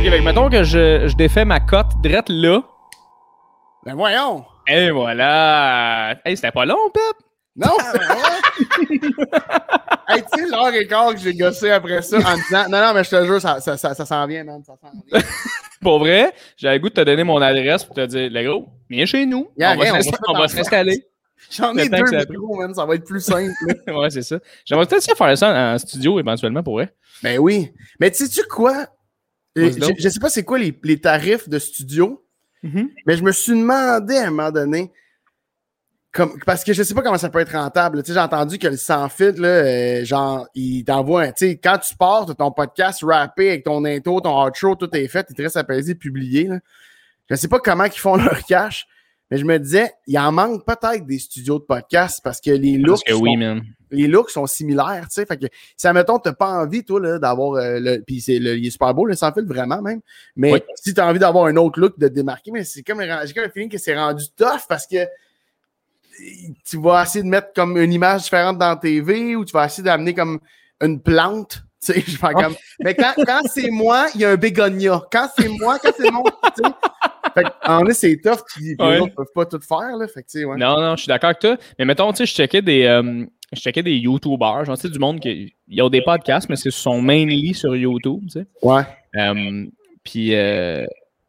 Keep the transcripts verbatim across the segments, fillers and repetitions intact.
fait que mettons que je, je défais ma cote drette là. Ben voyons! Et voilà! Hey, c'était pas long, Pep? Non! Hey, tu sais, l'heure et quart que j'ai gossé après ça en disant non, non, mais je te jure, ça, ça, ça, ça s'en vient, man, ça s'en vient. Pour vrai, j'avais le goût de te donner mon adresse pour te dire, le gros, viens chez nous. Yeah, on va, rien, s'inst- on on va va se s'installer. J'en ai Le temps deux que ça micros, man, ça va être plus simple. Là. Ouais, c'est ça. J'aimerais peut-être ça faire ça en studio éventuellement pour vrai. Ben oui. Mais tu sais-tu quoi? Euh, Vas-y donc. je, je sais pas c'est quoi les, les tarifs de studio, Mm-hmm. mais je me suis demandé à un moment donné, comme, parce que je sais pas comment ça peut être rentable. Tu sais, j'ai entendu que le sans-fil, là, euh, genre, il t'envoie un, tu sais, quand tu pars de ton podcast rappé avec ton intro, ton outro, tout est fait, il te reste à peser, publier, là. Je sais pas comment ils font leur cash, mais je me disais, il en manque peut-être des studios de podcast parce que les looks, Parce que oui, sont, man. les looks sont similaires, tu sais. Fait que si, admettons, t'as pas envie, toi, là, d'avoir euh, le. Puis c'est le, il est super beau, le sans-fil, vraiment, même. Mais Oui. si t'as envie d'avoir un autre look, de te démarquer, mais c'est comme, j'ai comme le feeling que c'est rendu tough parce que tu vas essayer de mettre comme une image différente dans la T V ou tu vas essayer d'amener comme une plante. Tu sais, je fais comme. Mais quand, quand c'est moi, il y a un bégonia. Quand c'est moi, quand c'est mon. Tu sais. Fait que, en vrai, c'est tough, puis les Ouais. autres peuvent pas tout faire, là. Fait que, tu sais, ouais. Non, non, je suis d'accord avec toi. Mais mettons, tu sais, je checkais des, euh, je checkais des YouTubers, genre, tu sais, du monde qui ils ont des podcasts, mais c'est son mainly sur YouTube, tu sais. Ouais. Euh, puis, euh,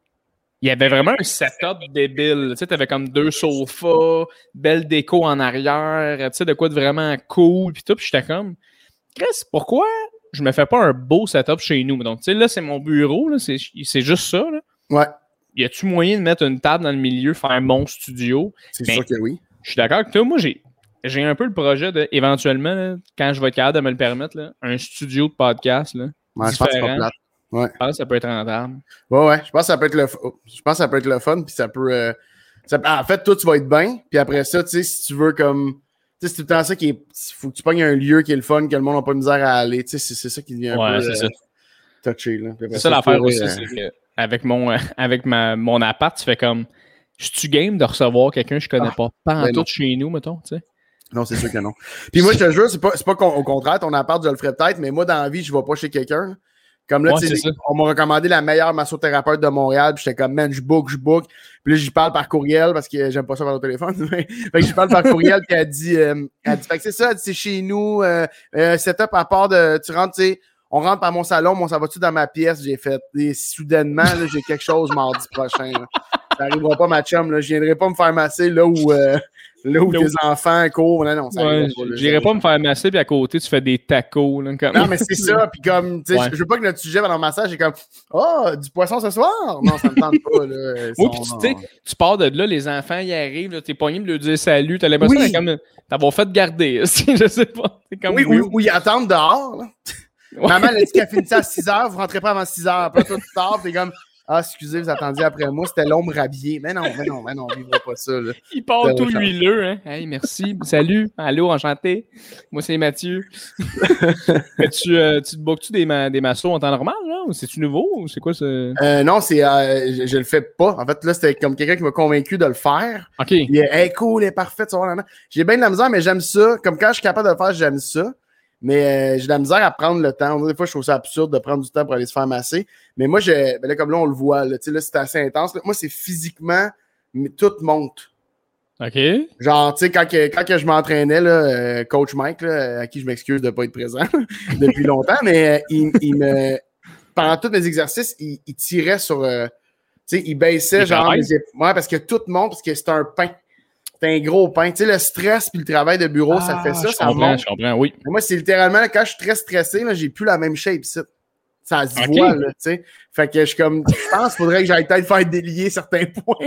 il y avait vraiment un setup débile. Tu sais, t'avais comme deux sofas, belle déco en arrière, tu sais, de quoi de vraiment cool, puis tout. Puis j'étais comme, Chris, pourquoi je me fais pas un beau setup chez nous? Donc, tu sais, là, c'est mon bureau, là, c'est, c'est juste ça, là. Ouais. Y a-tu moyen de mettre une table dans le milieu, faire mon studio? C'est Mais sûr que oui. je suis d'accord avec toi. Moi, j'ai, j'ai un peu le projet de, éventuellement, là, quand je vais être capable de me le permettre, là, un studio de podcast, là, Ouais, je pense que c'est pas différent. plate. Ouais. Je pense que ça peut être rentable. Ouais, ouais. Je pense que ça peut être le, f- je pense que ça peut être le fun, puis ça peut. euh, ça- En fait, toi, tu vas être bien, puis après ça, tu sais, si tu veux comme. Tu sais, c'est tout le temps ça qui est. Faut que tu pognes un lieu qui est le fun, que le monde n'a pas de misère à aller. Tu sais, c'est, c'est ça qui devient un Ouais, peu c'est euh, ça. touché, là. Puis après C'est ça l'affaire faut, aussi, euh, c'est que avec mon, euh, avec ma, mon appart, tu fais comme, je suis game de recevoir quelqu'un que je connais Ah, pas, pas en ben non. tout chez nous, mettons, tu sais. Non, c'est sûr que non. Puis moi, je te jure, c'est pas, c'est pas qu'au contraire, ton appart, je le ferais peut-être, mais moi, dans la vie, je vais pas chez quelqu'un. Comme là, Ouais, tu sais, c'est ça. on m'a recommandé la meilleure massothérapeute de Montréal, puis j'étais comme, man, je book, je book. Puis là, j'y parle par courriel parce que j'aime pas ça par le téléphone. fait que j'y parle par courriel, puis elle dit, euh, elle dit, fait que c'est ça, elle dit, c'est chez nous, euh, euh, setup à part de, tu rentres, tu sais, on rentre par mon salon, mon ça va-tu dans ma pièce? J'ai fait, et soudainement, là, j'ai quelque chose mardi prochain. Là. Ça arrivera pas, ma chum, là. Je viendrai pas me faire masser là où, euh, là où Là tes où- enfants courent. Non, non, ça Ouais, arrivera pas. là. j'irais pas me faire masser, puis à côté, tu fais des tacos. Là, comme... Non, mais c'est ça. Puis comme, tu sais, Ouais. je je veux pas que notre sujet pendant le massage est comme, oh, du poisson ce soir? Non, ça me tente pas, là. Ils Oui, sont- puis tu non. sais, tu pars de là, les enfants y arrivent, là, t'es pogné de leur dire salut, t'as l'impression Oui. d'être comme t'avoir fait garder, je sais pas. C'est comme Oui, weird. ou, ou ils attendent dehors, là. Ouais. Maman, elle a dit qu'elle finissait à six heures, vous rentrez pas avant six heures. Après, toi, tu sors, t'es comme, ah, excusez, vous attendiez après moi, c'était l'ombre habillée. Mais non, mais non, mais non, on vivra pas ça, là. Il part Ça tout va huileux, hein. Hey, merci, salut, allô, enchanté. Moi, c'est Mathieu. Mais tu, euh, tu te bookes-tu des, ma- des massos en temps normal, là? Ou c'est-tu nouveau? Ou c'est quoi ce. Euh, non, c'est, euh, je, je le fais pas. En fait, là, c'était comme quelqu'un qui m'a convaincu de le faire. OK. Il est, hey, cool, elle est parfaite, ça va, nan, nan. J'ai bien de la misère, mais j'aime ça. Comme quand je suis capable de le faire, j'aime ça. Mais euh, j'ai de la misère à prendre le temps. Des fois, je trouve ça absurde de prendre du temps pour aller se faire masser. Mais moi, je, ben là, comme là, on le voit, là, tu sais, là, c'est assez intense. Là. Moi, c'est physiquement, mais tout monte. OK. Genre, tu sais, quand, que, quand que je m'entraînais, là, euh, coach Mike, là, à qui je m'excuse de ne pas être présent depuis longtemps, mais euh, il, il me. Pendant tous mes exercices, il, il tirait sur. euh, tu sais, il baissait, Il genre. travaille? Les ép- ouais, parce que tout monte, parce que c'est un pain. C'est un gros pain. Tu sais, le stress puis le travail de bureau, ça fait ça, je ça comprends, monte. je comprends, oui. Mais moi, c'est littéralement, là, quand je suis très stressé, là, j'ai plus la même shape, ça. Ça se Ok. voit, là, tu sais. Fait que je suis comme, je pense qu'il faudrait que j'aille peut-être faire délier certains points.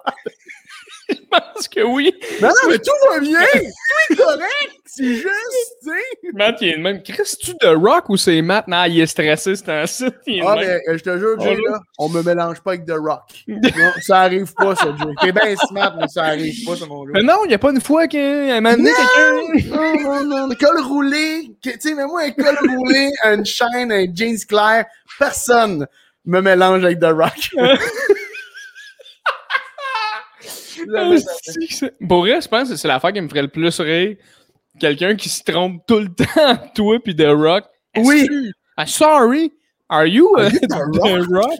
Je pense que oui. Non, non, mais tout va bien! Tout est correct! C'est juste, tu sais. Matt, il est le même. Chris, tu de Rock ou c'est Matt? Non, il est stressé, c'est un site. Il est le Ah, même. mais euh, je te jure, Jay, Oh, là, on me mélange pas avec The Rock. Non, ça arrive pas, ça, Jay. T'es bien smart, mais ça arrive pas, ça, mon gars. Mais non, il n'y a pas une fois qu'un un moment donné, quelqu'un. Non, non, non, le col roulé, que- tu sais, mais moi, un col roulé, une chaîne, un jeans clair, personne me mélange avec The Rock. Ah, c'est que c'est- Pour vrai, je pense que c'est l'affaire qui me ferait le plus rire. Quelqu'un qui se trompe tout le temps, toi puis The Rock. Oui. Est-ce que- Ah, sorry, are you, uh, you The The Rock?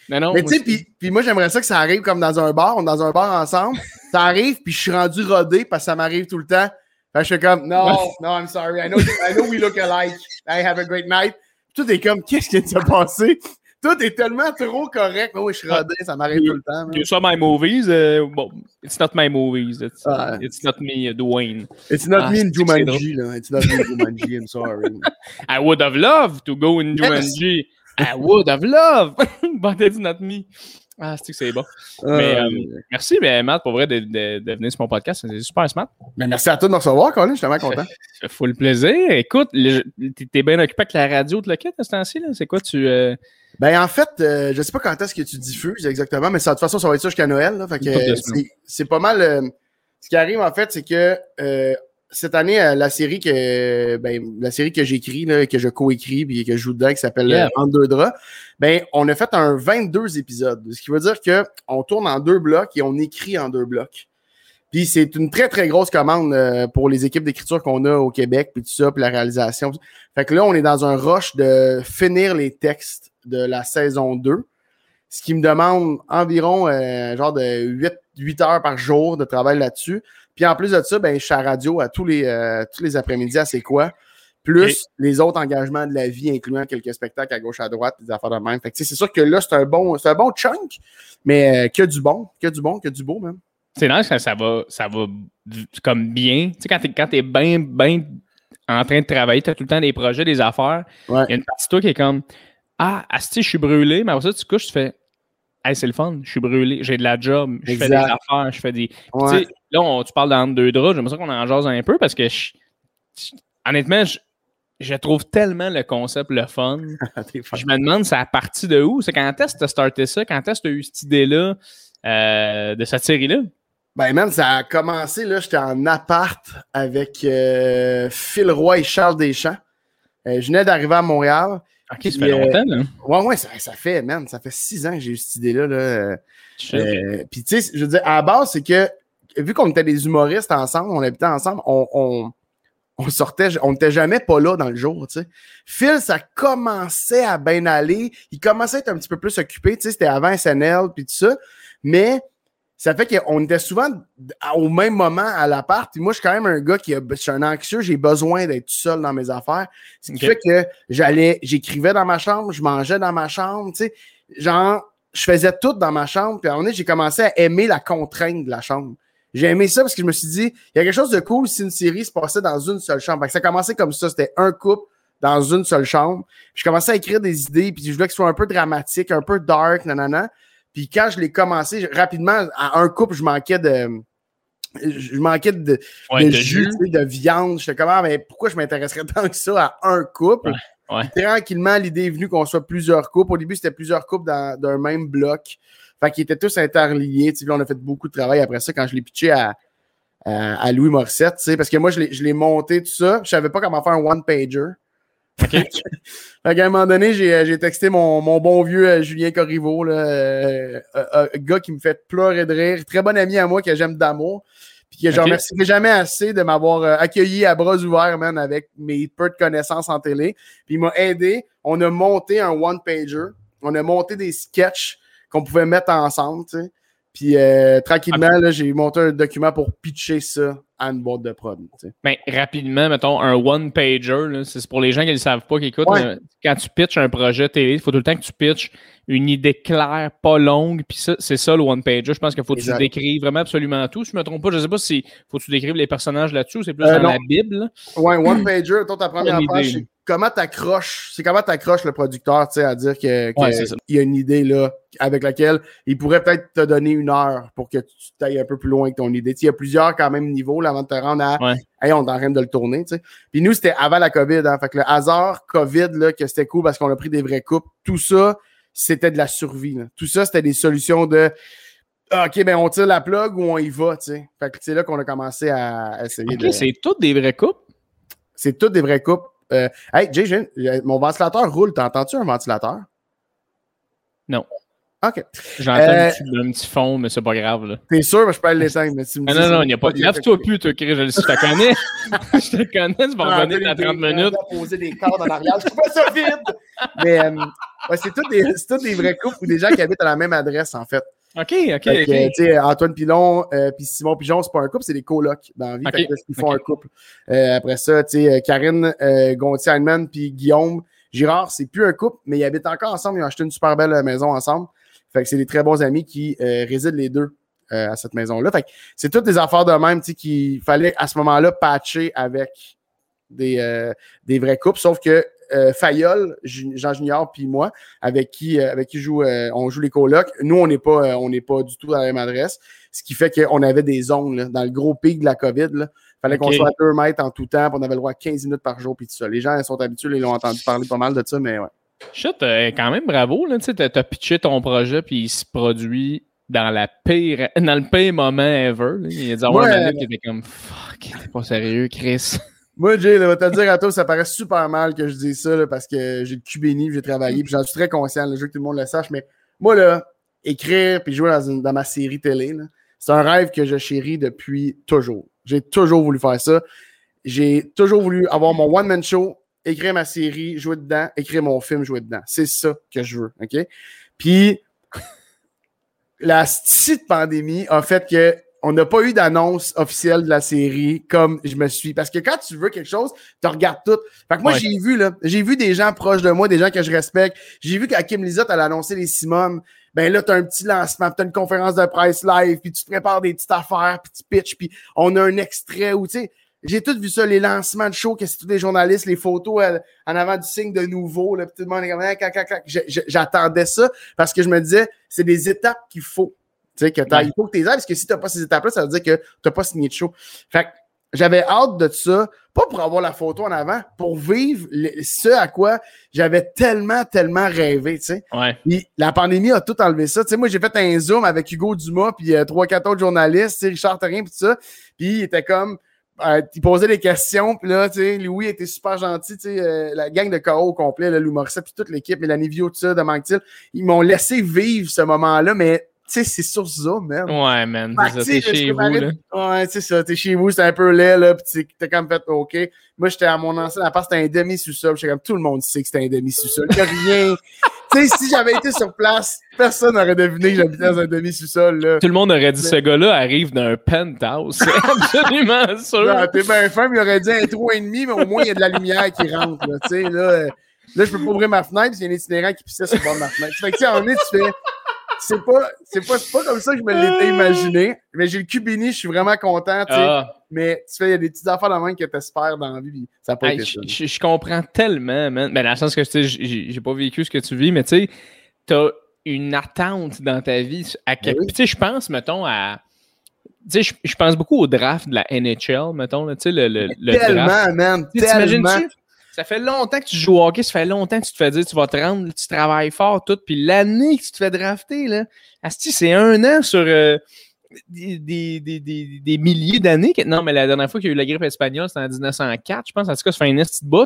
Non, non, mais tu sais, puis, puis moi, j'aimerais ça que ça arrive comme dans un bar. On est dans un bar ensemble. Ça arrive, puis je suis rendu rodé parce que ça m'arrive tout le temps. Fait que je suis comme, no, no, I'm sorry. I know, I know we look alike. I have a great night. Puis tout est comme, qu'est-ce qui vient de se passer? Tout est tellement trop correct. Oui, je suis rodé, ça m'arrive tout le temps. You saw my movies. Uh, well, it's not my movies. It's, uh, it's not me, Dwayne. It's not ah, me in Jumanji. Là. It's not me in Jumanji. I'm sorry. I would have loved to go in Jumanji. Yes. I would have loved. But it's not me. Ah, c'est que c'est bon. Uh, mais, euh, merci, mais Matt, pour vrai, de, de, de venir sur mon podcast. C'est super smart. Mais merci à toi de me recevoir, Colin. Je suis tellement content. Ça fait le plaisir. Écoute, le, t'es bien occupé avec la radio de le kit à ce temps-ci. C'est quoi, tu... Euh... Ben, en fait, euh, je sais pas quand est-ce que tu diffuses exactement, mais ça, de toute façon, ça va être ça jusqu'à Noël. Là, fait que, euh, c'est, c'est pas mal... Euh, ce qui arrive, en fait, c'est que euh, cette année, euh, la série que ben, la série que j'écris, là, que je co-écris et que je joue dedans, qui s'appelle yeah. euh, Entre deux draps, ben, on a fait un vingt-deux épisodes. Ce qui veut dire qu'on tourne en deux blocs et on écrit en deux blocs. Puis c'est une très, très grosse commande euh, pour les équipes d'écriture qu'on a au Québec, puis tout ça, puis la réalisation. Fait que là, on est dans un rush de finir les textes de la saison deux, ce qui me demande environ euh, genre de huit heures par jour de travail là-dessus. Puis en plus de ça, ben, je suis à la radio à tous les, euh, tous les après-midi à C'est quoi, plus et... les autres engagements de la vie, incluant quelques spectacles à gauche, à droite, des affaires de même. Fait que c'est sûr que là, c'est un bon, c'est un bon chunk, mais euh, que du bon, que du bon, que du beau même. C'est nice quand ça va, ça va comme bien. Tu sais, quand t'es, quand t'es bien, bien en train de travailler, t'as tout le temps des projets, des affaires. Ouais. Il y a une partie de toi qui est comme Ah, asti, je suis brûlé, mais après ça, tu couches, tu fais Hey, c'est le fun, je suis brûlé, j'ai de la job, je exact. fais des affaires, je fais des. Ouais. Tu sais, là, on, tu parles d'entre deux draps, j'aimerais ça qu'on en jase un peu parce que je, je, honnêtement, je, je trouve tellement le concept le fun. Je me demande, c'est à partir de où? C'est quand est-ce que tu as starté ça? Quand est-ce que tu as eu cette idée-là euh, de cette série-là? Ben, man, ça a commencé, là, j'étais en appart avec euh, Phil Roy et Charles Deschamps. Euh, je venais d'arriver à Montréal. OK, puis, ça fait longtemps, là. Ouais, ouais, ça, ça fait, man, ça fait six ans que j'ai eu cette idée-là, là. Euh, euh, puis, tu sais, je veux dire, à la base, c'est que, vu qu'on était des humoristes ensemble, on habitait ensemble, on, on, on sortait, on n'était jamais pas là dans le jour, tu sais. Phil, ça commençait à bien aller. Il commençait à être un petit peu plus occupé, tu sais, c'était avant S N L, puis tout ça. Mais ça fait qu'on était souvent au même moment à l'appart. Puis moi, je suis quand même un gars qui a, je suis un anxieux, j'ai besoin d'être tout seul dans mes affaires. Ce qui okay. fait que j'allais, j'écrivais dans ma chambre, je mangeais dans ma chambre, tu sais. Genre, je faisais tout dans ma chambre. Puis à un moment donné, j'ai commencé à aimer la contrainte de la chambre. J'ai aimé ça parce que je me suis dit, il y a quelque chose de cool si une série se passait dans une seule chambre. Fait que ça commençait comme ça, c'était un couple dans une seule chambre. Puis je commençais à écrire des idées, puis je voulais que ce soit un peu dramatique, un peu dark, nanana. Puis quand je l'ai commencé, rapidement, à un couple, je manquais de je manquais de, ouais, de, de jus, jus, de viande. J'étais comme, ah, mais pourquoi je m'intéresserais tant que ça à un couple? Ouais, ouais. Puis, tranquillement, l'idée est venue qu'on soit plusieurs couples. Au début, c'était plusieurs couples dans, d'un même bloc. Fait qu'ils étaient tous interliés. Tu sais, on a fait beaucoup de travail après ça quand je l'ai pitché à, à, à Louis Morissette. Tu sais, parce que moi, je l'ai, je l'ai monté, tout ça. Je savais pas comment faire un one-pager. Okay. Fait qu'à un moment donné, j'ai, j'ai texté mon, mon bon vieux euh, Julien Corriveau, là, euh, euh, euh, gars qui me fait pleurer de rire, très bon ami à moi que j'aime d'amour, puis que okay. je remercierai jamais assez de m'avoir euh, accueilli à bras ouverts, man, avec mes peu de connaissances en télé. Puis il m'a aidé. On a monté un one-pager, on a monté des sketchs qu'on pouvait mettre ensemble, tu sais. Puis euh, tranquillement, okay. là, j'ai monté un document pour pitcher ça à une boîte de prod. Tu sais. Ben, rapidement, mettons, un one-pager, là, c'est pour les gens qui ne le savent pas, qui écoutent, ouais. là, quand tu pitches un projet télé, il faut tout le temps que tu pitches une idée claire, pas longue, puis ça, c'est ça le one-pager. Je pense qu'il faut que exact. tu décrives vraiment absolument tout. Si je ne me trompe pas, je ne sais pas si faut que tu décrives les personnages là-dessus ou c'est plus euh, dans non. la Bible. Oui, one-pager, toi, ta première page, c'est comment t'accroches, c'est comment t'accroches le producteur, tu sais, à dire que, que ouais, il y a une idée là avec laquelle il pourrait peut-être te donner une heure pour que tu t'ailles un peu plus loin avec ton idée. Il y a plusieurs quand même niveaux là, avant de te rendre à ouais. hey, on est en train de le tourner. T'sais. Puis nous, c'était avant la COVID. Hein, fait que le hasard COVID, là, que c'était cool parce qu'on a pris des vrais coupes, tout ça, c'était de la survie. Là. Tout ça, c'était des solutions de OK, ben on tire la plug ou on y va. T'sais. Fait que c'est là qu'on a commencé à essayer okay, de. C'est toutes des vrais coupes? C'est toutes des vrais coupes. Euh, hey, Jay, mon ventilateur roule. T'entends-tu un ventilateur? Non. OK. J'entends euh, un, petit, un petit fond, mais c'est pas grave. Là. T'es sûr? Ben, je peux aller l'éteindre. Mais tu me ah, dis, non, non, il n'y a pas. Lève-toi plus, toi, Chris. Je, je te connais. je te connais, tu vas revenir dans trente minutes. On va poser des cordes en arrière. Je trouve pas ça vide. Mais euh, ouais, c'est tous des, des vrais couples ou des gens qui habitent à la même adresse, en fait. OK, OK, fait que, OK. Tu sais, Antoine Pilon et euh, Simon Pigeon, c'est pas un couple, c'est des colocs dans la vie. Okay. Fait que, ils font okay. un couple. Euh, après ça, tu sais, Karine euh, Gontier-Heinemann puis Guillaume Girard, c'est plus un couple, mais ils habitent encore ensemble. Ils ont acheté une super belle maison ensemble. Fait que c'est des très bons amis qui euh, résident les deux euh, à cette maison-là. Fait que c'est toutes des affaires de même, tu sais, qu'il fallait à ce moment-là patcher avec des, euh, des vrais couples. Sauf que euh, Fayolle, Jean Junior puis moi, avec qui, euh, avec qui joue, euh, on joue les colocs, nous, on n'est pas, euh, on n'est pas du tout à la même adresse. Ce qui fait qu'on avait des ongles là, dans le gros pic de la COVID. Il fallait okay. qu'on soit à deux mètres en tout temps, puis on avait le droit à quinze minutes par jour, puis tout ça. Les gens ils sont habitués, ils l'ont entendu parler pas mal de ça, mais ouais. Shit, euh, quand même bravo, là, tu sais, t'as, t'as pitché ton projet, puis il se produit dans la pire, dans le pire moment ever. Là. Il y a des avoir ouais, qui était comme fuck, t'es pas sérieux, Chris. Moi, Jay, là, va te le dire à toi, ça paraît super mal que je dise ça, là, parce que j'ai le cul béni, j'ai travaillé, puis j'en suis très conscient, là, je veux que tout le monde le sache, mais moi, là, écrire puis jouer dans, une, dans ma série télé, là, c'est un rêve que je chéris depuis toujours. J'ai toujours voulu faire ça. J'ai toujours voulu avoir mon one-man show, écrire ma série, jouer dedans, écrire mon film, jouer dedans. C'est ça que je veux, OK? Puis, la petite pandémie a fait que on n'a pas eu d'annonce officielle de la série comme je me suis. Parce que quand tu veux quelque chose, tu regardes tout. Fait que moi, ouais. j'ai vu, là, j'ai vu des gens proches de moi, des gens que je respecte. J'ai vu qu'à Kim Lizotte, elle a annoncé les Simone. Ben là, tu as un petit lancement, tu as une conférence de presse live, puis tu te prépares des petites affaires, puis tu pitches, puis on a un extrait où, tu sais, j'ai tout vu ça, les lancements de show, que c'est tous les journalistes, les photos euh, en avant du signe de nouveau, là, puis tout le monde est comme, cac, cac, cac. J'attendais ça parce que je me disais, c'est des étapes qu'il faut. Tu sais, que t'as, ouais. il faut que tu les aies, parce que si tu n'as pas ces étapes-là, ça veut dire que tu n'as pas signé de show. Fait que j'avais hâte de ça, pas pour avoir la photo en avant, pour vivre le, ce à quoi j'avais tellement, tellement rêvé, tu sais. Ouais. Puis la pandémie a tout enlevé ça. Tu sais, moi, j'ai fait un Zoom avec Hugo Dumas, puis euh, trois, quatre autres journalistes, tu sais, Richard Therrien, puis tout ça. Puis il était comme, euh, il posait des questions, puis là, tu sais, Louis était super gentil, tu sais, euh, la gang de K O au complet, là, Lou Morissette, puis toute l'équipe, Mélanie Viau, tout ça, de Manctil, ils m'ont laissé vivre ce moment-là, mais tu sais, c'est sur Zoom, man. Ouais, man. Fait, t'es chez vous, là. Ouais, c'est ça. T'es chez vous, c'est un peu laid, là. Pis t'es comme fait OK. Moi, j'étais à mon ancien appart, c'était un demi-sous-sol. J'étais comme tout le monde sait que c'était un demi-sous-sol. Il y a rien. Tu sais, si j'avais été sur place, personne n'aurait deviné que j'habitais dans un demi-sous-sol, là. Tout le monde aurait dit, mais... ce gars-là arrive d'un penthouse. C'est absolument sûr. Non, t'es bien fin, mais il aurait dit un trou et demi, mais au moins, il y a de la lumière qui rentre, là. Tu sais, là, là, je peux pas ouvrir ma fenêtre, il y a un itinérant qui pissait sur le bord de ma fenêtre. Fait que, tu sais, en est, tu fais. C'est pas, c'est pas, c'est pas comme ça que je me l'étais imaginé. Mais j'ai le cul béni, je suis vraiment content. Ah. Mais tu fais, il y a des petites affaires dans la main que tu espères dans la vie. Ça n'a pas hey, été ça. Je, je comprends tellement, man. Ben, dans le sens que j'ai, j'ai pas vécu ce que tu vis, mais tu sais, t'as une attente dans ta vie. À quel... oui. Tu sais, je pense, mettons, à. Tu sais, je pense beaucoup au draft de la N H L, mettons. Tu sais, le, le, le tellement, draft. man. Tellement. Ça fait longtemps que tu joues au hockey, ça fait longtemps que tu te fais dire tu vas te rendre, tu travailles fort, tout, puis l'année que tu te fais drafter, là, asti, c'est un an sur euh, des, des, des, des, des milliers d'années. Que... Non, mais la dernière fois qu'il y a eu la grippe espagnole, c'était en dix-neuf cent quatre, je pense, en tout cas, ça fait une petite bout.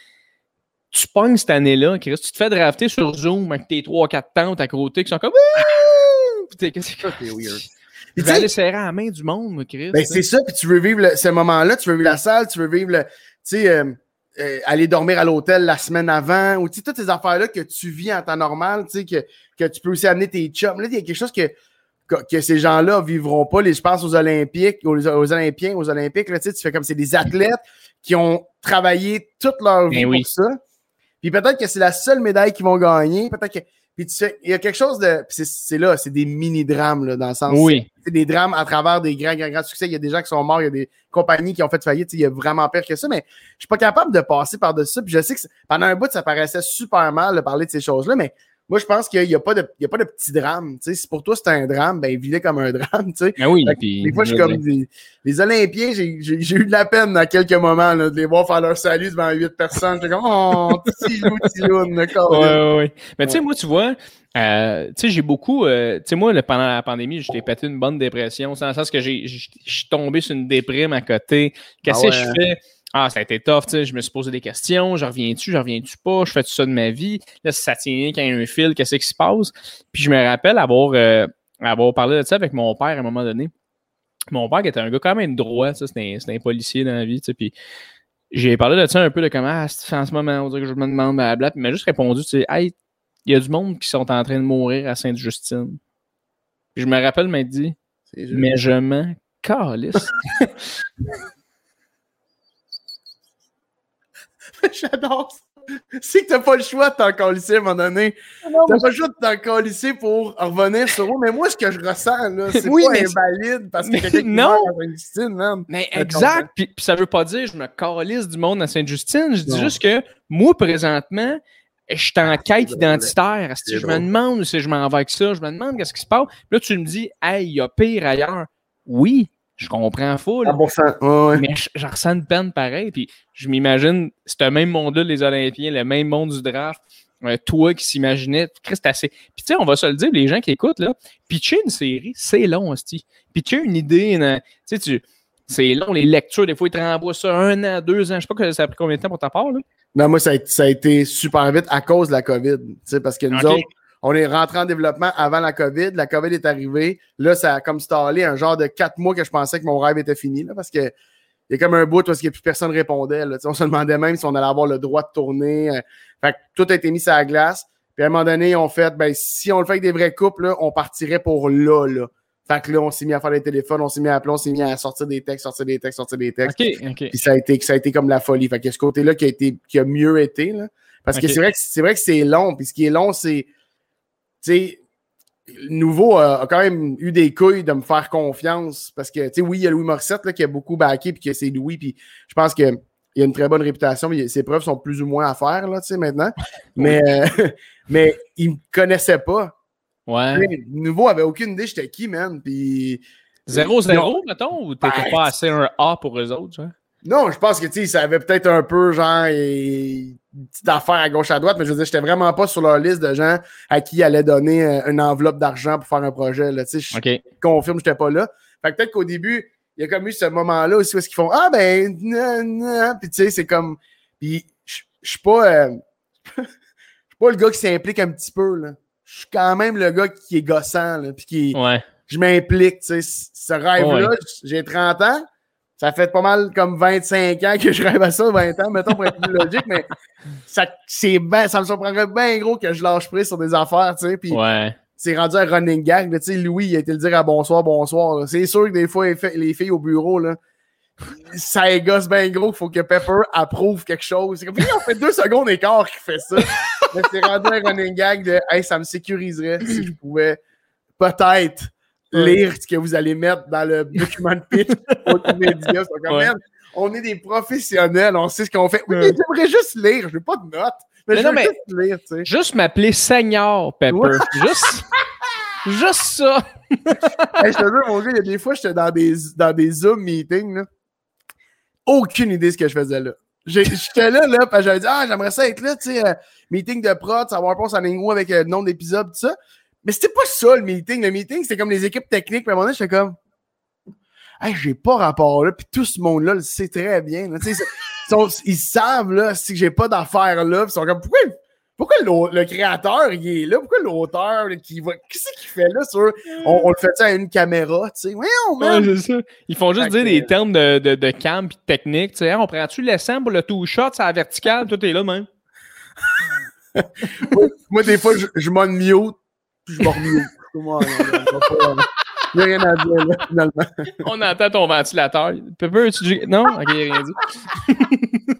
Tu pognes cette année-là, Chris, tu te fais drafter sur Zoom avec tes trois quatre tantes à côté qui sont comme puis t'es qu'est-ce que c'est weird. Tu vas aller serrer à la main du monde, Chris. Ben, c'est ça, puis tu veux vivre le, ce moment-là, tu veux vivre la salle, tu veux vivre le. Tu sais, euh, Euh, aller dormir à l'hôtel la semaine avant, ou tu sais, toutes ces affaires-là que tu vis en temps normal, tu sais, que, que tu peux aussi amener tes chums. Là, il y a quelque chose que, que, que ces gens-là vivront pas. Les, je pense aux Olympiques, aux, aux Olympiens, aux Olympiques, là, tu sais, tu fais comme c'est des athlètes qui ont travaillé toute leur vie oui. pour ça. Puis peut-être que c'est la seule médaille qu'ils vont gagner. Peut-être que. Puis tu fais, il y a quelque chose de. Puis c'est, c'est là, c'est des mini-drames, là, dans le sens. Oui. C'est des drames à travers des grands, grands, grands succès. Il y a des gens qui sont morts, il y a des compagnies qui ont fait faillite. Il y a vraiment pire que ça, mais je suis pas capable de passer par-dessus ça. Puis je sais que pendant un bout, ça paraissait super mal de parler de ces choses-là, mais moi, je pense qu'il n'y a pas de, il y a pas de petit drame. Tu sais, si pour toi, c'est un drame, ben, vis-le comme un drame, tu sais. Ben oui, puis, des fois, je suis comme des, les Olympiens, j'ai, j'ai, j'ai eu de la peine dans quelques moments, là, de les voir faire leur salut devant huit personnes. J'étais comme, oh, petit loup, petit loup, d'accord. Ouais, ouais, ouais. Mais tu sais, moi, tu vois, euh, tu sais, j'ai beaucoup, euh, tu sais, moi, le, pendant la pandémie, j'étais pété une bonne dépression, dans le sens que j'ai, je suis tombé sur une déprime à côté. Qu'est-ce que ah ouais. je fais? Ah, ça a été tough, tu sais. Je me suis posé des questions. Je reviens-tu, je reviens-tu pas? Je fais tout ça de ma vie. Là, si ça tient qu'il y a un fil, qu'est-ce qui se passe? Puis je me rappelle avoir, euh, avoir parlé de ça avec mon père à un moment donné. Mon père, qui était un gars quand même droit, ça, c'était un, c'était un policier dans la vie, tu sais. Puis j'ai parlé de ça un peu, de comment, ah, en ce moment, on dirait que je me demande, blablabla. Puis il m'a juste répondu, tu sais, hey, il y a du monde qui sont en train de mourir à Sainte-Justine. Puis je me rappelle, il m'a dit, mais je m'en calisse. J'adore ça. C'est que t'as pas le choix de t'en calisser à un moment donné. Non, t'as pas le choix de t'en calisser pour revenir sur moi. Mais moi, ce que je ressens, là, c'est oui, pas invalide parce que mais quelqu'un qui non. meurt à Sainte-Justine, man. Mais exact. Puis, puis ça veut pas dire que je me calisse du monde à Sainte-Justine. Je dis non. juste que moi, présentement, je suis en quête identitaire. Si je me demande si je m'en vais avec ça, je me demande qu'est-ce qui se passe. Puis là, tu me dis, hey, il y a pire ailleurs. Oui. Je comprends full. Ah, bon sang. Ouais, ouais. Mais je, je ressens une peine pareille. Puis je m'imagine, c'est le même monde-là, les Olympiens, le même monde du draft. Euh, toi qui s'imaginais, Christ, assez. Puis tu sais, on va se le dire, les gens qui écoutent, là, pitcher une série, c'est long, hostie. Pitcher une idée, tu sais, tu, c'est long, les lectures, des fois, ils te renvoient ça un an, deux ans. Je sais pas que ça a pris combien de temps pour ta part, là. Non, moi, ça a, ça a été super vite à cause de la COVID. Tu sais, parce que nous okay. autres, on est rentré en développement avant la COVID. La COVID est arrivée. Là, ça a comme stallé un genre de quatre mois que je pensais que mon rêve était fini. Là, parce que il y a comme un bout parce que plus personne répondait. Là. On se demandait même si on allait avoir le droit de tourner. Fait que tout a été mis sur la glace. Puis à un moment donné, on fait, ben, si on le fait avec des vrais couples, là, on partirait pour là, là. Fait que là, on s'est mis à faire des téléphones, on s'est mis à appeler, on s'est mis à sortir des textes, sortir des textes, sortir des textes. Okay, okay. Puis ça a été, ça a été comme la folie. Fait que ce côté-là qui a été, qui a mieux été, là. Parce okay. que c'est vrai que c'est vrai que c'est long. Puis ce qui est long, c'est, tu sais, Nouveau a, a quand même eu des couilles de me faire confiance parce que, tu sais, oui, il y a Louis Morissette là, qui a beaucoup backé puis que c'est Louis, puis je pense qu'il a une très bonne réputation, mais ses preuves sont plus ou moins à faire, là, tu sais, maintenant. Mais, euh, mais il me connaissait pas. Ouais. T'sais, Nouveau avait aucune idée j'étais qui, man, puis... zéro zéro, mettons, ou t'étais ben, pas assez un A pour eux autres, genre? Non, je pense que, tu sais, ça avait peut-être un peu, genre, et... une petite affaire à gauche à droite, mais je veux dire, j'étais vraiment pas sur leur liste de gens à qui ils allaient donner une enveloppe d'argent pour faire un projet, là, tu sais, je okay. confirme que j'étais pas là. Fait que peut-être qu'au début, il y a comme eu ce moment-là aussi où ils font « Ah, ben, nan, nan. » Puis tu sais, c'est comme... Puis je suis pas... Euh... Je suis pas le gars qui s'implique un petit peu, là. Je suis quand même le gars qui est gossant, là, puis qui... Ouais. Je m'implique, tu sais. Ce rêve-là, ouais. J'ai trente ans. Ça fait pas mal comme vingt-cinq ans que je rêve à ça, vingt ans, mettons, pour être plus logique, mais ça, c'est ben, ça me surprendrait bien gros que je lâche prise sur des affaires, tu sais, puis ouais. c'est rendu un running gag, tu sais, Louis, il a été le dire à bonsoir, bonsoir, là. C'est sûr que des fois, les filles au bureau, là, ça égosse bien gros qu'il faut que Pepper approuve quelque chose. C'est comme, on fait deux secondes d'écart qu'il fait ça. Mais c'est rendu un running gag de, hey, ça me sécuriserait si je pouvais peut-être lire ce que vous allez mettre dans le document de pitch pour les médias. Comme, ouais. On est des professionnels, on sait ce qu'on fait. Oui, mais j'aimerais juste lire, je veux pas de notes. Mais, mais je veux non, mais juste lire, tu sais. Juste m'appeler Seigneur Pepper. Ouais. Juste, juste ça. Hey, je te jure, mon gars, il y a des fois, j'étais dans des, dans des Zoom meetings, là. Aucune idée de ce que je faisais là. J'étais là, là, parce que j'avais dit, ah, j'aimerais ça être là, tu sais, euh, meeting de prod, savoir pas en ligne avec euh, le nombre d'épisodes, tout ça. Mais c'était pas ça, le meeting. Le meeting, c'était comme les équipes techniques. Puis à un moment donné, j'étais comme, hey, j'ai pas rapport là. Puis tout ce monde-là le sait très bien. Là. Ils, sont, ils savent, là, si j'ai pas d'affaires là. Puis ils sont comme, pourquoi, pourquoi le, le créateur, il est là? Pourquoi l'auteur, qui va, qu'est-ce qu'il fait là? Sur, on, on le fait ça à une caméra, tu sais. Oui, on ouais, c'est ça. Ils font juste fait dire que... des termes de, de, de cam puis de technique. Tu sais, on prend-tu l'essence pour le two shot, c'est à la verticale, tout est là même. moi, moi, des fois, je, je m'en mute. Puis je m'en remue. Il n'y a rien à dire, là, finalement. On entend ton ventilateur. Pepper, tu... Non? Ok, il n'y a rien dit.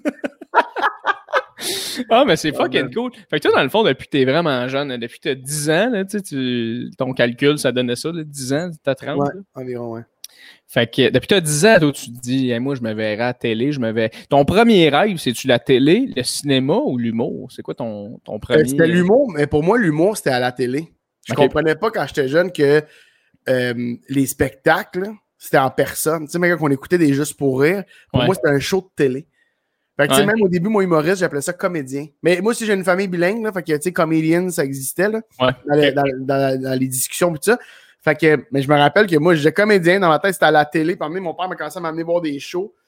Ah, mais c'est fucking oh, cool. Fait que toi, dans le fond, depuis que t'es vraiment jeune, depuis que t'as dix ans, là, tu, ton calcul, ça donnait ça, là, dix ans, t'as trente. Ouais, là. environ, ouais. Fait que depuis que t'as dix ans, toi, tu te dis, hey, moi, je me verrais à la télé, je me verrais... Ton premier rêve, c'est-tu la télé, le cinéma ou l'humour? C'est quoi ton, ton premier... Euh, c'était l'humour, mais pour moi, l'humour, c'était à la télé. Je okay. comprenais pas quand j'étais jeune que euh, les spectacles, c'était en personne. Tu sais, même quand on écoutait des Juste pour rire, pour ouais. moi, c'était un show de télé. Fait que, tu sais, même au début, moi, humoriste, j'appelais ça comédien. Mais moi aussi, j'ai une famille bilingue, là. Fait que, tu sais, comédien, ça existait, là. Ouais. Dans, les, dans, dans, dans les discussions, pis tout ça. Fait que, mais je me rappelle que moi, j'étais comédien. Dans ma tête, c'était à la télé. Puis, mon père m'a commencé à m'amener voir des shows.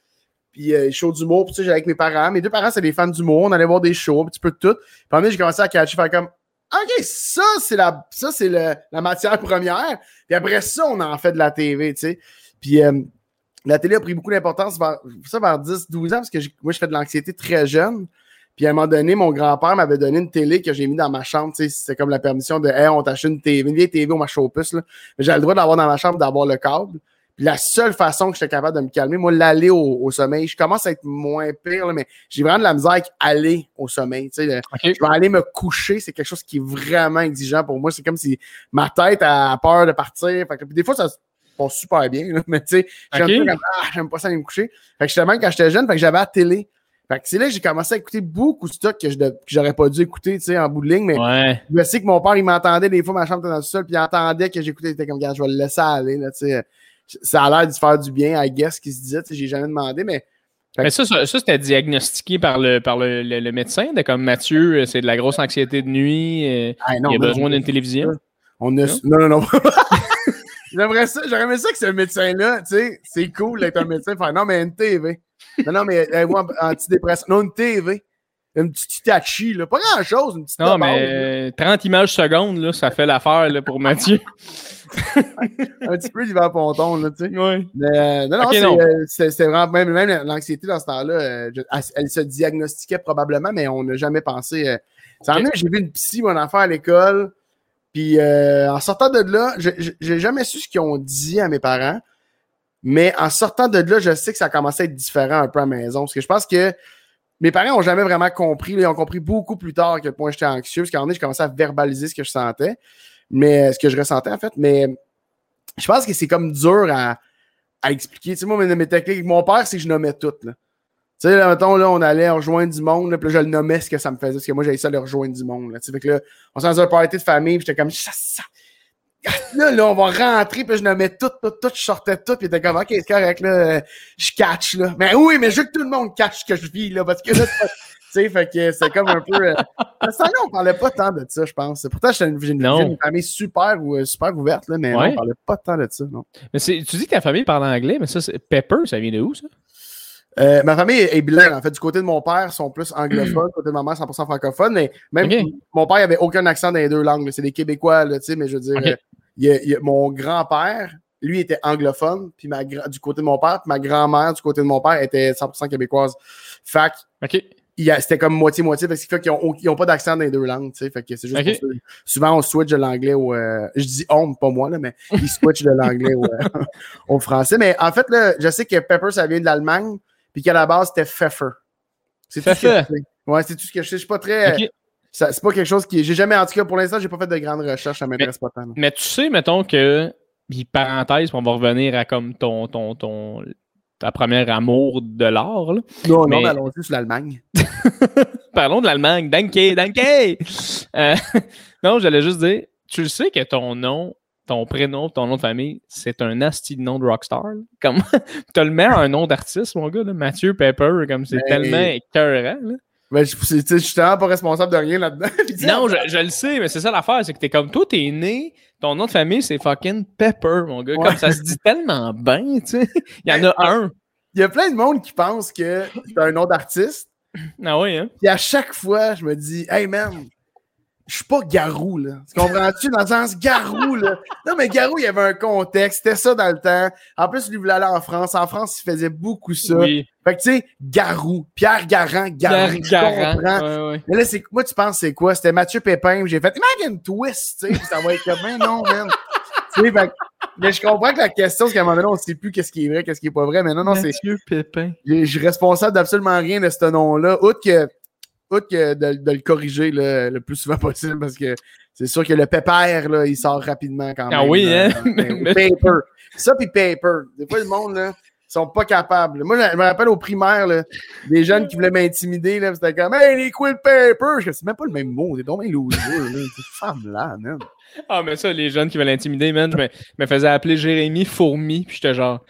puis euh, show d'humour, puis tu sais, j'allais avec mes parents. Mes deux parents, c'est des fans d'humour, on allait voir des shows, un petit peu de tout. Puis à un moment donné, j'ai commencé à catcher, faire comme, OK, ça, c'est la, ça, c'est le, la matière première. Puis après ça, on en fait de la T V, tu sais. Puis euh, la télé a pris beaucoup d'importance vers, ça, vers dix douze ans, parce que moi, je fais de l'anxiété très jeune. Puis à un moment donné, mon grand-père m'avait donné une télé que j'ai mis dans ma chambre. Tu sais, c'était comme la permission de « Hey, on t'achète une T V, une vieille T V au marché aux puces. » Mais j'avais le droit d'avoir dans ma chambre, d'avoir le câble. Puis la seule façon que j'étais capable de me calmer, moi, l'aller au, au sommeil, je commence à être moins pire, là, mais j'ai vraiment de la misère avec aller au sommeil. Tu sais, okay. Je vais aller me coucher, c'est quelque chose qui est vraiment exigeant pour moi. C'est comme si ma tête a peur de partir. Fait que, puis des fois, ça se passe super bien, là, mais tu sais, j'aime okay. pas, ah, j'aime pas ça aller me coucher. Fait que justement, quand j'étais jeune, fait que j'avais la télé. Fait que c'est là que j'ai commencé à écouter beaucoup de stock que, je, que j'aurais pas dû écouter, tu sais, en bout de ligne, mais ouais. Je sais que mon père, il m'entendait des fois, ma chambre était dans le sol, puis il entendait que j'écoutais, il était comme, regarde, je vais le laisser aller, là, tu sais. Ça a l'air de faire du bien, I guess, qu'il se disait, tu sais, j'ai jamais demandé, mais... Mais ça, ça, ça, c'était diagnostiqué par le, par le, le, le médecin, de comme Mathieu, c'est de la grosse anxiété de nuit, euh, ah, non, il a non, besoin non, d'une télévision. On a... Non, non, non. J'aimerais ça, j'aurais aimé ça que ce médecin-là, tu sais, c'est cool d'être un médecin, faire non, mais une T V. Non, non, mais elle voit antidépresseur. Non, une T V. Une petite Hitachi, là. Pas grand-chose, une petite Non, mais base, trente images secondes, là, ça fait l'affaire là, pour Mathieu. Un petit peu l'hiver ponton, là, tu sais. Oui. Mais, euh, non, non, okay, c'est, non. Euh, c'est, c'est vraiment... Même, même l'anxiété dans ce temps-là, euh, je, elle, elle se diagnostiquait probablement, mais on n'a jamais pensé... Euh, ça okay. en est, j'ai vu une psy, mon enfant, à l'école, puis euh, en sortant de là, je, je, j'ai jamais su ce qu'ils ont dit à mes parents, mais en sortant de là, je sais que ça a commencé à être différent un peu à la maison, parce que je pense que mes parents n'ont jamais vraiment compris. Là, ils ont compris beaucoup plus tard à quel point j'étais anxieux. Parce qu'à un moment donné, j'ai commencé à verbaliser ce que je sentais. Mais ce que je ressentais, en fait. Mais je pense que c'est comme dur à, à expliquer. Tu sais, moi, mes, mes techniques avec mon père, c'est que je nommais tout. Tu sais, là, mettons, là, on allait rejoindre du monde. Là, puis là, je le nommais ce que ça me faisait. Parce que moi, j'avais ça de rejoindre du monde. Là, fait que là, on s'en faisait un party de famille. Puis j'étais comme, ça, ça. Là, là, on va rentrer, puis je nommais tout, tout, tout, je sortais tout, puis il était comme, OK, c'est correct, là, je catch, là. Mais oui, mais je veux que tout le monde catch ce que je vis, là, parce que là, tu sais, fait que c'est comme un peu... Euh... À ce temps-là, on parlait pas tant de ça, je pense. Pourtant, j'ai une, j'ai une, j'ai une famille super, super ouverte, là, mais ouais. non, on parlait pas tant de ça, non. Mais c'est, tu dis que ta famille parle anglais, mais ça, c'est Pepper, ça vient de où, ça? Euh, ma famille est bilingue, en fait. Du côté de mon père, ils sont plus anglophones. Du côté de ma mère, cent pour cent francophone. Mais même okay. mon père, il avait aucun accent dans les deux langues. Là. C'est des Québécois, là, tu sais, mais je veux dire... Okay. Euh, Il y a, il y a, mon grand-père, lui, était anglophone, puis ma, du côté de mon père, puis ma grand-mère, du côté de mon père, était cent pour cent québécoise. Fait que, okay. il a, c'était comme moitié-moitié, parce qu'il fait qu'ils n'ont pas d'accent dans les deux langues, tu sais. Fait que c'est juste okay. pour ça. Souvent, on switch de l'anglais au... Euh, je dis « on », pas moi, là, mais ils switchent de l'anglais au, euh, au français. Mais en fait, là, je sais que Pepper, ça vient de l'Allemagne, puis qu'à la base, c'était Pfeffer. C'est tout ce que je sais. Ouais, c'est tout ce que je sais. Je suis pas très... Okay. Ça, c'est pas quelque chose qui... J'ai jamais... En tout cas, pour l'instant, j'ai pas fait de grandes recherches. Ça m'intéresse mais, pas tant. Mais tu sais, mettons que... Puis parenthèse, on va revenir à comme ton... ton, ton ta première amour de l'art. Là. Non, mais... non, allons-y sur l'Allemagne. Parlons de l'Allemagne. Danke, danke! euh, non, j'allais juste dire... Tu le sais que ton nom, ton prénom, ton nom de famille, c'est un asti de nom de rockstar. Comme... tu le mets un nom d'artiste, mon gars. Là. Mathieu Pepper, comme c'est mais... tellement écœurant. Là. Ben, je, je, je suis tellement pas responsable de rien là-dedans. Non, je, je le sais, mais c'est ça l'affaire, c'est que t'es comme toi, t'es né, ton nom de famille, c'est fucking Pepper, mon gars. Ouais. Comme ça se dit tellement bien, tu sais. Il y en a un. Il y a plein de monde qui pense que c'est un nom d'artiste. Ah oui, hein? Puis à chaque fois, je me dis, hey man, je suis pas Garou, là. Tu comprends-tu? Dans le sens Garou, là. Non, mais Garou, il y avait un contexte. C'était ça dans le temps. En plus, lui voulait aller en France. En France, il faisait beaucoup ça. Oui. Fait que, tu sais, Garou. Pierre Garand, Garou. Pierre Garand. Ouais, ouais. Mais là, c'est, moi, tu penses, c'est quoi? C'était Mathieu Pépin. J'ai fait, imagine twist, tu sais. Ça va être comme, ben non, man. Tu sais, fait mais je comprends que la question, c'est qu'à un moment donné, on ne sait plus qu'est-ce qui est vrai, qu'est-ce qui n'est pas vrai. Mais non, non, Mathieu c'est. Mathieu Pépin. Je suis responsable d'absolument rien de ce nom-là. Outre que. Outre que de, de le corriger là, le plus souvent possible parce que c'est sûr que le pépère, là, il sort rapidement quand même. Ah oui, hein? Euh, paper. Ça, puis paper. Des fois, le monde, là, ils sont pas capables. Moi, je me rappelle au primaire, là, des jeunes qui voulaient m'intimider, là, c'était comme, hey, les quill paper. C'est même pas le même mot. C'est donc bien loser, là. Cette femme-là, man. Ah, mais ça, les jeunes qui veulent intimider, man, je me, me faisais appeler Jérémy Fourmi, puis j'étais genre,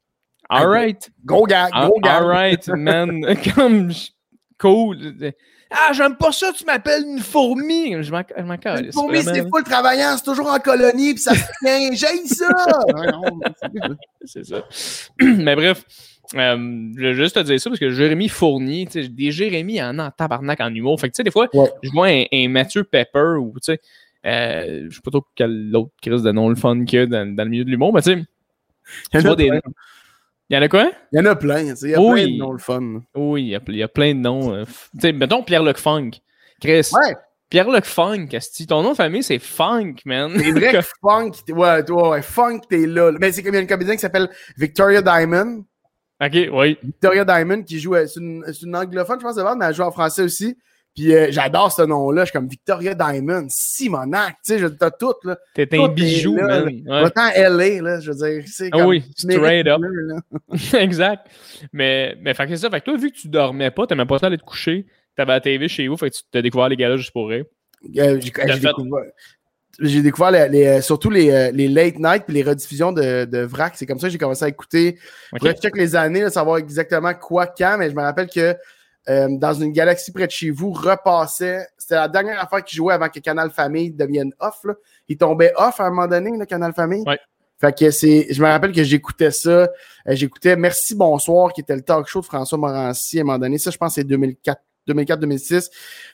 all right. Gros gag, gros gag. All right, man. Comme, cool. Ah, j'aime pas ça, tu m'appelles une fourmi. Je m'en, je m'en calisse. Une fourmi, c'est full travaillant, c'est toujours en colonie, puis ça se tient. J'aille ça! C'est ça. Mais bref, tu Euh, je vais juste te dire ça parce que Jérémy Fournier, tu sais, des Jérémy en en tabarnak en humour. Fait que tu sais, des fois, Ouais. je vois un, un Mathieu Pepper ou tu sais, euh, je sais pas trop quel autre crise de nom le fun qu'il y a dans, dans le milieu de l'humour, mais tu sais, Il y tu en vois a des. plein. Il y en a quoi? Il y en a plein. tu sais, Il y a Oui. plein de noms le fun. Oui, il y a, il y a plein de noms. euh, f- Tu sais, mettons Pierre-Luc Funk. Chris. Ouais. Pierre-Luc Funk, esti, ton nom de famille, c'est Funk, man. C'est vrai que Funk, t'es- ouais, toi, ouais, Funk, t'es là. Mais c'est comme il y a une comédienne qui s'appelle Victoria Diamond. Ok, oui. Victoria Diamond qui joue, euh, c'est une, c'est une anglophone, je pense, de base, mais elle joue en français aussi. Puis euh, j'adore ce nom-là. Je suis comme Victoria Diamond, Simonac, tu sais, je- t'as tout, là. T'es Tout un est bijou, là, man. là. Ouais. Autant L A, là, je veux dire, c'est Ah comme... oui, tu mérites straight up. mieux, là. Exact. Mais, mais fait que c'est ça. Fait que toi, vu que tu dormais pas, t'aimais pas ça aller te coucher, t'avais la T V chez vous, fait que tu t'as découvert les gars-là juste pour rire. Euh, j'ai T'as j'ai fait- découvert, j'ai découvert les, les, euh, surtout les, euh, les late night puis les rediffusions de, de V R A C. C'est comme ça que j'ai commencé à écouter. Ok. Faudrait que je check les années, là, savoir exactement quoi, quand, mais je me rappelle que euh, dans une galaxie près de chez vous, repassait. C'était la dernière affaire qui jouait avant que Canal Famille devienne off. Là. Il tombait off à un moment donné, le Canal Famille. Ouais. Fait que c'est. Je me rappelle que j'écoutais ça. Euh, j'écoutais Merci Bonsoir, qui était le talk show de François Morancy à un moment donné. Ça, je pense que c'est deux mille quatre deux mille six.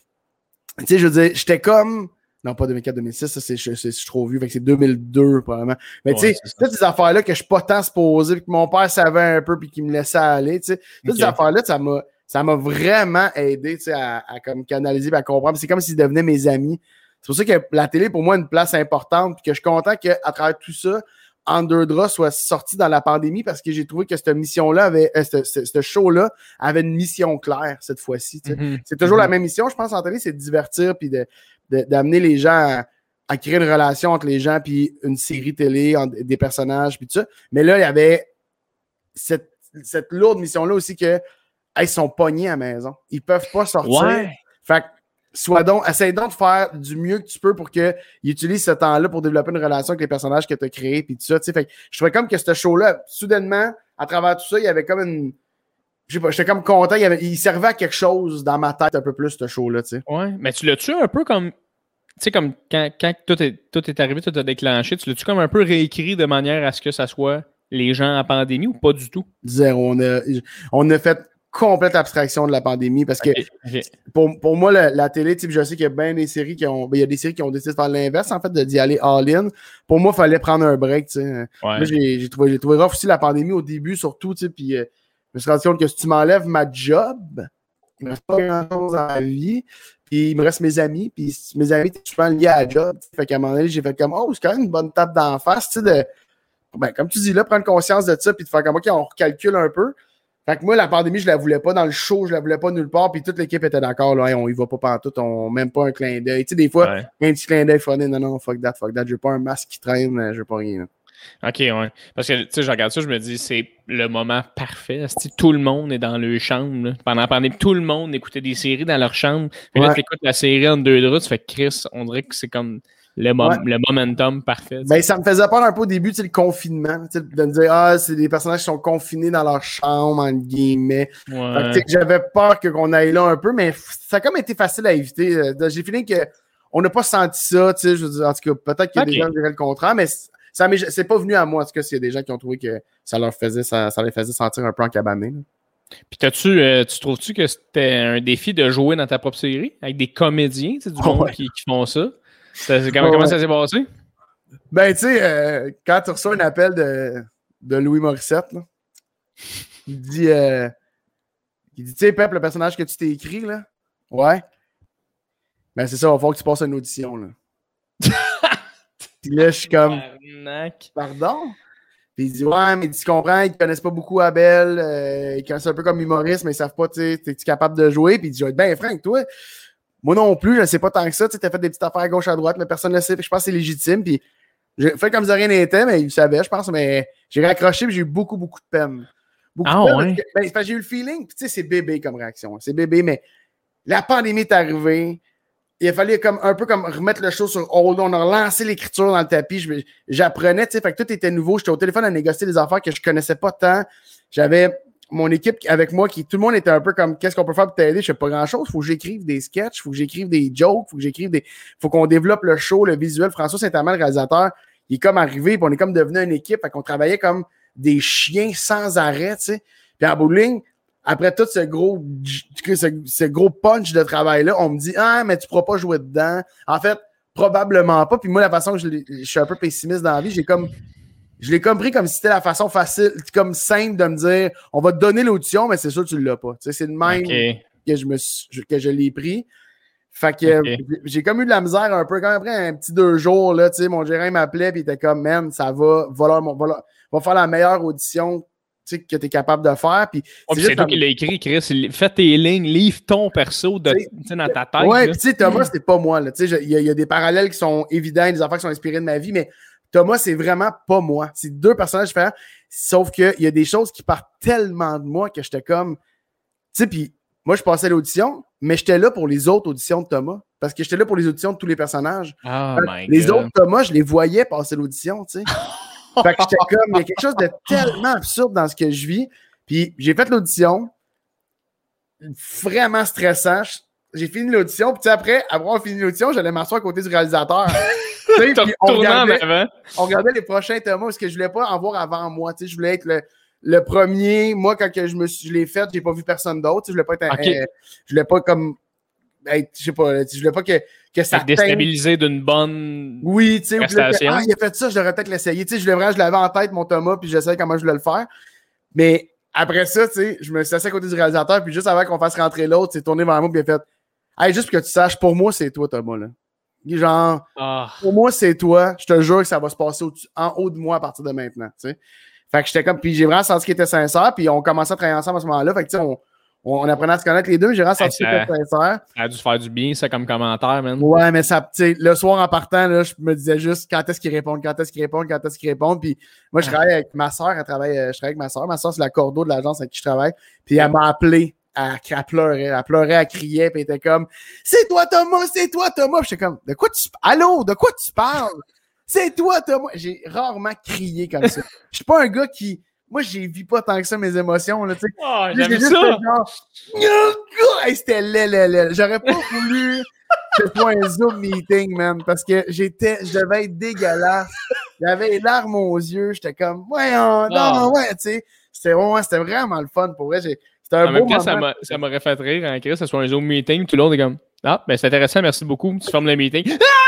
Tu sais, je veux dire, j'étais comme. Non, pas deux mille quatre deux mille six, ça, c'est, je, c'est, je suis trop vieux. Fait que c'est deux mille deux, probablement. Mais tu Ouais, sais, c'est ça. toutes ces affaires-là que je suis pas tant supposé, puis que mon père savait un peu, puis qu'il me laissait aller, tu sais. Toutes Ok. ces affaires-là, ça m'a, ça m'a vraiment aidé, tu sais, à, à comme canaliser, puis à comprendre. C'est comme s'ils devenaient mes amis. C'est pour ça que la télé, pour moi, a une place importante, puis que je suis content qu'à travers tout ça, Underdraw soit sorti dans la pandémie, parce que j'ai trouvé que cette mission-là avait, euh, ce, ce, ce show-là avait une mission claire cette fois-ci, tu sais. Mhm. C'est toujours Mhm. la même mission, je pense, en télé, c'est de divertir, puis de, de- d'amener les gens à, à créer une relation entre les gens, puis une série télé, en- des personnages, puis tout ça. Mais là, il y avait cette, cette lourde mission-là aussi que hey, ils sont pognés à la maison. Ils peuvent pas sortir. Ouais. Fait que, sois donc, essaye donc de faire du mieux que tu peux pour qu'ils utilisent ce temps-là pour développer une relation avec les personnages que tu as créés, puis tout ça. tu sais. Fait que je trouvais comme que ce show-là, soudainement, à travers tout ça, il y avait comme une. Je sais pas, j'étais comme content. Il, y avait, il servait à quelque chose dans ma tête un peu plus, ce show-là, tu sais. Ouais. Mais tu l'as-tu un peu comme. Tu sais, comme quand, quand tout, est, tout est arrivé, tout a déclenché, tu l'as-tu comme un peu réécrit de manière à ce que ça soit les gens en pandémie ou pas du tout? Zéro. On a, on a fait complète abstraction de la pandémie parce que Ok, ok. pour, pour moi, la, la télé, je sais qu'il y a bien des séries qui ont. Ben, il y a des séries qui ont décidé de faire l'inverse, en fait, de d'y aller all-in. Pour moi, il fallait prendre un break. tu sais. Ouais. Moi, j'ai, j'ai trouvé, j'ai trouvé rough aussi la pandémie au début, surtout, tu sais, puis euh, je me suis rendu compte que si tu m'enlèves ma job, il me reste pas grand-chose dans la vie. Puis il me reste mes amis, puis mes amis, je suis liés à la job. tu sais. Fait qu'à un moment donné, j'ai fait comme, oh, c'est quand même une bonne tape d'en face, tu sais, de. Ben, comme tu dis là, prendre conscience de ça, puis de faire comme, OK, on recalcule un peu. Fait que moi, la pandémie, je la voulais pas dans le show, je la voulais pas nulle part, puis toute l'équipe était d'accord, là, hey, on y va pas pantoute, on même pas un clin d'œil. Tu sais, des fois, Ouais. un petit clin d'œil funny, non, non, fuck that, fuck that, je veux pas un masque qui traîne, je veux pas rien. là. OK, ouais. Parce que, tu sais, je regarde ça, je me dis, c'est le moment parfait. Asti, tout le monde est dans leur chambre. Là. Pendant la pandémie, tout le monde écoutait des séries dans leur chambre. Puis là, Ouais. tu écoutes la série en deux draps, tu fais Chris, on dirait que c'est comme le, mom- Ouais. le momentum parfait. tu sais. Ben, ça me faisait peur un peu au début, tu sais, le confinement, tu sais, de me dire, ah, c'est des personnages qui sont confinés dans leur chambre, entre guillemets. Fait que, Ouais. tu sais, j'avais peur que, qu'on aille là un peu, mais f- ça a comme été facile à éviter. Euh, J'ai fini que on n'a pas senti ça, tu sais, je veux dire, en tout cas, peut-être qu'il y a Ok. des gens qui diraient le contraire, mais c- ça m'est- c'est pas venu à moi, en tout cas, s'il y a des gens qui ont trouvé que ça leur faisait, ça, ça les faisait sentir un peu encabanés. là. Puis t'as-tu, euh, tu trouves-tu que c'était un défi de jouer dans ta propre série avec des comédiens, tu sais, du Oh, monde ouais. qui, qui font ça? Ça, c'est- comment, Oh, comment ouais. ça s'est passé? Ben, tu sais, euh, quand tu reçois un appel de, de Louis Morissette, là, il dit, euh, il dit, tu sais, Pep, le personnage que tu t'es écrit, là, ouais, ben c'est ça, il va falloir que tu passes une audition, là. Puis là, je suis comme, Tabarnak. pardon? Puis il dit, ouais, mais tu comprends, ils ne connaissent pas beaucoup Abel, euh, ils connaissent un peu comme humoriste, mais ils savent pas, tu sais, es-tu capable de jouer? Puis il dit, je vais être bien franc avec toi. Moi non plus, je ne sais pas tant que ça, tu sais, t'as fait des petites affaires à gauche, à droite, mais personne ne le sait, puis je pense que c'est légitime. Puis j'ai fait comme si de rien n'était, mais il savait, je pense, mais j'ai raccroché, puis j'ai eu beaucoup, beaucoup de peine. Beaucoup Ah, de peine, ouais? parce que, ben, c'est parce que j'ai eu le feeling, puis tu sais, c'est bébé comme réaction, c'est bébé, mais la pandémie est arrivée. Il a fallu comme, un peu comme remettre le show sur hold. On a relancé l'écriture dans le tapis. Je- J'apprenais, tu sais, fait que tout était nouveau. J'étais au téléphone à négocier des affaires que je connaissais pas tant. J'avais mon équipe avec moi qui, tout le monde était un peu comme, qu'est-ce qu'on peut faire pour t'aider? Je sais pas grand-chose. Faut que j'écrive des sketchs, faut que j'écrive des jokes, faut que j'écrive des... Faut qu'on développe le show, le visuel. François Saint-Amand, le réalisateur, il est comme arrivé, puis on est comme devenu une équipe. Fait qu'on travaillait comme des chiens sans arrêt, tu sais. Puis en bout de ligne, après tout ce gros, ce, ce gros punch de travail-là, on me dit « Ah, mais tu ne pourras pas jouer dedans. » En fait, probablement pas. Puis moi, la façon que je, je suis un peu pessimiste dans la vie, j'ai comme... Je l'ai compris comme si c'était la façon facile, comme simple de me dire on va te donner l'audition, mais c'est sûr que tu ne l'as pas. Tu sais, c'est le même okay. que je me suis, que je l'ai pris. Fait que okay. j'ai comme eu de la misère un peu. Quand après un petit deux jours, là, tu sais, mon gérant m'appelait et il était comme man, ça va, va, leur, va, leur, va faire la meilleure audition que tu es capable de faire. Puis oh, c'est toi qui l'as écrit, Chris. Fais tes lignes, livre ton perso de, dans ta tête. Ouais, puis tu sais, Thomas, c'était pas moi. Il y, y a des parallèles qui sont évidents, des affaires qui sont inspirées de ma vie, mais Thomas, c'est vraiment pas moi. C'est deux personnages différents. Sauf qu'il y a des choses qui partent tellement de moi que j'étais comme. Tu sais, puis moi, je passais l'audition, mais j'étais là pour les autres auditions de Thomas. Parce que j'étais là pour les auditions de tous les personnages. Oh my les God. autres Thomas, je les voyais passer l'audition, tu sais. Fait que j'étais comme, il y a quelque chose de tellement absurde dans ce que je vis. Puis j'ai fait l'audition. Vraiment stressant. J'ai fini l'audition. Puis après, après avoir fini l'audition, j'allais m'asseoir à côté du réalisateur. Puis on, regardait, on regardait les prochains Thomas parce que je voulais pas en voir avant moi. Je voulais être le, le premier. Moi, quand que je, me suis, je l'ai fait, j'ai pas vu personne d'autre. Je voulais pas être okay. euh, je voulais pas comme être, je sais pas, je voulais pas que, que ça déstabilisé d'une bonne oui, tu sais, prestation. Ah, il a fait ça, je devrais peut-être l'essayer. Je voulais vraiment, je l'avais en tête, mon Thomas, puis j'essayais comment je voulais le faire. Mais après ça, tu sais, je me suis assis à côté du réalisateur, puis juste avant qu'on fasse rentrer l'autre, c'est tourné vers moi, puis il a fait hey, juste pour que tu saches, pour moi, c'est toi, Thomas, là. Genre, oh. pour moi, c'est toi. Je te jure que ça va se passer en haut de moi à partir de maintenant. T'sais. Fait que j'étais comme. Puis j'ai vraiment senti qu'il était sincère. Puis on commençait à travailler ensemble à ce moment-là. Fait que on, on, on apprenait à se connaître les deux. J'ai vraiment senti hey, qu'il était sincère. Ça a dû faire du bien, ça, comme commentaire, man. Ouais, mais ça, tu sais, le soir en partant, là, je me disais juste quand est-ce qu'il répond, quand est-ce qu'il répond, quand est-ce qu'il répond. Puis moi, je travaille avec ma soeur. Elle travaille, je travaille avec ma soeur. Ma soeur, c'est la cordeau de l'agence avec qui je travaille. Puis elle m'a appelé. Elle, elle pleurait, elle pleurait, elle criait, puis elle était comme « C'est toi, Thomas, c'est toi, Thomas! » Puis j'étais comme « De quoi tu Allô, de quoi tu parles? C'est toi, Thomas! » J'ai rarement crié comme ça. Je suis pas un gars qui... Moi, je vis pas tant que ça mes émotions, là, tu sais. Oh, j'aime ça! Genre... Hey, c'était laid, laid, laid. J'aurais pas voulu que ce soit un Zoom meeting, man, parce que j'étais... Je devais être dégueulasse. J'avais les larmes aux yeux. J'étais comme « Ouais, non, oh. ouais, tu sais. » C'était ouais, c'était vraiment le fun, pour vrai. J'ai... Un en même temps, ça m'aurait fait rire en Chris, que ce soit un Zoom meeting, tout le monde est comme ah, ben c'est intéressant, merci beaucoup, tu fermes le meeting.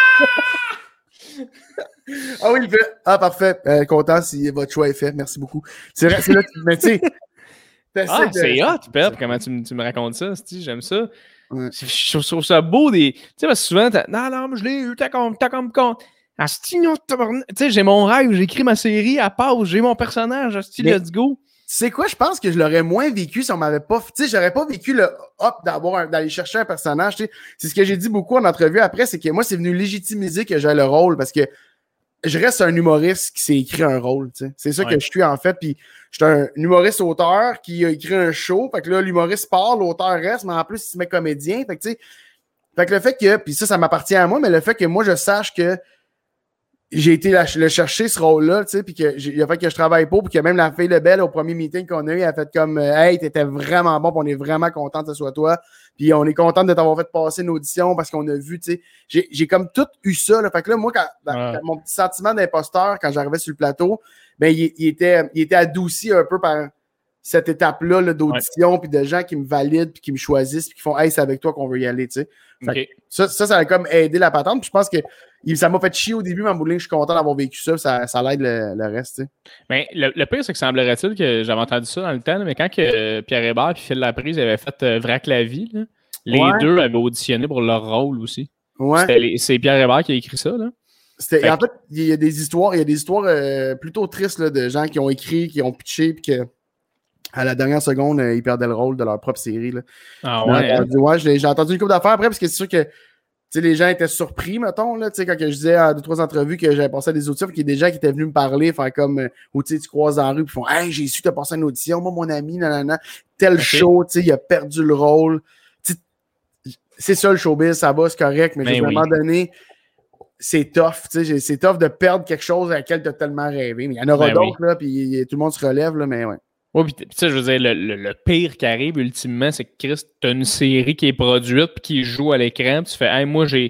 Ah oui, il fait ah, parfait, euh, content si votre choix est fait, merci beaucoup. C'est vrai, c'est là, mais tu sais. Ah, de... c'est hot, Pep, comment tu, tu me racontes ça, j'aime ça. Ouais. Je trouve ça beau, des. Tu sais, parce que souvent, non, non, je l'ai eu, t'as comme, t'as comme compte. Tu sais, j'ai mon rêve, j'ai écrit ma série, à pause, j'ai mon personnage, asti, let's go. Tu sais quoi, je pense que je l'aurais moins vécu si on m'avait pas... Tu sais, j'aurais pas vécu le hop d'avoir d'aller chercher un personnage. Tu sais. C'est ce que j'ai dit beaucoup en entrevue après, c'est que moi, c'est venu légitimiser que j'ai le rôle parce que je reste un humoriste qui s'est écrit un rôle. Tu sais. C'est ça ouais. que je suis en fait. Puis je suis un humoriste-auteur qui a écrit un show. Fait que là, l'humoriste part, l'auteur reste, mais en plus, il se met comédien. Fait que tu sais... Fait que le fait que... Puis ça, ça m'appartient à moi, mais le fait que moi, je sache que j'ai été la, le chercher ce rôle-là, tu sais, puis qu'il a fait que je travaille pas, puis que même la fille Lebel, au premier meeting qu'on a eu, elle a fait comme euh, hey, t'étais vraiment bon, puis on est vraiment content que ce soit toi, puis on est content de t'avoir fait passer une audition parce qu'on a vu, tu sais, j'ai, j'ai comme tout eu ça, là. Fait que là, moi, quand, ouais. quand mon petit sentiment d'imposteur, quand j'arrivais sur le plateau, ben, il, il, était, il était adouci un peu par cette étape-là là, d'audition, puis de gens qui me valident, puis qui me choisissent, puis qui font hey, c'est avec toi qu'on veut y aller, tu sais. Okay. Ça, ça, ça a comme aidé la patente, puis je pense que ça m'a fait chier au début, mais en bout de ligne, je suis content d'avoir vécu ça, ça, ça l'aide le, le reste, tu sais. Mais le, le pire, c'est que semblerait-il que j'avais entendu ça dans le temps, mais quand que, euh, Pierre Hébert et Phil Laprise avaient fait euh, Vrac la vie, là, les ouais. deux avaient auditionné pour leur rôle aussi. Ouais. Les, c'est Pierre Hébert qui a écrit ça, là. C'était, en fait, il y a des histoires, il y a des histoires euh, plutôt tristes là, de gens qui ont écrit, qui ont pitché, puis que à la dernière seconde, euh, ils perdaient le rôle de leur propre série. Là. Ah ouais. J'ai entendu, ouais, j'ai, j'ai entendu une couple d'affaires après, parce que c'est sûr que t'sais, les gens étaient surpris, mettons, là, quand que je disais à deux, trois entrevues que j'avais passé à des auditions, qu'il y a des gens qui étaient venus me parler, faire comme, euh, ou tu croises dans la rue, puis font hey, j'ai su que t'as passé une audition, moi, mon ami, nanana, tel okay. show, il a perdu le rôle. T'sais, c'est ça le showbiz, ça va, c'est correct, mais, mais à un oui. moment donné, c'est tough, c'est tough de perdre quelque chose à laquelle t'as tellement rêvé. Mais il y en aura ben d'autres, oui. là, puis tout le monde se relève, là, mais ouais. Oui, puis tu sais, je veux dire, le, le, le pire qui arrive ultimement, c'est que Chris, t'as une série qui est produite puis qui joue à l'écran, puis tu fais hey, moi j'ai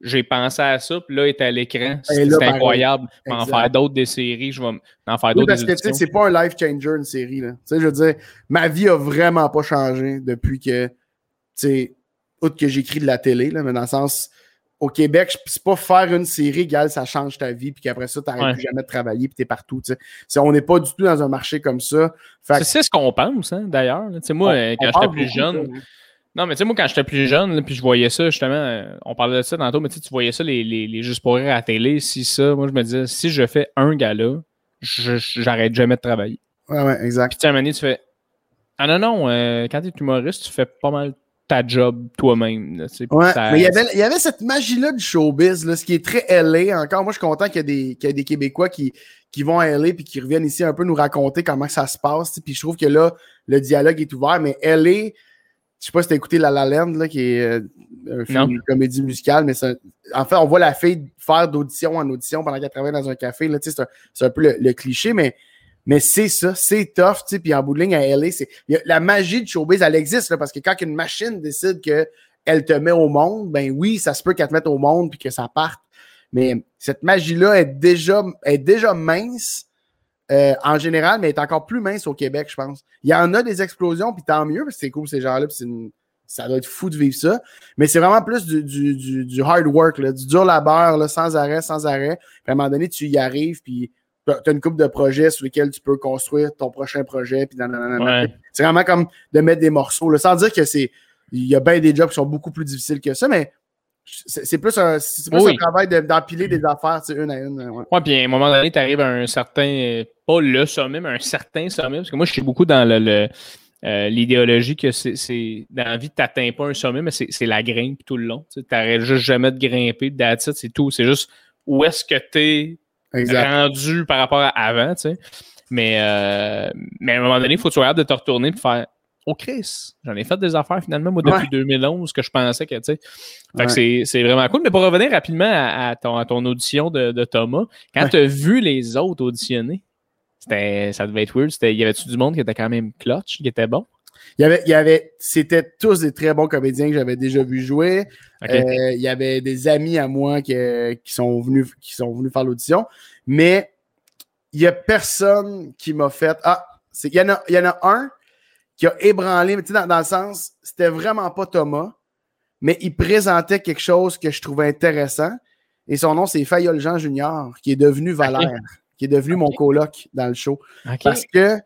j'ai pensé à ça, puis là, il est à l'écran. Et C'est là, pareil. incroyable. Je vais en Exact. faire d'autres des séries. Je vais en faire Oui, d'autres parce des que, tu sais, auditions. c'est pas un life changer, une série, là. Tu sais, je veux dire, ma vie a vraiment pas changé depuis que, tu sais, outre que j'écris de la télé, là, mais dans le sens, au Québec, je- c'est pas faire une série égale, ça change ta vie, puis qu'après ça, t'arrêtes Ouais. plus jamais de travailler, puis t'es partout, tu sais. C'est- On n'est pas du tout dans un marché comme ça. Fait C'est que- c'est ce qu'on pense, hein, d'ailleurs. là. Tu sais, moi, On- euh, on quand parle j'étais plus beaucoup de jeune. ça, hein. Non, mais tu sais, moi, quand j'étais plus jeune, là, puis je voyais ça, justement, euh, on parlait de ça tantôt, mais tu sais, tu voyais ça, les, les, les Juste pour rire à la télé, si ça, moi, je me disais, si je fais un gala, je- je- j'arrête jamais de travailler. Ouais, ouais, Puis, exact. tu sais, à un moment donné, tu fais, ah non, non, euh, quand t'es humoriste, tu fais pas mal ta job toi-même. Là, tu sais, puis Ouais, ça- mais il y avait, il y avait cette magie-là du showbiz, là, ce qui est très L A. Encore, moi, je suis content qu'il y ait des, qu'il y ait des Québécois qui, qui vont à L A puis qui reviennent ici un peu nous raconter comment ça se passe. tu sais. Puis je trouve que là, le dialogue est ouvert, mais L A, je sais pas si t'as écouté La La Land, là, qui est euh, un film Non. de comédie musicale, mais c'est un- en fait, on voit la fille faire d'audition en audition pendant qu'elle travaille dans un café. Là, tu sais, c'est, un, c'est un peu le, le cliché, mais, mais c'est ça, c'est tough. tu sais. Puis en bout de ligne, à L A, c'est, il y a- la magie de showbiz, elle existe, là, parce que quand une machine décide qu'elle te met au monde, ben oui, ça se peut qu'elle te mette au monde puis que ça parte. Mais cette magie-là est déjà, est déjà mince. Euh, en général, mais elle est encore plus mince au Québec, je pense. Il y en a des explosions, puis tant mieux, parce que c'est cool ces gens-là, puis c'est une- ça doit être fou de vivre ça. Mais c'est vraiment plus du, du, du, du hard work, là, du dur labeur, là, sans arrêt, sans arrêt. Puis à un moment donné, tu y arrives, puis tu as une couple de projets sur lesquels tu peux construire ton prochain projet, puis nanana. Ouais. C'est vraiment comme de mettre des morceaux, là, sans dire que c'est. Il y a bien des jobs qui sont beaucoup plus difficiles que ça, mais c'est, c'est plus un, c'est plus Oui. un travail de- d'empiler des affaires, tu sais, une à une. Ouais. Ouais, puis à un moment donné, tu arrives à un certain, euh, pas le sommet, mais un certain sommet. Parce que moi, je suis beaucoup dans le, le, euh, l'idéologie que c'est, c'est dans la vie, tu n'atteins pas un sommet, mais c'est, c'est la grimpe tout le long. Tu n'arrêtes juste jamais de grimper, that's it, c'est tout. C'est juste où est-ce que tu es Exact. rendu par rapport à avant, tu sais. Mais, euh, mais à un moment donné, il faut que tu sois capable de te retourner et faire oh Chris, j'en ai fait des affaires finalement, moi, depuis Ouais. deux mille onze, que je pensais que, tu sais. Fait Ouais. que c'est, c'est vraiment cool. Mais pour revenir rapidement à, à, ton, à ton audition de, de Thomas, quand Ouais. tu as vu les autres auditionner, c'était, ça devait être weird. C'était, y avait-tu du monde qui était quand même clutch, qui était bon? Il y avait, il y avait, c'était tous des très bons comédiens que j'avais déjà vu jouer. Ok. Euh, il y avait des amis à moi qui, qui, sont, venus, qui sont venus faire l'audition. Mais il n'y a personne qui m'a fait. Ah, c'est, il, y en a, il y en a un qui a ébranlé, mais tu sais, dans, dans le sens, c'était vraiment pas Thomas, mais il présentait quelque chose que je trouvais intéressant. Et son nom, c'est Fayol Jean Junior, qui est devenu Valère, Ok. qui est devenu Ok. mon coloc dans le show. OK. Parce que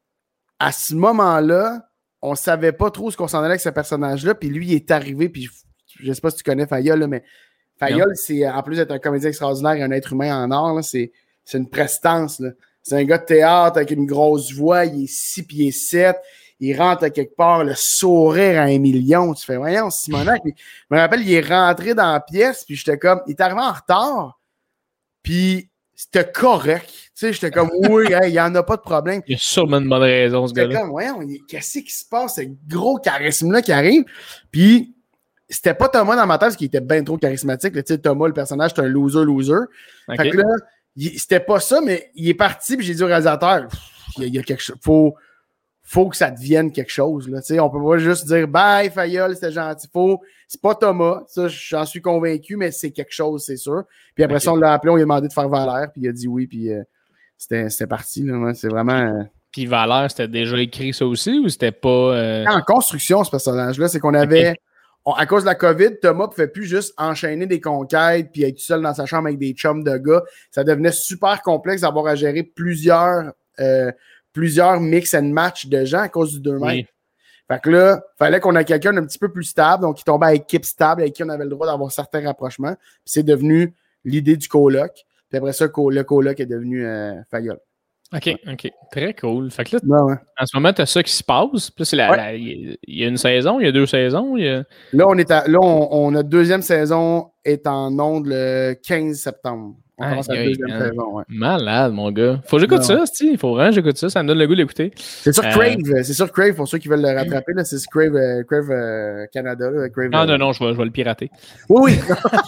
à ce moment-là, on savait pas trop ce qu'on s'en allait avec ce personnage-là, puis lui, il est arrivé, puis je, je sais pas si tu connais Fayol, là, mais Fayol, c'est, en plus d'être un comédien extraordinaire et un être humain en or, là, c'est, c'est une prestance. Là. C'est un gars de théâtre avec une grosse voix, il est six pieds sept, il rentre à quelque part, le sourire à un million. Tu fais, voyons, Simonac. Puis, je me rappelle, il est rentré dans la pièce, puis j'étais comme, il est arrivé en retard, puis c'était correct. Tu sais, j'étais comme, oui, il n'y en a pas de problème. Il y a sûrement une bonne raison, ce J'étais gars-là. comme, voyons, il- qu'est-ce qui se passe, ce gros charisme-là qui arrive? Puis, c'était pas Thomas dans ma tête, parce qu'il était bien trop charismatique. là. Tu sais, Thomas, le personnage, c'est un loser-loser. OK. Fait que là, il- c'était pas ça, mais il est parti, puis j'ai dit au réalisateur, Pff, il y a, il y a quelque chose, faut, faut que ça devienne quelque chose. Là. Tu sais, on peut pas juste dire bye, Fayol, c'était gentil. Faut, c'est pas Thomas, ça, j'en suis convaincu, mais c'est quelque chose, c'est sûr. Puis après Ok. ça, on l'a appelé, on lui a demandé de faire Valère, puis il a dit oui, puis euh, c'était, c'était parti. Là, ouais, c'est vraiment. euh, Puis Valère, c'était déjà écrit ça aussi ou c'était pas. euh, en construction, ce personnage-là, c'est qu'on avait. Ok. on- à cause de la COVID, Thomas ne pouvait plus juste enchaîner des conquêtes puis être tout seul dans sa chambre avec des chums de gars. Ça devenait super complexe d'avoir à gérer plusieurs, euh, plusieurs mix and match de gens à cause du deux mètres. Oui. Fait que là, il fallait qu'on ait quelqu'un d'un petit peu plus stable, donc qui tombait à équipe stable, avec qui on avait le droit d'avoir certains rapprochements. Puis c'est devenu l'idée du coloc. Puis après ça, le coloc est devenu euh, Fayol. OK, OK. Très cool. Fait que là, Ouais, ouais. en ce moment, tu as ça qui se passe. Puis là, c'est la, Ouais. la- il y a une saison, il y a deux saisons. il y a- Là, on est à, là, on, on- notre deuxième saison est en ondes le quinze septembre. On Aïe, commence la aïe, deuxième hein. saison, ouais. Malade, mon gars. Faut que j'écoute Ouais. ça, c'ti. Il faut vraiment que j'écoute ça. Ça me donne le goût d'écouter. C'est sur Euh, Crave, c'est sur Crave pour ceux qui veulent le rattraper. Là, c'est sur Crave, euh, Crave euh, Canada. Là, Crave, Non, euh, non, non, je vais, je vais le pirater. Oui, oui.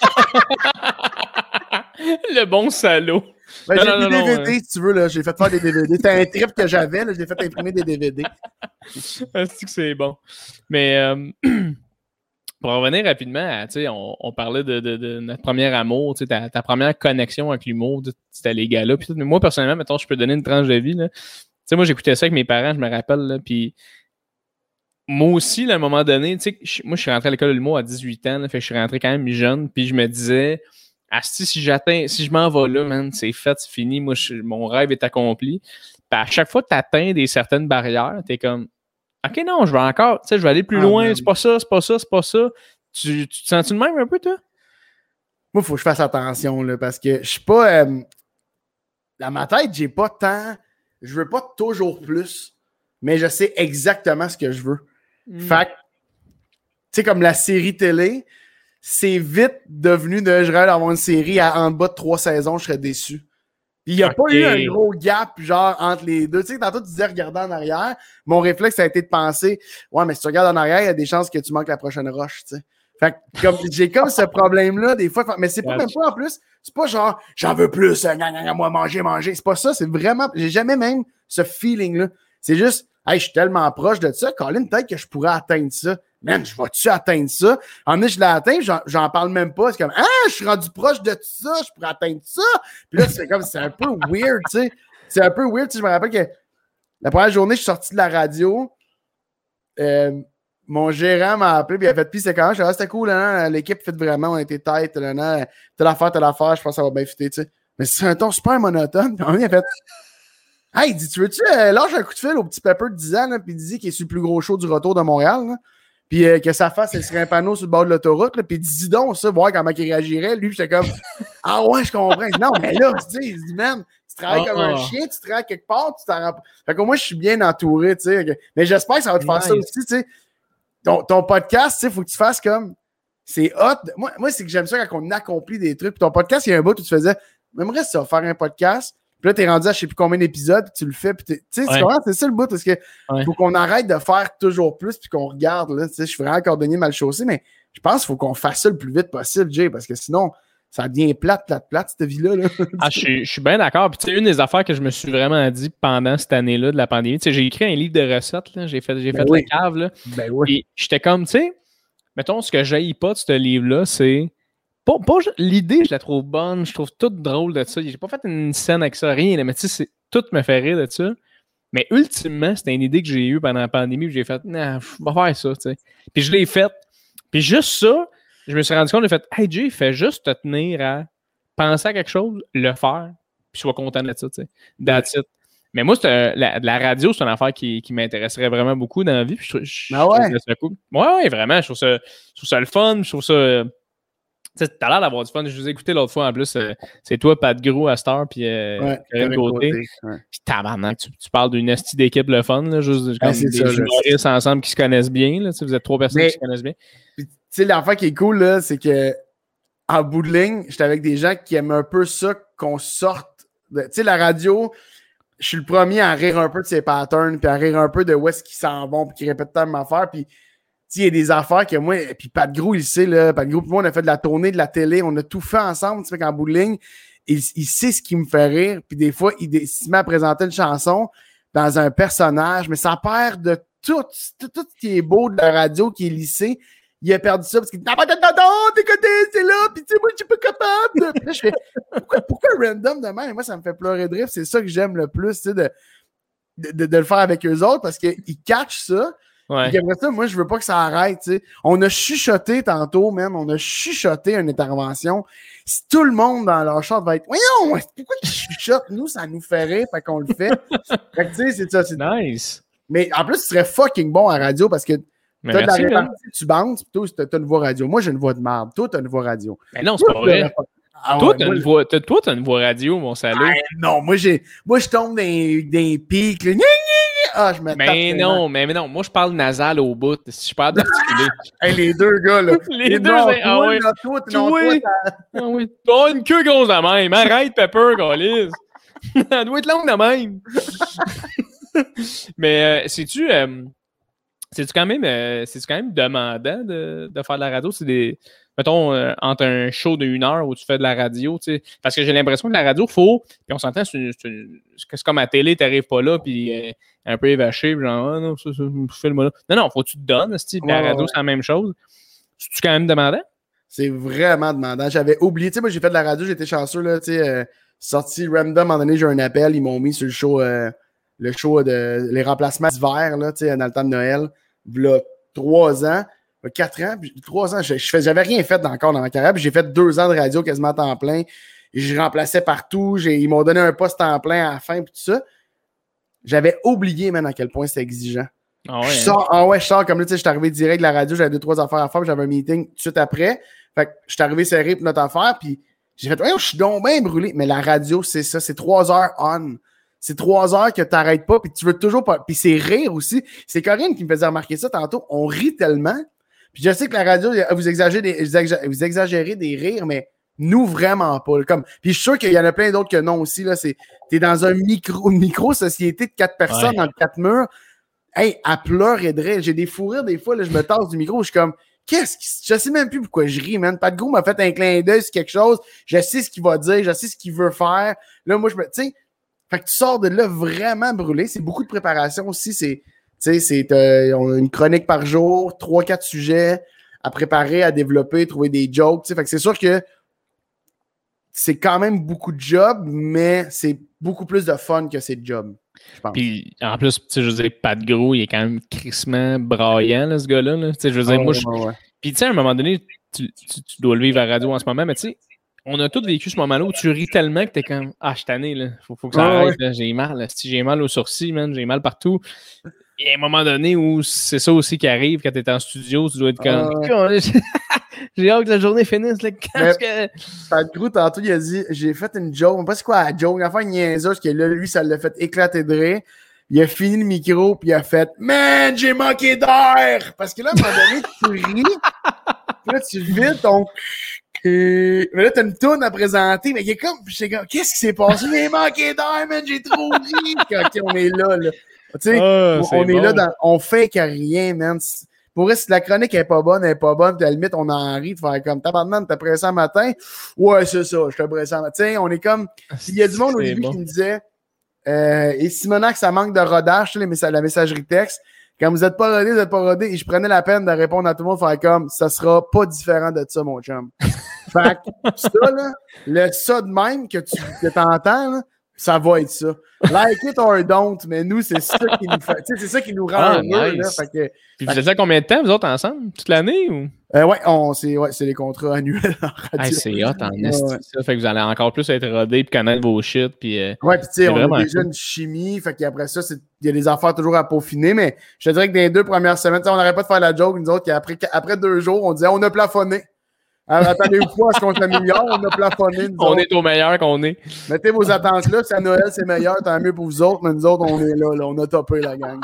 Le bon salaud. Ben, Non, j'ai non, des non, D V D, non, ouais. si tu veux. Là. J'ai fait faire des D V D. C'était un trip que j'avais. Là. J'ai fait imprimer des D V D. C'est que c'est bon. Mais, euh, pour revenir rapidement, à, on, on parlait de, de, de notre premier amour, ta, ta première connexion avec l'humour, c'était les gars-là. Puis mais moi, personnellement, mettons, je peux donner une tranche de vie. Là. Moi, j'écoutais ça avec mes parents, je me rappelle. Là, puis moi aussi, là, à un moment donné, moi, je suis rentré à l'école de l'humour à dix-huit ans, là, fait que je suis rentré quand même jeune. Puis je me disais, Asti, si j'atteins, si je m'en vais là, man, c'est fait, c'est fini. Moi, je, mon rêve est accompli. Puis à chaque fois que tu atteins des certaines barrières, t'es comme, OK, non, je vais encore, tu sais, je vais aller plus ah, loin. Man. C'est pas ça, c'est pas ça, c'est pas ça. Tu, tu te sens-tu de même un peu, toi? Moi, il faut que je fasse attention, là, parce que je suis pas. Euh, dans ma tête, j'ai pas tant. Je veux pas toujours plus, mais je sais exactement ce que je veux. Mm. Fait que, tu sais, comme la série télé, c'est vite devenu de je rêve d'avoir une série à en bas de trois saisons, je serais déçu. Puis il n'y a okay. pas eu un gros gap, genre, entre les deux. Tu sais, tantôt, tu disais regarder en arrière. Mon réflexe, ça a été de penser, ouais, mais si tu regardes en arrière, il y a des chances que tu manques la prochaine roche, tu sais. Fait que comme, j'ai comme ce problème-là, des fois. Mais c'est pas même pas en plus, c'est pas genre, j'en veux plus, euh, gna, gna, moi, manger, manger. C'est pas ça, c'est vraiment, j'ai jamais même ce feeling-là. C'est juste, hey, je suis tellement proche de ça, Colin, peut-être que je pourrais atteindre ça. Man, je vais-tu atteindre ça? En est, je l'ai atteint, j'en, j'en parle même pas. C'est comme, ah, je suis rendu proche de ça, je pourrais atteindre ça. Puis là, c'est comme, c'est un peu weird, tu sais. C'est un peu weird, tu sais. Je me rappelle que la première journée, je suis sorti de la radio. Euh, mon gérant m'a appelé, puis il a fait, puis c'est quand même, je dit, ah, c'était cool, là, là, l'équipe fait vraiment, on était tête, là, là, telle affaire, telle affaire, je pense que ça va bien fitter, tu sais. Mais c'est un ton super monotone. Puis il a fait, hey, il dit, tu veux-tu, euh, lâche un coup de fil au petit Pepper de dix ans, là, puis il dit qu'il est sur le plus gros show du retour de Montréal, là. Puis euh, que sa face, elle serait un panneau sur le bord de l'autoroute. Là, puis dis donc ça, voir comment il réagirait. Lui, j'étais comme, ah ouais, je comprends. Non, mais là, tu sais, il se dit, man, tu travailles oh, comme un chien, tu travailles quelque part, tu t'en rends. Fait que moi, je suis bien entouré, tu sais. Mais j'espère que ça va te nice. Faire ça aussi, tu sais. Ton, ton podcast, tu sais, il faut que tu fasses comme, c'est hot. Moi, moi c'est que j'aime ça quand on accomplit des trucs. Puis ton podcast, il y a un bout où tu faisais, j'aimerais ça, faire un podcast. Puis là, t'es rendu à je sais plus combien d'épisodes, puis tu le fais. Puis tu sais, ouais. C'est ça le bout, parce que ouais. faut qu'on arrête de faire toujours plus, puis qu'on regarde. Là, je suis vraiment cordonnier mal chaussé, mais je pense qu'il faut qu'on fasse ça le plus vite possible, Jay, parce que sinon, ça devient plate, plate, plate, cette vie-là. Là. Ah, je suis, je suis bien d'accord. Puis tu sais, une des affaires que je me suis vraiment dit pendant cette année-là de la pandémie, tu sais, j'ai écrit un livre de recettes, là, j'ai fait, j'ai ben fait oui. la cave, là. Ben oui. Et j'étais comme, tu sais, mettons, ce que j'haïs pas de ce livre-là, c'est. Pas, pas, l'idée, je la trouve bonne, je trouve tout drôle de ça. J'ai pas fait une scène avec ça, rien, mais tu sais, tout me fait rire de ça. Mais ultimement, c'était une idée que j'ai eue pendant la pandémie où j'ai fait, nah, je vais faire ça, tu sais. Puis je l'ai faite. Puis juste ça, je me suis rendu compte, j'ai fait, hey Jay, fais juste te tenir à penser à quelque chose, le faire, puis sois content de ça, tu sais. That's it. Mais moi, c'est, la, la radio, c'est une affaire qui, qui m'intéresserait vraiment beaucoup dans la vie. Puis je, je, ah ouais? je trouve ça cool. Ouais, ouais, vraiment. Je trouve ça, je trouve ça le fun, je trouve ça. Tu sais, t'as l'air d'avoir du fun. Je vous ai écouté l'autre fois en plus. Euh, c'est toi, Pat Gros, à Star, puis euh, ouais, Karine Gauthier. Ouais. Puis tabarnak, tu, tu parles d'une esti d'équipe le fun, là, juste ah, comme des humoristes ensemble qui se connaissent bien. Là, vous êtes trois personnes mais, qui se connaissent bien. Puis, tu sais, l'affaire qui est cool, là, c'est que en bout de ligne, j'étais avec des gens qui aiment un peu ça, qu'on sorte. Tu sais, la radio, je suis le premier à rire un peu de ses patterns, puis à rire un peu de où est-ce qu'ils s'en vont, puis qu'ils répètent tant de m'affaire, puis il y a des affaires que moi, puis Pat Gros, il sait, là, Pat Gros, puis moi, on a fait de la tournée, de la télé, on a tout fait ensemble, tu sais, qu'en bout de ligne, il, il sait ce qui me fait rire, puis des fois, il, il se met à présenter une chanson dans un personnage, mais ça perd de tout, tout, tout ce qui est beau de la radio, qui est lissé, il a perdu ça, parce qu'il dit, non, non, non, non, t'es côté, c'est là, puis tu sais, moi, je suis pas capable, puis là, je fais, pourquoi, pourquoi random de même? Moi, ça me fait pleurer de rire, c'est ça que j'aime le plus, tu sais, de, de, de, de le faire avec eux autres, parce qu'ils catchent ça. Ouais. Et après ça, moi, je veux pas que ça arrête, tu sais. On a chuchoté tantôt, même. On a chuchoté une intervention. Si tout le monde dans leur chat va être, voyons, pourquoi ils chuchotent? Nous, ça nous fait rire, fait qu'on le fait. Fait que, tu sais, c'est ça. C'est... Nice. Mais en plus, tu serais fucking bon à radio parce que mais t'as merci, de la répartie, tu bandes, toi, t'as une voix radio. Moi, j'ai une voix de merde. Toi, t'as une voix radio. Mais non, c'est toi, pas vrai. Ah, toi, ouais, t'as moi, une voix, t'as, toi, t'as une voix radio, mon salaud. Ah, non, moi, j'ai, moi, je tombe dans des pics, là. Ah, je me mais non, mais, mais non, moi je parle nasal au bout, si je parle d'articuler. Hey, les deux gars, là. les, les deux, non, c'est... Ah oui, toi, non, toi, ça... ah oui. T'as une queue grosse de même. Arrête, Pepper, Gaulis. Elle doit être longue de même. mais euh, sais-tu, euh, c'est-tu quand même, euh, c'est-tu quand même demandant de, de faire de la radio? C'est des... Mettons, euh, entre un show de une heure où tu fais de la radio, tu sais, parce que j'ai l'impression que la radio, faut, puis on s'entend, c'est, c'est, c'est comme à la télé, t'arrives pas là, puis euh, un peu évaché, puis genre, ah non, ça, ça, fais-le-moi là. Non, non, faut que tu te donnes, puis ouais, la radio, ouais. c'est la même chose. C'est-tu quand même demandant? C'est vraiment demandant. J'avais oublié, tu sais, moi j'ai fait de la radio, j'étais chanceux, là, tu sais, euh, sorti random, à un moment donné, j'ai un appel, ils m'ont mis sur le show, euh, le show de les remplacements d'hiver, là, tu sais, dans le temps de Noël, là, trois ans, quatre ans, puis trois ans, je, je fais, j'avais rien fait encore dans ma carrière, puis j'ai fait deux ans de radio quasiment à temps plein, et je remplaçais partout, j'ai, ils m'ont donné un poste temps plein à la fin, puis tout ça. J'avais oublié, man, à quel point c'était exigeant. Ah ouais, je hein? sors, ah ouais, je sors comme là, tu sais, je suis arrivé direct de la radio, j'avais deux, trois affaires à faire, puis j'avais un meeting tout de suite après. Fait que je suis arrivé serré pour notre affaire, puis j'ai fait, ouais, je suis donc bien brûlé. Mais la radio, c'est ça, c'est trois heures on. C'est trois heures que t'arrêtes pas, puis tu veux toujours pas. Puis c'est rire aussi. C'est Corinne qui me faisait remarquer ça tantôt. On rit tellement. Puis je sais que la radio, vous exagérez des, vous exagérez des rires, mais nous, vraiment pas. Comme, puis je suis sûr qu'il y en a plein d'autres que non aussi. Là, c'est, t'es dans un micro, une micro-société de quatre personnes, ouais, dans quatre murs. Hey, à pleurer de rire. J'ai des fous rires des fois, là, je me tasse du micro, je suis comme, qu'est-ce qui. Je sais même plus pourquoi je ris, man. Pat Gros m'a fait un clin d'œil sur quelque chose. Je sais ce qu'il va dire, je sais ce qu'il veut faire. Là, moi, je me. Tu sais, fait que tu sors de là vraiment brûlé. C'est beaucoup de préparation aussi. C'est, tu sais, c'est euh, on a une chronique par jour, trois, quatre sujets à préparer, à développer, trouver des jokes. Tu sais, fait que c'est sûr que c'est quand même beaucoup de job, mais c'est beaucoup plus de fun que c'est de job. Puis en plus, tu sais, je veux dire, Pat Gros, il est quand même crissement braillant, là, ce gars-là. Là. Tu sais, je veux dire, oh, moi, je... ouais, ouais. Puis tu sais, à un moment donné, tu, tu, tu dois le vivre à la radio en ce moment, mais tu sais, on a tous vécu ce moment-là où tu ris tellement que t'es comme, ah, je suis tanné, là. Faut, faut que ça oh, arrête, ouais. Là. J'ai mal, là. Si j'ai mal aux sourcils, man, j'ai mal partout. Il y a un moment donné où c'est ça aussi qui arrive quand t'es en studio, tu dois être comme, oh, ouais. J'ai hâte que la journée finisse. Là. Que... Pat Gros, tantôt, il a dit, j'ai fait une joke. Je sais pas c'est quoi la joke. Il a fait une niaiseuse, que là, lui, ça l'a fait éclater de rire. Il a fini le micro, puis il a fait « Man, j'ai manqué d'air! » Parce que là, à un moment donné, tu ris, puis là, tu vides ton... Mais là, t'as une toune à présenter, mais il est comme... J'étais comme, qu'est-ce qui s'est passé? J'ai manqué d'air, man, j'ai trop ri! OK, on est là, là. Tu sais, oh, on est bon. Là, dans... on fait qu'à rien, man. Pour vrai, si la chronique n'est pas bonne, elle n'est pas bonne, puis à la limite, on en rit de faire comme tabarnak, t'as pressé un matin. Ouais, c'est ça, je t'ai pressé un matin. Tu sais, on est comme. Il y a du monde au début bon. Qui me disait euh, et Simonac, ça manque de rodage, tu sais, les messa- la messagerie texte. Quand vous n'êtes pas rodé, vous n'êtes pas rodé. Et je prenais la peine de répondre à tout le monde, faire comme ça sera pas différent de ça, mon chum. Fait que ça, là, le ça de même que tu que t'entends, là, ça va être ça. Like it or don't, mais nous, c'est ça qui nous fait. Tu sais, c'est ça qui nous rend ah, heureux. Nice. Là, fait que, puis vous êtes là combien de temps, vous autres, ensemble? Toute l'année? Ou? Euh, ouais, on, c'est, ouais, c'est les contrats annuels en radio. Hey, c'est hot en esti, ouais, ouais. Ça. Fait que vous allez encore plus être rodés puis connaître vos shit. Puis, euh, ouais, puis tu sais, on a déjà cool. une chimie. Fait qu'après ça, il y a des affaires toujours à peaufiner. Mais je te dirais que dans les deux premières semaines, on n'arrête pas de faire la joke. Nous autres, qu'après après deux jours, on disait on a plafonné. Alors, attendez-vous pas à ce qu'on s'améliore, on a plafonné. On autres. est au meilleur qu'on est. Mettez vos attentes là, si à Noël c'est meilleur, tant mieux pour vous autres, mais nous autres, on est là, là on a topé la gang.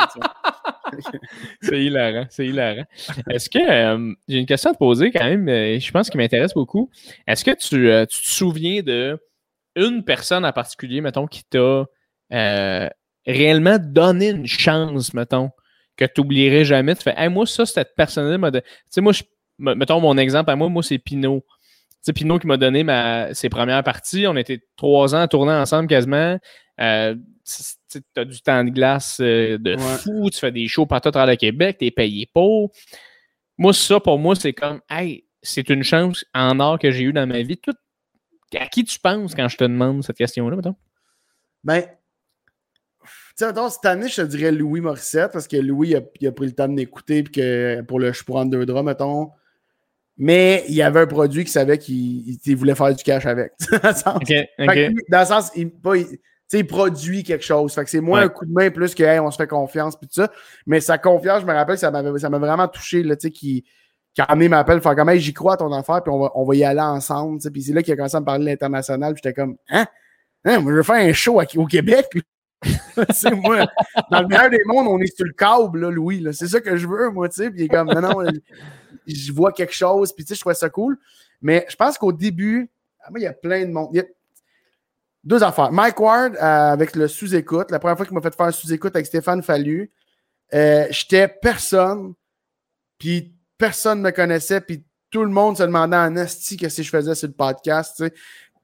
C'est hilarant, c'est hilarant. Est-ce que, euh, j'ai une question à te poser quand même, euh, je pense qu'il m'intéresse beaucoup. Est-ce que tu, euh, tu te souviens de une personne en particulier, mettons, qui t'a euh, réellement donné une chance, mettons, que tu n'oublierais jamais? Tu fais, hey, moi, ça, cette personne-là m'a donné. Tu sais, moi, je mettons mon exemple à moi, moi c'est Pinot. Tu sais, Pinot qui m'a donné ma, ses premières parties. On était trois ans à tourner ensemble quasiment. Euh, tu as du temps de glace euh, de ouais. fou. Tu fais des shows partout à travers le Québec. Tu es payé pour. Moi, ça, pour moi, c'est comme, hey, c'est une chance en or que j'ai eue dans ma vie. Tout, à qui tu penses quand je te demande cette question-là, mettons? Ben, tu sais, mettons, cette année, je te dirais Louis Morissette parce que Louis, il a, il a pris le temps de m'écouter puis que pour le Je prends deux draps, mettons. Mais il y avait un produit qu'il savait qu'il il, il voulait faire du cash avec. dans le sens, okay, okay. Que, dans le sens, il, pas, il, il produit quelque chose. Fait que c'est moins ouais. un coup de main plus que hey, on se fait confiance puis tout ça. Mais sa confiance, je me rappelle que ça m'avait, ça m'a vraiment touché, là, tu sais, qui quand Amé m'appelle, faire comme hey, j'y crois à ton affaire, puis on va, on va y aller ensemble. Puis c'est là qu'il a commencé à me parler de l'international, puis j'étais comme Hein? Hein? Moi, je veux faire un show à, au Québec. moi, dans le meilleur des mondes, on est sur le câble, là, Louis. Là. C'est ça que je veux, moi, tu sais. Puis il est comme non, non. Je vois quelque chose, puis tu sais, je trouvais ça cool. Mais je pense qu'au début, moi, il y a plein de monde. Il y a deux affaires. Mike Ward, euh, avec le sous-écoute, la première fois qu'il m'a fait faire un sous-écoute avec Stéphane Fallu, euh, j'étais personne, puis personne ne me connaissait, puis tout le monde se demandait en esti que si je faisais sur le podcast, tu sais.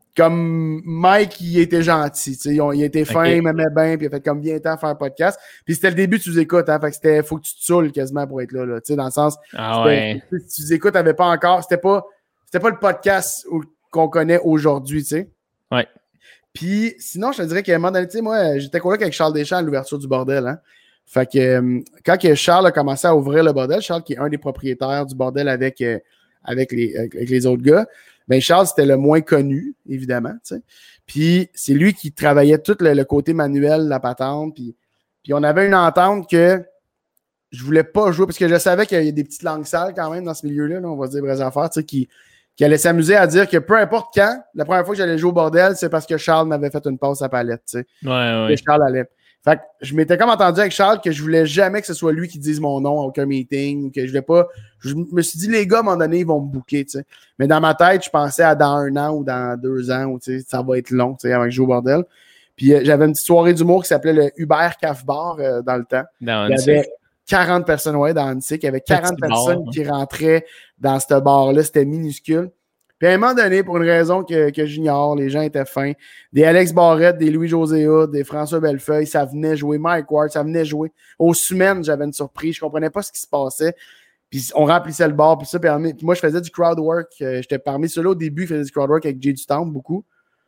comme Mike, il était gentil, tu sais, il, il était fin, okay. Il m'aimait bien, puis il a fait comme bien temps faire un podcast. Puis c'était le début de sous-écoute, hein, fait que c'était, faut que tu te saoules quasiment pour être là, là, tu sais, dans le sens, ah ouais. Si sous-écoute t'avais pas encore, c'était pas, c'était pas le podcast où, qu'on connaît aujourd'hui, tu sais. Ouais. Puis sinon, je te dirais qu'à un moment donné, tu sais, moi, j'étais coloc avec Charles Deschamps à l'ouverture du bordel, hein. Fait que euh, quand que Charles a commencé à ouvrir le bordel, Charles qui est un des propriétaires du bordel avec, euh, avec, les, avec les autres gars, ben Charles, c'était le moins connu, évidemment, tu sais. Puis c'est lui qui travaillait tout le, le côté manuel de la patente. Puis, puis on avait une entente que je voulais pas jouer parce que je savais qu'il y a des petites langues sales quand même dans ce milieu-là, là, on va se dire vraies affaires, tu sais, qui, qui allaient s'amuser à dire que peu importe quand, la première fois que j'allais jouer au bordel, c'est parce que Charles m'avait fait une passe à palette, tu sais. Ouais, ouais. Et Charles allait. Fait que je m'étais comme entendu avec Charles que je voulais jamais que ce soit lui qui dise mon nom à aucun meeting, que je voulais pas. Je me suis dit, les gars, à un moment donné, ils vont me booker, tu sais. Mais dans ma tête, je pensais à dans un an ou dans deux ans, où, tu sais, ça va être long, tu sais, avant que je joue au bordel. Puis euh, j'avais une petite soirée d'humour qui s'appelait le Hubert Caf Bar euh, dans le temps. Dans il y avait quarante personnes, ouais, dans Annecy. Il y avait quarante Petit personnes bar, qui hein. rentraient dans ce bar-là. C'était minuscule. Puis à un moment donné, pour une raison que, que j'ignore, les gens étaient fins. Des Alex Barrette, des Louis-José Hood, des François Bellefeuille, ça venait jouer. Mike Ward, ça venait jouer. Aux semaines, j'avais une surprise. Je comprenais pas ce qui se passait. Puis on remplissait le bar. Puis ça, puis moi, je faisais du crowd work. Euh, J'étais parmi ceux-là au début, je faisais du crowd work avec Jay Dutamp, beaucoup.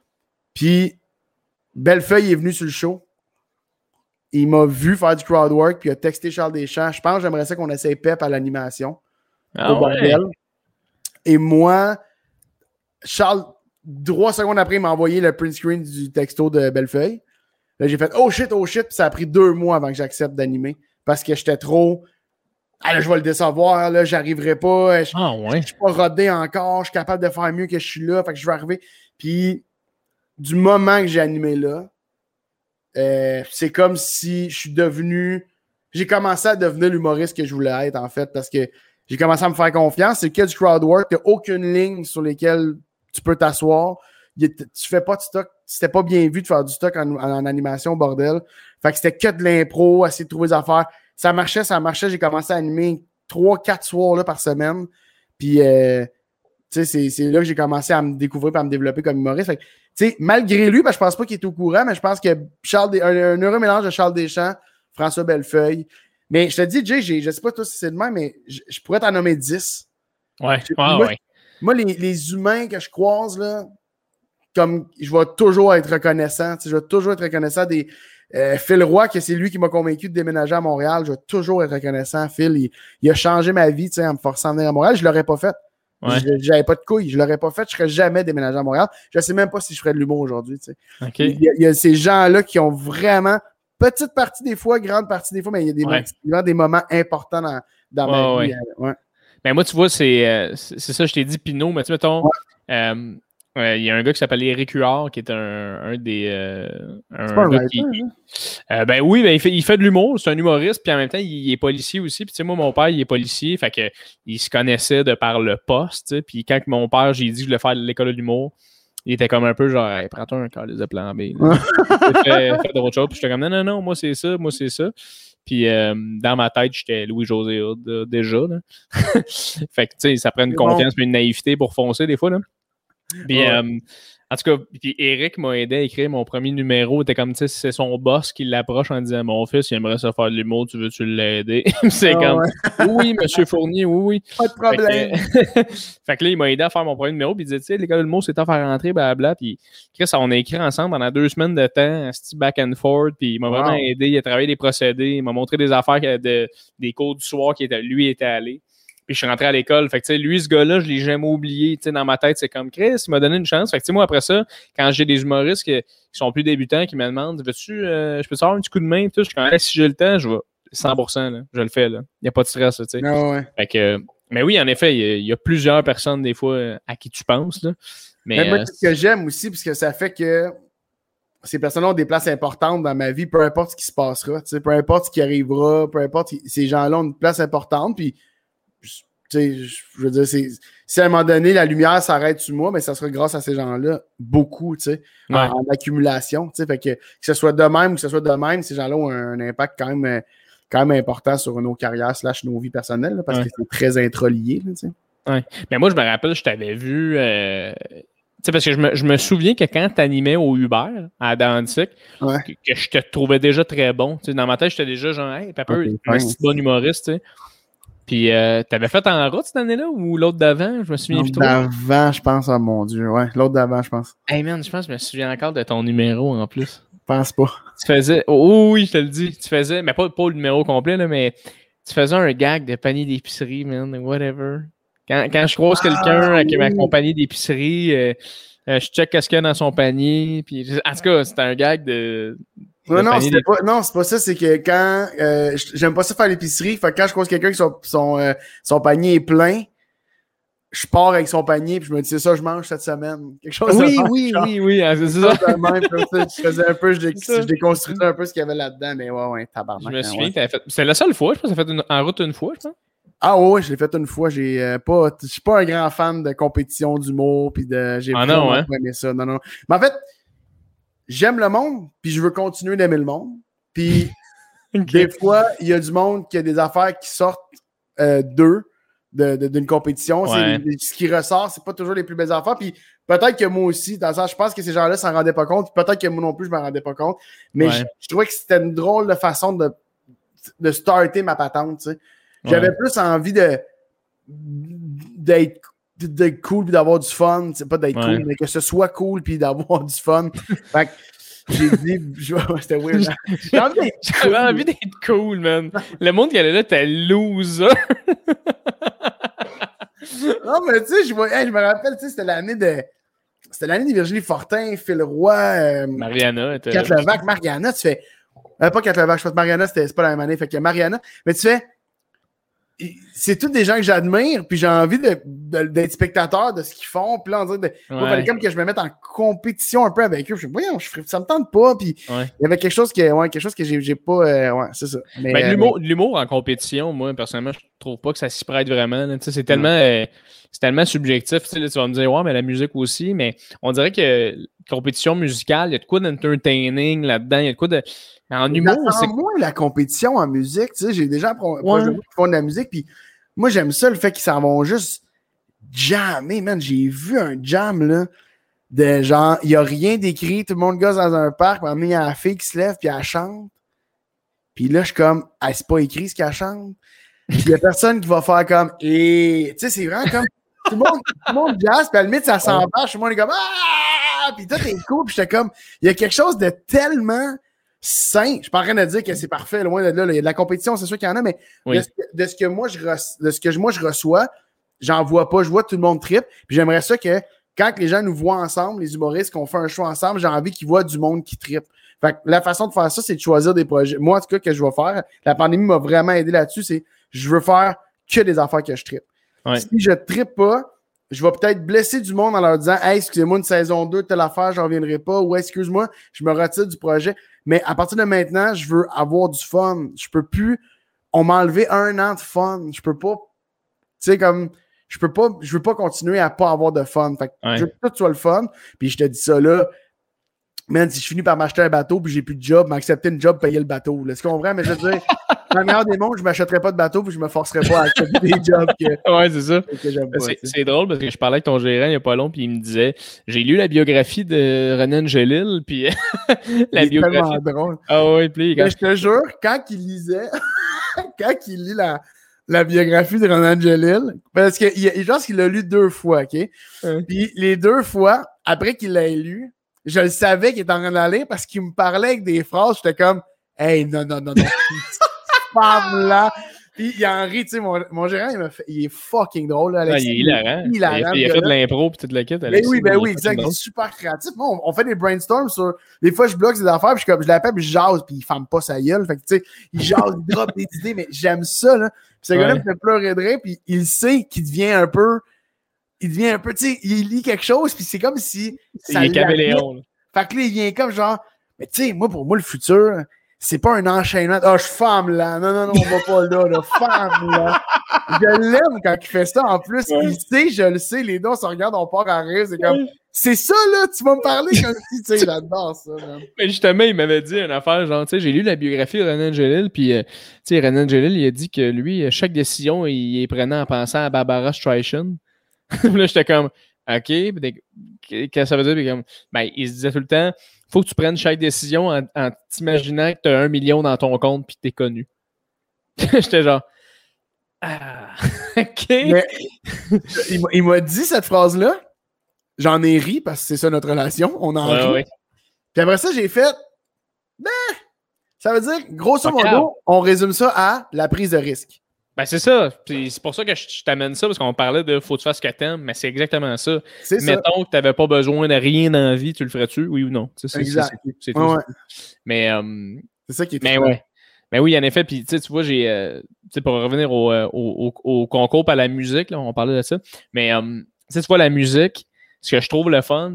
Puis Bellefeuille est venu sur le show. Il m'a vu faire du crowd work, puis il a texté Charles Deschamps. Je pense que j'aimerais ça qu'on essaye Pep à l'animation. Ah au bordel. Ouais. Et moi... Charles, trois secondes après, il m'a envoyé le print screen du texto de Bellefeuille. Là, j'ai fait « Oh shit, oh shit », puis ça a pris deux mois avant que j'accepte d'animer parce que j'étais trop « Ah là, je vais le décevoir, là, j'arriverai pas, je ah, ouais. je suis pas rodé encore, je suis capable de faire mieux que je suis là, fait que je vais arriver. » Puis, du moment que j'ai animé là, euh, c'est comme si je suis devenu... J'ai commencé à devenir l'humoriste que je voulais être, en fait, parce que j'ai commencé à me faire confiance. C'est que du crowd work, t'as aucune ligne sur lesquelles tu peux t'asseoir. Tu fais pas de stock. C'était pas bien vu de faire du stock en, en, en animation, bordel. Fait que c'était que de l'impro, essayer de trouver des affaires. Ça marchait, ça marchait. J'ai commencé à animer trois, quatre soirs là, par semaine. Puis, euh, tu sais, c'est là que j'ai commencé à me découvrir et à me développer comme humoriste. Fait que, tu sais, malgré lui, ben, je pense pas qu'il est au courant, mais je pense que Charles, un, un heureux mélange de Charles Deschamps, François Bellefeuille. Mais je te dis, Jay, je sais pas toi si c'est de même, mais je, je pourrais t'en nommer dix. Ouais, ouais, moi, ouais. Moi, les, les humains que je croise, là, comme je vais toujours être reconnaissant. Je vais toujours être reconnaissant des. Euh, Phil Roy, que c'est lui qui m'a convaincu de déménager à Montréal. Je vais toujours être reconnaissant. Phil, il, il a changé ma vie en me forçant à venir à Montréal. Je ne l'aurais pas fait. Ouais. J'avais pas de couilles. Je ne l'aurais pas fait. Je ne serais jamais déménagé à Montréal. Je ne sais même pas si je ferais de l'humour aujourd'hui. Okay. Il, il y a ces gens-là qui ont vraiment. Petite partie des fois, grande partie des fois, mais il y a des, ouais. moments, des moments importants dans, dans ouais, ma ouais. vie. Euh, ouais. Ben moi, tu vois, c'est euh, ça, je t'ai dit Pinot, mais tu mettons, ouais. euh, euh, il y a un gars qui s'appelle Éric Huard, qui est un, un des. Euh, un c'est pas un gars writer, qui, euh, ben oui, ben il, fait, il fait de l'humour, c'est un humoriste, puis en même temps, il, il est policier aussi. Puis tu sais, moi, mon père, il est policier, fait que il se connaissait de par le poste. Puis quand mon père, j'ai dit que je voulais faire l'école de l'humour, il était comme un peu genre, hey, prends-toi un calice de plan B. Fais, fais d'autres choses. Puis j'étais comme, non, non, non, moi c'est ça, moi c'est ça. Puis euh, dans ma tête, j'étais Louis-José Hood euh, déjà. Là. Fait que tu sais, ça prend une confiance et une naïveté pour foncer des fois. Là. Puis ouais. euh, en tout cas, puis Eric m'a aidé à écrire mon premier numéro. C'était comme, tu sais, c'est son boss qui l'approche en disant, mon fils, il aimerait ça faire de l'humour, tu veux-tu l'aider? C'est ah, comme, ouais. oui, monsieur Fournier, oui, oui. Pas de problème. Fait que, fait que là, il m'a aidé à faire mon premier numéro, puis il disait, tu sais, l'école de l'humour, c'est à faire rentrer, blablabla. Puis Chris, on a écrit ensemble pendant deux semaines de temps, un back and forth, puis il m'a wow. vraiment aidé, il a travaillé des procédés, il m'a montré des affaires, de, des cours du soir qui était, lui était allé. Puis je suis rentré à l'école. Fait que, tu sais, lui, ce gars-là, je l'ai jamais oublié. Tu sais, dans ma tête, c'est comme Chris, il m'a donné une chance. Fait que, tu sais, moi, après ça, quand j'ai des humoristes qui, qui sont plus débutants, qui me demandent, veux-tu, euh, je peux te faire un petit coup de main? Tout, je suis quand même, si j'ai le temps, je vais cent pour cent, là, je le fais, là. Il n'y a pas de stress, tu sais. No, ouais. Fait que, mais oui, en effet, il y, a, il y a plusieurs personnes, des fois, à qui tu penses, là. Mais, mais moi, euh, ce que j'aime aussi, parce que ça fait que ces personnes ont des places importantes dans ma vie, peu importe ce qui se passera, tu sais, peu importe ce qui arrivera, peu importe, ces gens-là ont une place importante, puis je veux dire, c'est, si à un moment donné, la lumière s'arrête sur moi, mais ça sera grâce à ces gens-là, beaucoup, tu sais, ouais. en, en accumulation, tu sais, fait que, que ce soit de même ou que ce soit de même, ces gens-là ont un, un impact quand même, quand même important sur nos carrières slash nos vies personnelles, là, parce ouais. que c'est très introlié, tu sais. Ouais. Mais moi, je me rappelle, je t'avais vu, euh, sais, parce que je me, je me souviens que quand t'animais au Uber, à Dantic, Ouais. que, que je te trouvais déjà très bon. Tu sais, dans ma tête, j'étais déjà genre, hey, Pepper, Okay, un petit bon humoriste, tu sais. Puis, euh, t'avais fait en route cette année-là ou l'autre d'avant? Je me souviens plus L'autre trop. d'avant, je pense, oh mon Dieu. Ouais, l'autre d'avant, je pense. Hey man, je pense que je me souviens encore de ton numéro en plus. Je pense pas. Tu faisais. Oh oui, je te le dis. Tu faisais. Mais pas, pas le numéro complet, là, mais tu faisais un gag de panier d'épicerie, man. Whatever. Quand, quand je croise ah, quelqu'un oui. qui m'a compagnie d'épicerie, euh, euh, je check qu'est-ce qu'il y a dans son panier. Puis, en tout cas, c'était un gag de. Non, non, c'est pas, non, c'est pas ça, c'est que quand euh, j'aime pas ça faire l'épicerie, fait que quand je croise quelqu'un qui son, son, euh, son panier est plein, je pars avec son panier puis je me dis c'est ça je mange cette semaine. Quelque chose oui, de même, oui, genre, oui, oui, oui, c'est ça. Même, je faisais un peu, je, dé, je déconstruisais un peu ce qu'il y avait là-dedans, mais ouais, ouais, tabarnak. Je me souviens ouais. que t'avais fait. C'est la seule fois, je pense que t'as fait une, en route une fois, je pense. Ah ouais, je l'ai fait une fois. J'ai euh, pas. Je suis pas un grand fan de compétition d'humour puis de. J'ai ah vraiment non, hein? pas aimé ça. Non, non. Mais en fait, j'aime le monde, puis je veux continuer d'aimer le monde. Puis okay. Des fois, il y a du monde qui a des affaires qui sortent euh, d'eux, de, de, d'une compétition. Ouais. C'est, ce qui ressort, c'est pas toujours les plus belles affaires. Puis peut-être que moi aussi, dans le sens, je pense que ces gens-là s'en rendaient pas compte. Peut-être que moi non plus, je m'en rendais pas compte. Mais ouais. je, je trouvais que c'était une drôle de façon de, de starter ma patente, tu sais. J'avais ouais. plus envie de d'être, d'être cool puis d'avoir du fun. C'est pas d'être ouais. cool, mais que ce soit cool puis d'avoir du fun. Fait que j'ai dit, je, c'était weird. J'ai envie d'être cool. J'avais envie d'être cool, man. Le monde qui allait là, t'es loser. Non, mais tu sais, je, hey, je me rappelle, tu sais, c'était l'année de. C'était l'année de Virginie Fortin, Phil Roy, euh, Mariana. Kat Levac, Mariana, tu fais. Euh, pas Kat Levac, je pense que Mariana, c'était, c'est pas la même année, fait que Mariana. Mais tu fais. C'est tous des gens que j'admire, puis j'ai envie de, de, d'être spectateur de ce qu'ils font. Puis là, on dirait, de, il ouais. fallait comme que je me mette en compétition un peu avec eux. Je me voyons, je, ça me tente pas. Puis ouais. il y avait quelque chose, que, ouais, quelque chose que j'ai, j'ai pas. Euh, ouais, c'est ça. Mais, ben, l'humour, mais... l'humour en compétition, moi, personnellement, je trouve pas que ça s'y prête vraiment. Là. C'est tellement. Euh, c'est tellement subjectif. Là, tu vas me dire, ouais, mais la musique aussi. Mais on dirait que compétition musicale, il y a de quoi d'entertaining là-dedans. Il y a de quoi de. En humour, c'est moins la compétition en musique, tu sais, j'ai déjà proche ouais. de moi qui font de la musique, puis moi j'aime ça le fait qu'ils s'en vont juste jammer, man. J'ai vu un jam là de genre, il n'y a rien d'écrit, tout le monde gosse dans un parc, puis il y a la fille qui se lève puis elle chante. Puis là je suis comme, ah, c'est pas écrit ce qu'elle chante. Puis il y a personne qui va faire comme, et tu sais, c'est vraiment comme tout le monde, tout le monde jazz, puis à la limite ça s'embâche, tout le monde est comme ah, puis tout est cool, puis j'étais comme, il y a quelque chose de tellement sain. Je suis pas en train de dire que c'est parfait, loin de là. Il y a de la compétition, c'est sûr qu'il y en a, mais oui. de, ce que, de ce que moi je re, de ce que moi je reçois, j'en vois pas. Je vois tout le monde trip. Puis j'aimerais ça que quand les gens nous voient ensemble, les humoristes, qu'on fait un show ensemble, j'ai envie qu'ils voient du monde qui trippe. Fait que la façon de faire ça, c'est de choisir des projets. Moi, en tout cas, que je vais faire, la pandémie m'a vraiment aidé là-dessus, c'est je veux faire que des affaires que je trippe. Ouais. Si je trippe pas, je vais peut-être blesser du monde en leur disant « Hey, excusez-moi, une saison deux, telle affaire, j'en reviendrai pas. » ou « Excuse-moi, je me retire du projet. » Mais à partir de maintenant, je veux avoir du fun. Je peux plus... On m'a enlevé un an de fun. Je peux pas... Tu sais, comme... Je peux pas... Je veux pas continuer à pas avoir de fun. Fait que ouais. je veux que tout soit le fun. Puis je te dis ça là... Man, si je finis par m'acheter un bateau puis j'ai plus de job, m'accepter une job, payer le bateau. Là, c'est comprends? Mais je veux dire, dans le meilleur des mondes, je m'achèterais pas de bateau puis je me forcerais pas à accepter des jobs que, ouais, c'est ça. que j'aime pas. C'est, c'est drôle parce que je parlais avec ton gérant il y a pas long puis il me disait j'ai lu la biographie de René Angelil puis la il biographie. C'est tellement drôle. Ah ouais, puis quand... je te jure, quand il lisait, quand il lit la, la biographie de René Angelil, parce que je pense qu'il l'a lu deux fois, OK? Hein. Puis les deux fois, après qu'il l'ait lu, je le savais qu'il était en train d'aller parce qu'il me parlait avec des phrases. J'étais comme, hey, non, non, non, non, femme-là. Puis il en rit, tu sais, mon, mon gérant, il, m'a fait, il est fucking drôle, là, Alexis. Ah, il est hilarant. Il, hilarant, il, il a fait de l'impro puis toute la kit, Alexis. Ben oui, ben oui, exact. Il est super créatif. Moi, on, on fait des brainstorms sur. Des fois, je bloque ses affaires, puis je, comme, je l'appelle, puis je jase, puis il ferme pas sa gueule. Fait que, tu sais, il jase, il drop des idées, mais j'aime ça, là. Puis ce gars-là me fait pleurer de rire, puis il sait qu'il devient un peu. Il devient un peu, tu sais, il lit quelque chose, puis c'est comme si. Ça il est caméléon. Fait que là, il vient comme genre, mais tu sais, moi, pour moi, le futur, c'est pas un enchaînement. Ah, oh, je femme là. Non, non, non, on va pas là, là. Femme là. Je l'aime quand il fait ça. En plus, ouais. il sait, je le sais, les deux, on se regarde, on part à rire. C'est comme, c'est ça, là, tu vas me parler comme si, tu sais, j'adore ça, man. Mais justement, il m'avait dit une affaire, genre, tu sais, j'ai lu la biographie de René Angelil, puis, euh, tu sais, René Angelil, il a dit que lui, chaque décision, il, il prenait en pensant à Barbara Streisand. Là, j'étais comme, OK, qu'est-ce que ça veut dire? Puis comme, ben, il se disait tout le temps, faut que tu prennes chaque décision en, en t'imaginant que tu as un million dans ton compte puis que t'es connu. J'étais genre, ah, OK. Mais, il m'a dit cette phrase-là, j'en ai ri parce que c'est ça notre relation, on en ouais, rit. Ouais. Puis après ça, j'ai fait, ben, ça veut dire, grosso modo, on résume ça à la prise de risque. Ben, c'est ça. Puis c'est pour ça que je, je t'amène ça, parce qu'on parlait de faut que tu fasses ce que t'aimes, mais c'est exactement ça. C'est Mettons ça. que t'avais pas besoin de rien dans la vie, tu le ferais-tu, oui ou non? C'est, c'est, exact. C'est, c'est, c'est tout. Ouais. Mais, euh, c'est ça qui est mais tout. ouais. Mais oui, en effet, puis tu vois, j'ai, euh, pour revenir au, au, au, au concours à la musique, là, on parlait de ça, mais euh, tu vois, la musique, ce que je trouve le fun,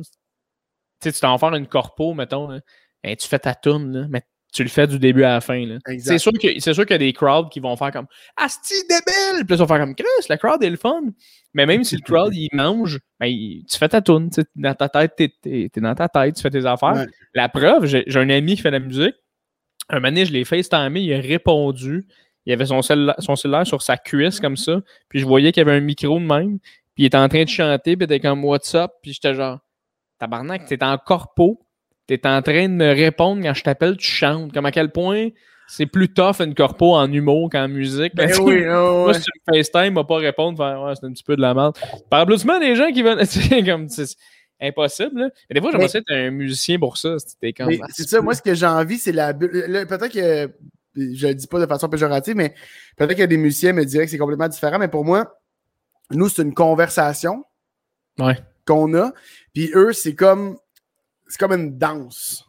tu t'en vas faire une corpo, mettons, là, ben, tu fais ta tourne, là, mais tu le fais du début à la fin. Là. C'est, sûr que, c'est sûr qu'il y a des crowds qui vont faire comme « Asti débile! » Puis là, ils vont faire comme « Chris, le crowd est le fun! » Mais même si le crowd, il mange, ben, il, tu fais ta tourne, dans ta tête, t'es, t'es, t'es dans ta tête, tu fais tes affaires. Ouais. La preuve, j'ai, j'ai un ami qui fait de la musique. Un moment donné, je l'ai FaceTimé, il a répondu. Il avait son, cellula- son cellulaire sur sa cuisse comme ça. Puis je voyais qu'il y avait un micro de même. Puis il était en train de chanter, puis il était comme « What's up? » Puis j'étais genre « Tabarnak, t'es en corpo. » T'es en train de me répondre quand je t'appelle, tu chantes. Comme à quel point c'est plus tough une corpo en humour qu'en musique. Ben oui, oh, moi, ouais. si tu me FaceTime, va pas répondre, faire, ouais, c'est un petit peu de la merde. Par applaudissement des gens qui veulent. C'est comme c'est impossible. Là. Mais des fois, j'aimerais être un musicien pour ça. C'était comme, mais c'est ça, moi, ce que j'ai envie, c'est la bulle. Peut-être que je le dis pas de façon péjorative, mais peut-être qu'il y a des musiciens me diraient que c'est complètement différent. Mais pour moi, nous, c'est une conversation ouais. qu'on a. Puis eux, c'est comme. C'est comme une danse.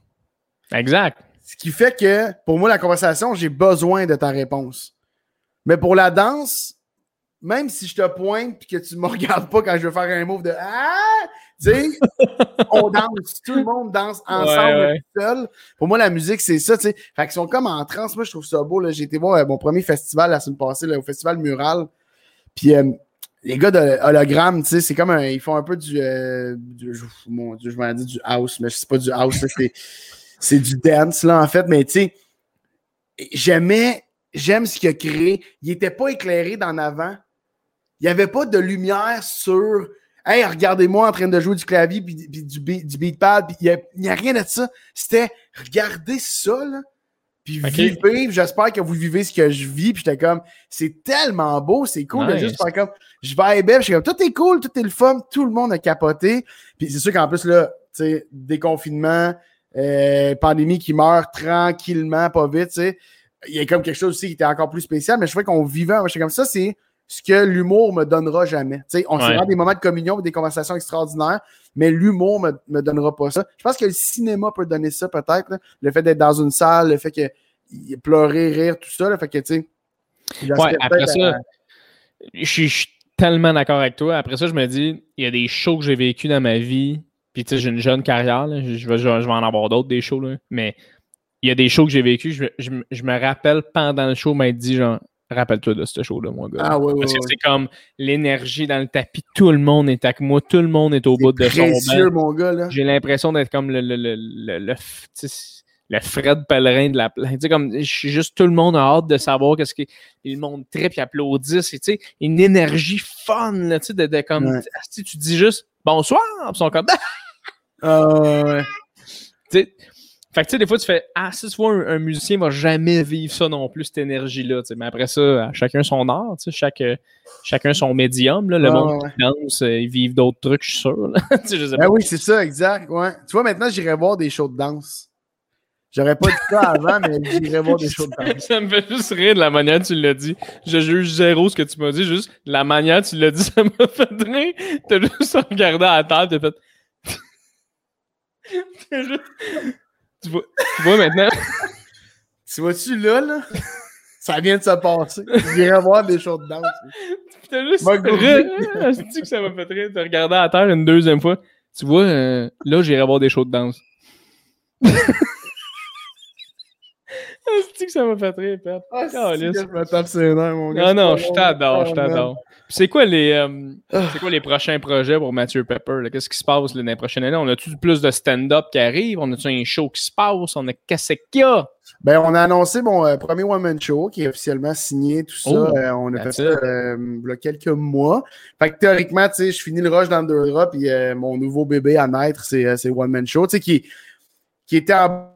Exact. Ce qui fait que, pour moi, la conversation, j'ai besoin de ta réponse. Mais pour la danse, même si je te pointe et que tu ne me regardes pas quand je veux faire un move de « Ah! » Tu sais, on danse. Tout le monde danse ensemble, ouais, ouais. tout seul. Pour moi, la musique, c'est ça, tu sais. Fait qu'ils sont comme en transe. Moi, je trouve ça beau. Là. J'ai été voir euh, mon premier festival la semaine passée, là, au Festival Mural. Puis... Euh, les gars de hologramme, tu sais, c'est comme un, ils font un peu du, euh, du mon Dieu, je m'en dis du house, mais c'est pas du house, là, c'est, c'est du dance, là, en fait, mais tu sais, j'aimais, j'aime ce qu'il a créé. Il était pas éclairé d'en avant. Il n'y avait pas de lumière sur, hey, regardez-moi en train de jouer du clavier puis, puis du, beat, du beatpad, puis il n'y a, a rien de ça. C'était, regardez ça, là. Puis okay. vivez, j'espère que vous vivez ce que je vis. Puis j'étais comme, c'est tellement beau, c'est cool nice. De juste faire comme, je vais belle, je suis comme, tout est cool, tout est le fun, tout le monde a capoté. Puis c'est sûr qu'en plus, là, tu sais, déconfinement, euh, pandémie qui meurt tranquillement, pas vite, tu sais. Il y a comme quelque chose aussi qui était encore plus spécial, mais je trouvais qu'on vivait, moi, j'étais comme ça, c'est ce que l'humour me donnera jamais. Tu sais, on ouais. s'est vraiment des moments de communion, des conversations extraordinaires, mais l'humour me, me donnera pas ça. Je pense que le cinéma peut donner ça peut-être, là. Le fait d'être dans une salle, le fait que pleurer, rire, tout ça, là, fait que tu sais. Ouais, après ça, à... je suis tellement d'accord avec toi. Après ça, je me dis, il y a des shows que j'ai vécu dans ma vie, puis tu sais, j'ai une jeune carrière, là. Je, je, vais, je vais en avoir d'autres des shows, là. Mais il y a des shows que j'ai vécu, je, je, je me rappelle pendant le show m'être dit genre, rappelle-toi de ce show-là, mon gars. Ah, ouais, Parce ouais, que ouais. c'est comme l'énergie dans le tapis, tout le monde est avec moi, tout le monde est au c'est bout de son bain. Mon gars, là. J'ai l'impression d'être comme le, le, le, le, le, le Fred Pellerin de la plaine. Tu sais, comme, je suis juste, tout le monde a hâte de savoir qu'est-ce que le monde tripe et applaudit. C'est, tu sais, une énergie fun, là, tu sais, de, de comme, ouais. tu, tu dis juste bonsoir, puis ils sont comme, ah, uh, ouais. Tu sais, fait que tu sais, des fois, tu fais ah, si tu vois, un, un musicien va jamais vivre ça non plus, cette énergie-là. Mais après ça, chacun son art, chaque, chacun son médium. Là, le ah, monde ouais. qui danse, ils vivent d'autres trucs, je suis sûr. Je sais ben pas. Oui, c'est ça, exact. Ouais. Tu vois, maintenant, j'irais voir des shows de danse. J'aurais pas dit ça avant, mais j'irais voir des shows de danse. Ça me fait juste rire de la manière dont tu l'as dit. Je juge zéro ce que tu m'as dit, juste la manière dont tu l'as dit, ça m'a fait rire. T'as juste regardé à la table, t'as fait. T'as juste. Tu vois, tu vois maintenant. Tu vois-tu là, là? Ça vient de se passer. J'irai voir des shows de danse. T'as juste je dis que ça m'a fait rire de regarder à terre une deuxième fois. Tu vois, euh, là, j'irai voir des shows de danse. C'est que ça m'a fait rire, Pep. Ah, Oh, c'est que je me tape ses nerfs, mon gars. Non, non, je t'adore, je Oh, t'adore. Puis c'est quoi les euh, c'est quoi les prochains projets pour Mathieu Pepper? Là? Qu'est-ce qui se passe là, dans les prochaines années? On a-tu plus de stand-up qui arrive? On a-tu un show qui se passe? On a qu'est-ce qu'il y a? Ben, on a annoncé mon euh, premier one-man show qui est officiellement signé, tout ça. Oh, Euh, on a fait that's ça it. euh, il y a quelques mois. Fait que théoriquement, tu sais, je finis le rush dans deux draps, puis euh, mon nouveau bébé à naître, c'est euh, c'est one-man show, tu sais, qui, qui était en.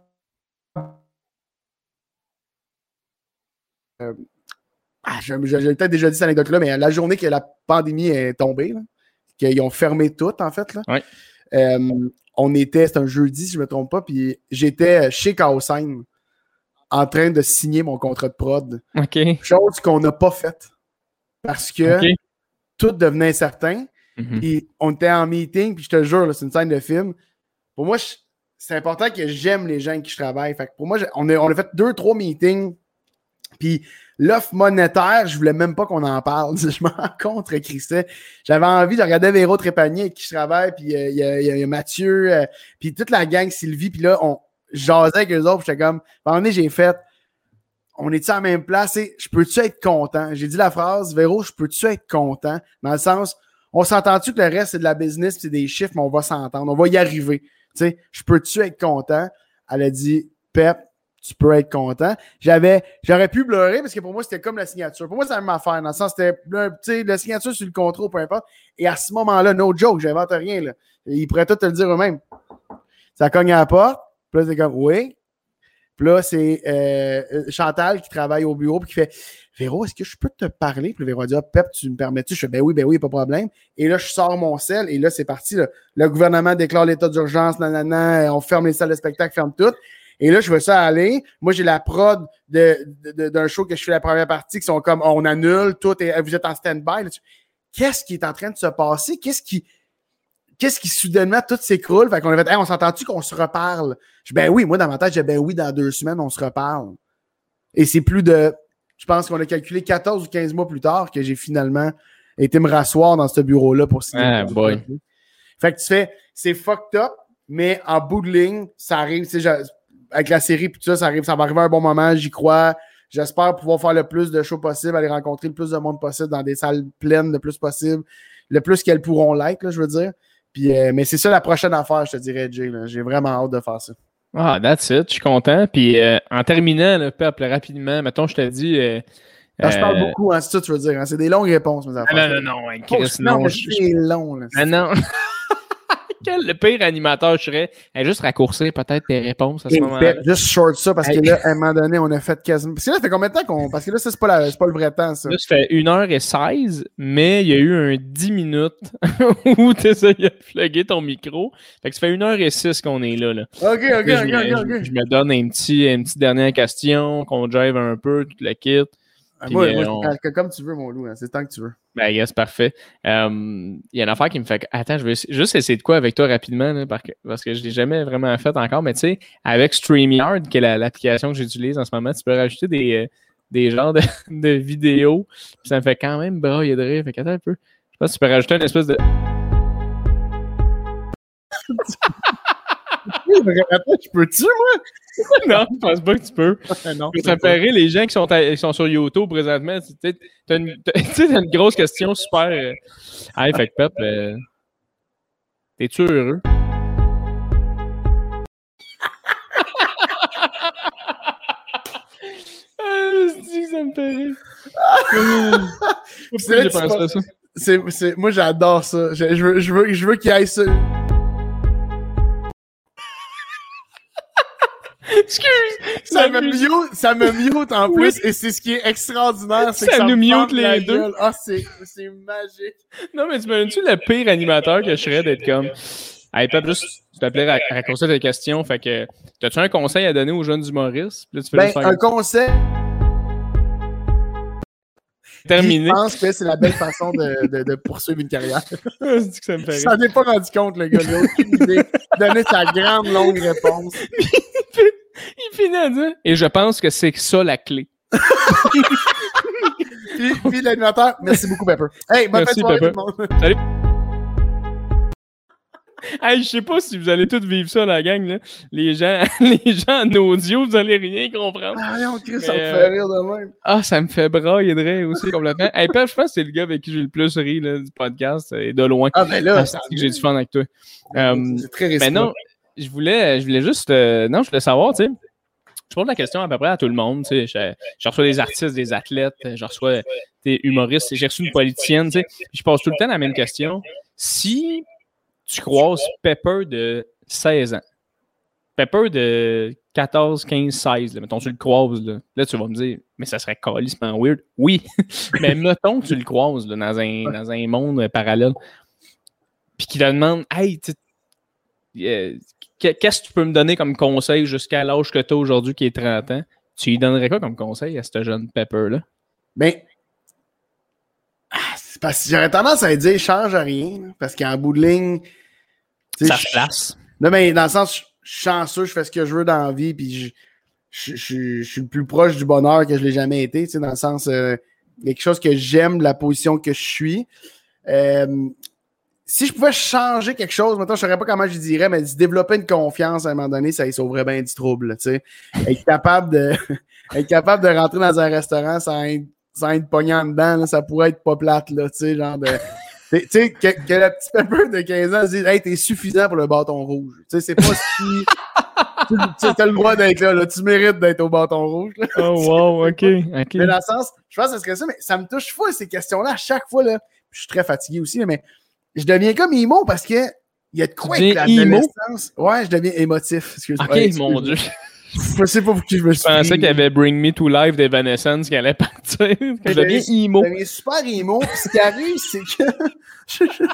Euh, ah, j'ai j'ai peut-être déjà dit cette anecdote-là, mais la journée que la pandémie est tombée, là, qu'ils ont fermé tout, en fait, là, Ouais. euh, on était, c'est un jeudi, si je ne me trompe pas, puis j'étais chez Chaosine en train de signer mon contrat de prod. OK. Chose qu'on n'a pas faite. Parce que OK. tout devenait incertain. Mm-hmm. Puis on était en meeting, puis je te jure, là, c'est une scène de film. Pour moi, je, c'est important que j'aime les gens avec qui je travaille. Fait que pour moi, je, on, a, on a fait deux, trois meetings. Puis l'offre monétaire, je voulais même pas qu'on en parle. Je m'en contre, Christet. J'avais envie de regarder Véro Trépanier avec qui je travaille, puis il euh, y, y, y a Mathieu, euh, puis toute la gang Sylvie. Puis là, on jasait avec eux autres, puis j'étais comme, à un moment donné, j'ai fait, on est-tu à la même place? Et je peux-tu être content? J'ai dit la phrase, Véro, je peux-tu être content? Dans le sens, on s'entend-tu que le reste, c'est de la business, c'est des chiffres, mais on va s'entendre, on va y arriver. Tu sais, je peux-tu être content? Elle a dit, Pep, tu peux être content. J'avais, j'aurais pu pleurer parce que pour moi, c'était comme la signature. Pour moi, c'est la même affaire. Dans le sens, c'était, tu sais, la signature sur le contrat, peu importe. Et à ce moment-là, no joke, j'invente rien, là. Ils pourraient tout te le dire eux-mêmes. Ça cogne à la porte. Puis là, c'est comme, oui. Puis là, c'est euh, Chantal qui travaille au bureau puis qui fait, Véro, est-ce que je peux te parler? Puis le Véro a dit, ah, Pep, tu me permets-tu? Je fais, ben oui, ben oui, pas de problème. Et là, je sors mon sel et là, c'est parti, là. Le gouvernement déclare l'état d'urgence, nanana, on ferme les salles de spectacle, ferme tout. Et là, je veux ça aller. Moi, j'ai la prod de, de, de, d'un show que je fais la première partie qui sont comme, on annule, tout, et vous êtes en stand-by. Là. Qu'est-ce qui est en train de se passer? Qu'est-ce qui, qu'est-ce qui soudainement, tout s'écroule? Fait qu'on a fait, hey, on s'entend-tu qu'on se reparle? Je dis, ben oui, moi, dans ma tête, j'ai ben oui, dans deux semaines, on se reparle. Et c'est plus de, je pense qu'on a calculé quatorze ou quinze mois plus tard que j'ai finalement été me rasseoir dans ce bureau-là pour signer. Ah, boy. Fait que tu fais, c'est fucked up, mais en bout de ligne, ça arrive, tu sais, avec la série puis tout ça, ça arrive, ça va arriver à un bon moment, j'y crois. J'espère pouvoir faire le plus de shows possible, aller rencontrer le plus de monde possible dans des salles pleines le plus possible, le plus qu'elles pourront l'être, là, je veux dire. Puis, euh, mais c'est ça la prochaine affaire, je te dirais, Jay. Là. J'ai vraiment hâte de faire ça. Ah, that's it, je suis content. Puis euh, en terminant, là, Pep, là, rapidement, mettons, je te dis. Euh, Là, je parle euh... beaucoup, hein, c'est ça que tu veux dire. Hein? C'est des longues réponses, mes affaires. Ah, non, non, non, ouais, Chris, oh, non, non. mais Je... c'est long, là. Ah, non. Quel le pire animateur je serais? Elle juste raccourcir peut-être tes réponses à ce moment-là. Juste short ça parce hey. que là, à un moment donné, on a fait quasiment. Parce que là, ça fait combien de temps qu'on. Parce que là, ça, c'est pas, la... c'est pas le vrai temps, ça. Là, ça fait une heure seize, mais il y a eu un dix minutes où tu essayes de plugger ton micro. Fait que ça fait une heure six qu'on est là. là. Ok, ok, ok, je, ok, me, ok. Je, je me donne un petit, une petite dernière question, qu'on drive un peu, tout le kit. Ah, moi, Puis, moi euh, on... comme tu veux, mon loup, hein, c'est le temps que tu veux. Ben, yes, parfait. Il um, y a une affaire qui me fait. Attends, je vais juste essayer de quoi avec toi rapidement, là, parce, que, parce que je ne l'ai jamais vraiment fait encore. Mais tu sais, avec StreamYard, qui est la, l'application que j'utilise en ce moment, tu peux rajouter des, euh, des genres de, de vidéos. Puis ça me fait quand même brailler de rire. Fait qu'attends un peu. Je pense que tu peux rajouter une espèce de. Attends, je peux-tu, moi? Non, je pense pas que tu peux. non, ça me fait rire les gens qui sont, à, qui sont sur YouTube présentement. Tu sais, t'as une, t'as, t'as une grosse question super. Euh... Hey, fait que Pep, euh... t'es-tu heureux? Ah, je dis que ça me fait rire. c'est, j'ai pensé à ça. C'est, c'est, moi, j'adore ça. Je, je veux, je veux, je veux qu'il y ait ça. Excuse! Ça me mute, ça me mute en plus, oui. Et c'est ce qui est extraordinaire, c'est ça que ça nous me mute les deux. Gueule. Ah, c'est, c'est magique. Non, mais tu m'imagines-tu le pire animateur que je serais d'être comme. Hey, Pep, juste, tu t'appelais à, à raccourcir tes questions. Fait que, t'as-tu un conseil à donner aux jeunes humoristes? Là, tu fais ben, faire... un conseil. Terminé. Je pense que c'est la belle façon de, de, de poursuivre une carrière. C'est que ça me fait rire. Ça n'en est pas rendu compte, le gars. Il a aucune idée. Donner sa grande longue réponse. Il finit à dire. Et je pense que c'est ça la clé. puis, puis l'animateur, merci beaucoup, Pepper. Hey, bonne merci, fête soirée, Pepper. tout le monde. Salut. Hey, je sais pas si vous allez tous vivre ça, la gang. Là. Les, gens, les gens en audio, vous allez rien comprendre. Ah, non, Chris, ça me fait rire de même. Ah, ça me fait brailler de rire aussi complètement. Hey, Pep, je pense que c'est le gars avec qui j'ai le plus ri là, du podcast, et de loin. Ah, ben là, ah, c'est que j'ai du fun avec toi. Um, c'est très réciproque. Mais non, je voulais, je voulais juste. Euh, non, je voulais savoir, tu sais. Je pose la question à peu près à tout le monde. Tu sais, je, je reçois des artistes, des athlètes, je reçois des humoristes, j'ai reçu une politicienne. Tu sais, je pose tout le temps la même question. Si tu croises Pepper de seize ans, Pepper de quatorze, quinze, seize, là, mettons, tu le croises, là, là tu vas me dire, mais ça serait calissement weird. Oui, mais mettons que tu le croises là, dans, un, dans un monde parallèle, puis qu'il te demande, hey, tu euh, qu'est-ce que tu peux me donner comme conseil jusqu'à l'âge que tu as aujourd'hui, qui est trente ans? Tu lui donnerais quoi comme conseil à ce jeune Pepper-là? Ben, c'est parce que j'aurais tendance à dire, change rien, là, parce qu'en bout de ligne, ça se place. Non, mais dans le sens, je suis chanceux, je fais ce que je veux dans la vie, puis je, je, je, je suis le plus proche du bonheur que je l'ai jamais été, tu sais, dans le sens, euh, quelque chose que j'aime, la position que je suis. Euh, si je pouvais changer quelque chose, maintenant, je ne saurais pas comment je dirais, mais se développer une confiance à un moment donné, ça y sauverait bien du trouble, tu sais. Être capable de, être capable de rentrer dans un restaurant sans être, sans être pognant dedans, là, ça pourrait être pas plate, là, tu sais, genre de... Tu sais, que, que le petit Pepper de quinze ans se dise « Hey, t'es suffisant pour le bâton rouge. » Tu sais, c'est pas si... tu sais, t'as le droit d'être là, là. Tu mérites d'être au bâton rouge. Là. Oh, wow, OK. okay. Mais dans le sens, je pense que ça serait ça, mais ça me touche fou, ces questions-là, à chaque fois, là. Je suis très fatigué aussi, là, mais je deviens comme emo parce que il y a de quoi avec l'adolescence. Ouais, je deviens émotif. Excuse-moi. OK, excuse mon Dieu. Je sais pas pour qui je me suis Je pensais qu'il y avait Bring Me to Life d'Evanescence qui allait partir. Je deviens emo. Je deviens super emo. Puis ce qui arrive, c'est que... je, je,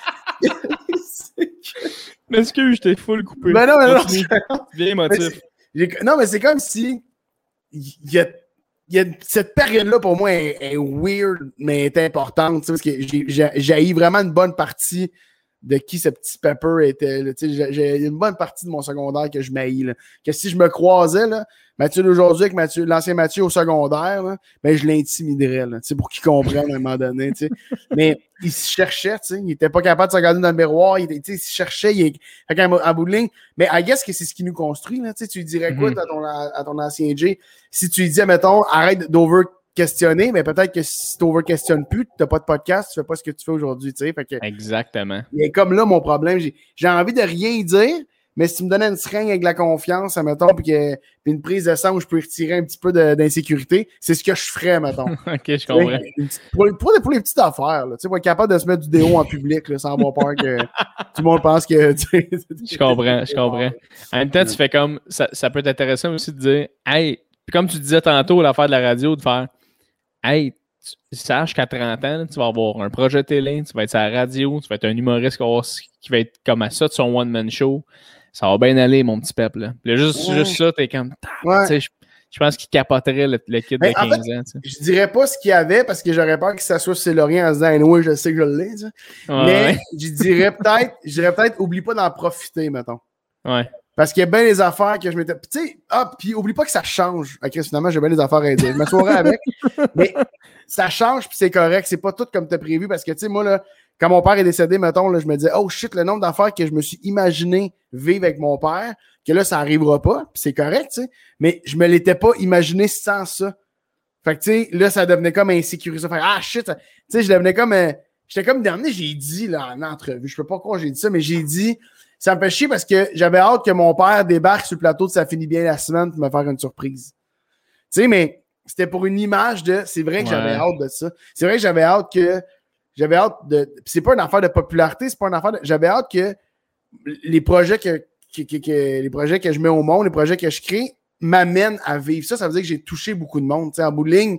c'est que... M'excuse, je t'ai full coupé. Ben non, mais non. Tu deviens émotif. Mais non, mais c'est comme si... Il y a, il y a cette période-là, pour moi, est, est weird, mais est importante. Parce que j'ai, j'ai vraiment une bonne partie de qui ce petit Pepper était. Là, j'ai, j'ai une bonne partie de mon secondaire que je m'haïs. Là. Que si je me croisais, là, Mathieu d'aujourd'hui avec Mathieu, l'ancien Mathieu au secondaire, là, ben, je l'intimiderais là, pour qu'il comprenne à un moment donné. T'sais. Mais il se cherchait, t'sais, il n'était pas capable de se regarder dans le miroir, il, était, il se cherchait, il est en bout de ligne. Mais I guess que c'est ce qui nous construit. Là, tu lui dirais quoi à ton, à ton ancien Jay? Si tu lui dis, mettons, arrête d'over questionner, mais peut-être que si tu over-questionnes plus, tu n'as pas de podcast, tu fais pas ce que tu fais aujourd'hui. Fait que, exactement. Et comme là, mon problème, j'ai, j'ai envie de rien dire, mais si tu me donnais une seringue avec de la confiance, mettons, puis, que, puis une prise de sang où je peux retirer un petit peu de, d'insécurité, c'est ce que je ferais, mettons. OK, je comprends. Pour, pour, pour les petites affaires, là, pour être capable de se mettre du déo en public là, sans avoir peur que tout le monde pense que... Je comprends, je comprends. En même temps, tu fais comme... Ça, ça peut être intéressant aussi de dire, hey, comme tu disais tantôt, l'affaire de la radio, de faire, hey, tu saches qu'à trente ans, là, tu vas avoir un projet télé, tu vas être à la radio, tu vas être un humoriste qui va, avoir, qui va être comme à ça de son one-man show. Ça va bien aller, mon petit peuple. Là. Là, juste, ouais. juste ça, t'es comme... Ouais. Je, je pense qu'il capoterait le, le kid ben, de quinze fait, ans. T'sais. Je dirais pas ce qu'il y avait parce que j'aurais peur qu'il s'assoie sur Laurien en se disant hey, « Oui, je sais que je l'ai. » ouais, Mais ouais. je dirais peut-être, je dirais peut-être, oublie pas d'en profiter, mettons. Ouais. Parce qu'il y a bien des affaires que je m'étais... Tu sais, ah, puis oublie pas que ça change. Ok, finalement, j'ai bien des affaires à dire. Je m'assoirais avec. Mais ça change, puis c'est correct. C'est pas tout comme t'as prévu. Parce que, tu sais, moi, là, quand mon père est décédé, mettons, là, je me disais, oh shit, le nombre d'affaires que je me suis imaginé vivre avec mon père, que là, ça arrivera pas, puis c'est correct, tu sais. Mais je me l'étais pas imaginé sans ça. Fait que, tu sais, là, ça devenait comme insécurisant. Fait ah shit, tu sais, je devenais comme. Euh, j'étais comme dernier, j'ai dit, là, en entrevue, je peux pas croire que j'ai dit ça, mais j'ai dit. Ça me fait chier parce que j'avais hâte que mon père débarque sur le plateau de Ça finit bien la semaine pour me faire une surprise. Tu sais, mais c'était pour une image de... C'est vrai que ouais. j'avais hâte de ça. C'est vrai que j'avais hâte que... J'avais hâte de... C'est pas une affaire de popularité, c'est pas une affaire de... J'avais hâte que les projets que, que, que, que, les projets que je mets au monde, les projets que je crée, m'amènent à vivre ça. Ça veut dire que j'ai touché beaucoup de monde. Tu sais, en bout de ligne,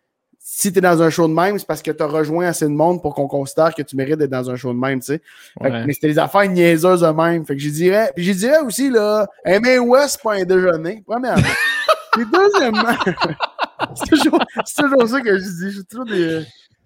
si tu es dans un show de même, c'est parce que tu as rejoint assez de monde pour qu'on considère que tu mérites d'être dans un show de même, tu sais. Ouais. Mais c'était des affaires niaiseuses de même. Fait que je dirais, puis je dirais aussi, là, aimer West, c'est pas un déjeuner, premièrement. Et deuxièmement, c'est, toujours, c'est toujours ça que je dis. J'ai toujours des...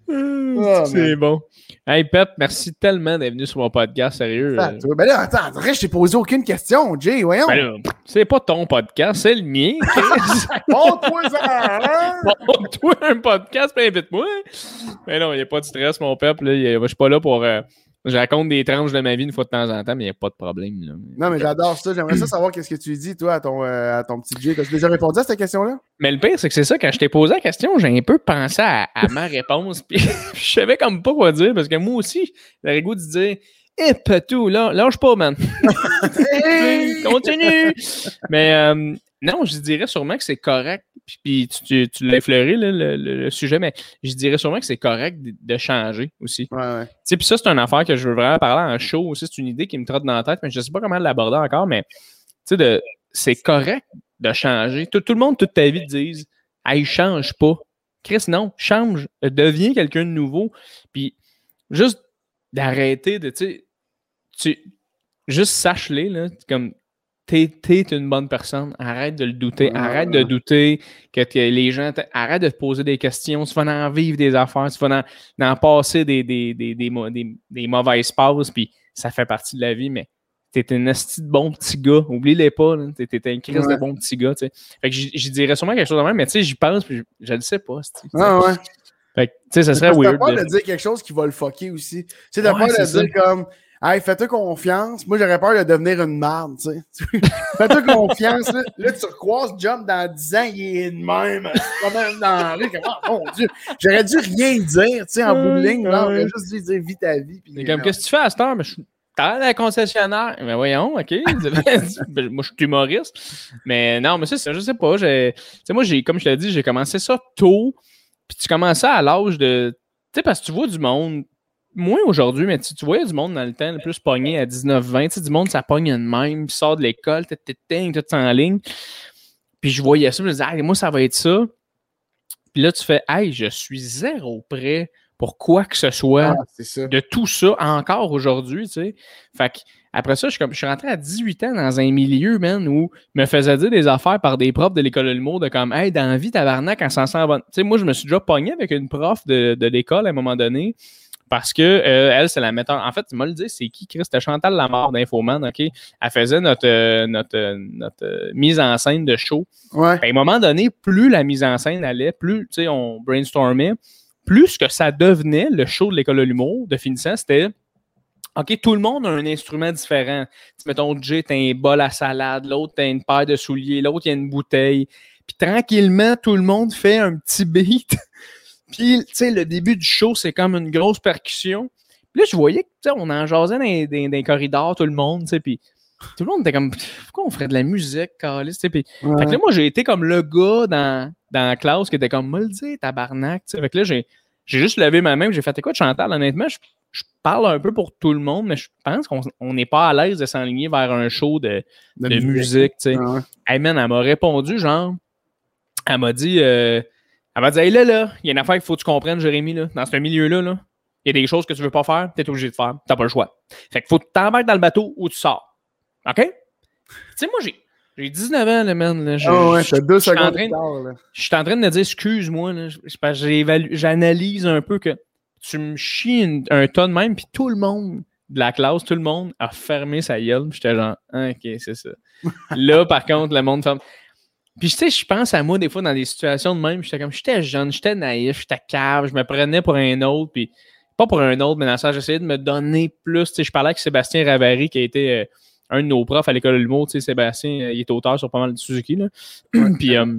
Oh, c'est man. Bon. Hey Pep, merci tellement d'être venu sur mon podcast, sérieux. Ah, euh... Ben là, attends, je t'ai posé aucune question, Jay, voyons. Ben là, c'est pas ton podcast, c'est le mien. Montre-toi ça, hein? Montre-toi un podcast, ben invite-moi. Mais non, il n'y a pas de stress, mon Pep. Là, je suis pas là pour, euh, Je raconte des tranches de ma vie une fois de temps en temps, mais il n'y a pas de problème. Là. Non, mais j'adore ça. J'aimerais ça savoir qu'est-ce que tu dis, toi, à ton, euh, à ton petit Jay. T'as déjà répondu à cette question-là? Mais le pire, c'est que c'est ça, quand je t'ai posé la question, j'ai un peu pensé à, à ma réponse, puis je savais comme pas quoi dire, parce que moi aussi, j'avais le goût de dire « Eh, patou, là, lâche pas, man! » Continue! Mais euh, non, je dirais sûrement que c'est correct, puis, puis tu, tu, tu l'as effleuré, là, le, le, le sujet, mais je dirais sûrement que c'est correct de, de changer aussi. Ouais, ouais. Tu sais, puis ça, c'est une affaire que je veux vraiment parler en show aussi, c'est une idée qui me trotte dans la tête, mais je sais pas comment l'aborder encore, mais tu sais, de, c'est correct de changer. Tout, tout le monde, toute ta vie, te dise « Hey, change pas. » Chris, non, change, deviens quelqu'un de nouveau, puis juste d'arrêter de, tu sais, tu, juste sache-les, là, comme T'es, t'es une bonne personne. Arrête de le douter. Ah. Arrête de douter que, que les gens... Arrête de te poser des questions. Tu vas en vivre des affaires. Tu vas en, en passer des, des, des, des, des, des mauvaises passes. Puis ça fait partie de la vie. Mais t'es un esti de bon petit gars. Oublie-les pas. Là. T'es, t'es un crise ouais. de bon petit gars. T'sais. Fait que je dirais sûrement quelque chose de même. Mais tu sais, j'y pense. Puis je, je le sais pas. Ah ouais. Fait que tu sais, ça serait weird. T'as peur de... de dire quelque chose qui va le fucker aussi. Tu sais, t'as ouais, peur de ça. Dire comme... Hey, fais-toi confiance. Moi, j'aurais peur de devenir une marde, tu sais. Fais-toi confiance. Là, là, tu recroises Jump dans dix ans, il est de même. Quand même dans la rue. Oh, mon Dieu. J'aurais dû rien dire, tu sais, en bout de ligne. Là, on aurait juste dû dire vis ta vie. Puis, mais comme, non. Qu'est-ce que tu fais à cette heure? Mais je suis à la concessionnaire. Mais voyons, OK. Moi, je suis humoriste. Mais non, mais ça, c'est, je sais pas. Tu sais, moi, j'ai, comme je t'ai dit, j'ai commencé ça tôt. Puis tu commençais à l'âge de. Tu sais, parce que tu vois du monde. Moins aujourd'hui, mais tu, tu voyais du monde dans le temps, le plus pogné à dix-neuf vingt. Tu sais, du monde, ça pogne de même, puis sort de l'école, tout est en ligne. Puis je voyais ça, je me disais, hey, moi, ça va être ça. Puis là, tu fais, hey, je suis zéro prêt pour quoi que ce soit ah, c'est ça. de tout ça encore aujourd'hui, tu sais. Fait que, après ça, je suis, comme, je suis rentré à dix-huit ans dans un milieu, man, où je me faisais dire des affaires par des profs de l'école de l'humour de comme, hey, dans la vie, tabarnak, en s'en sent bonne. Tu sais, moi, je me suis déjà pogné avec une prof de, de l'école à un moment donné. Parce que euh, elle, c'est la metteur. En fait, tu m'as le dit, c'est qui, Chris? C'était Chantal Lamarre d'Infoman, OK? Elle faisait notre, euh, notre, euh, notre euh, mise en scène de show. Ouais. À un moment donné, plus la mise en scène allait, plus, tu sais, on brainstormait, plus ce que ça devenait, le show de l'école de l'humour, de finissant, c'était, OK, tout le monde a un instrument différent. Tu mettons, Jay, t'as un bol à salade, l'autre, t'as une paire de souliers, l'autre, il y a une bouteille. Puis tranquillement, tout le monde fait un petit beat. Puis, tu sais, le début du show, c'est comme une grosse percussion. Puis là, je voyais que, tu sais, on en jasait dans les, dans, dans les corridors, tout le monde, tu sais, puis tout le monde était comme, pourquoi on ferait de la musique, câlisse, tu sais, puis... Ouais. Fait que là, moi, j'ai été comme le gars dans, dans la classe qui était comme, me le dire, tabarnak, tu sais. Fait que là, j'ai, j'ai juste levé ma main, j'ai fait, écoute, Chantal, honnêtement, je, je parle un peu pour tout le monde, mais je pense qu'on n'est pas à l'aise de s'enligner vers un show de, de, de musique, tu sais. Ouais. Hey, man, elle m'a répondu, genre, elle m'a dit... Euh, Elle m'a dit, hey, là, là, il y a une affaire qu'il faut que tu comprennes, Jérémy, là, dans ce milieu-là, là, il y a des choses que tu veux pas faire, t'es obligé de faire, t'as pas le choix. Fait qu'il faut que tu t'embarques dans le bateau ou tu sors. OK? Tu sais, moi, j'ai, j'ai dix-neuf ans, là, man. Là, oh, ouais, t'as deux secondes de tard, je suis en train de me dire, excuse-moi, là, parce que j'évalue, j'analyse un peu que tu me chies une, un tas de même, puis tout le monde de la classe, tout le monde a fermé sa gueule, puis j'étais genre, ah, OK, c'est ça. Là, par contre, le monde ferme. Puis, tu sais, je pense à moi, des fois, dans des situations de même, j'étais comme, j'étais jeune, j'étais naïf, j'étais cave, je me prenais pour un autre, puis pas pour un autre, mais dans ça, j'essayais de me donner plus. Tu sais, je parlais avec Sébastien Ravary, qui a été euh, un de nos profs à l'école de l'humour. Tu sais, Sébastien, euh, il est auteur sur pas mal de Suzuki, là. Puis, euh,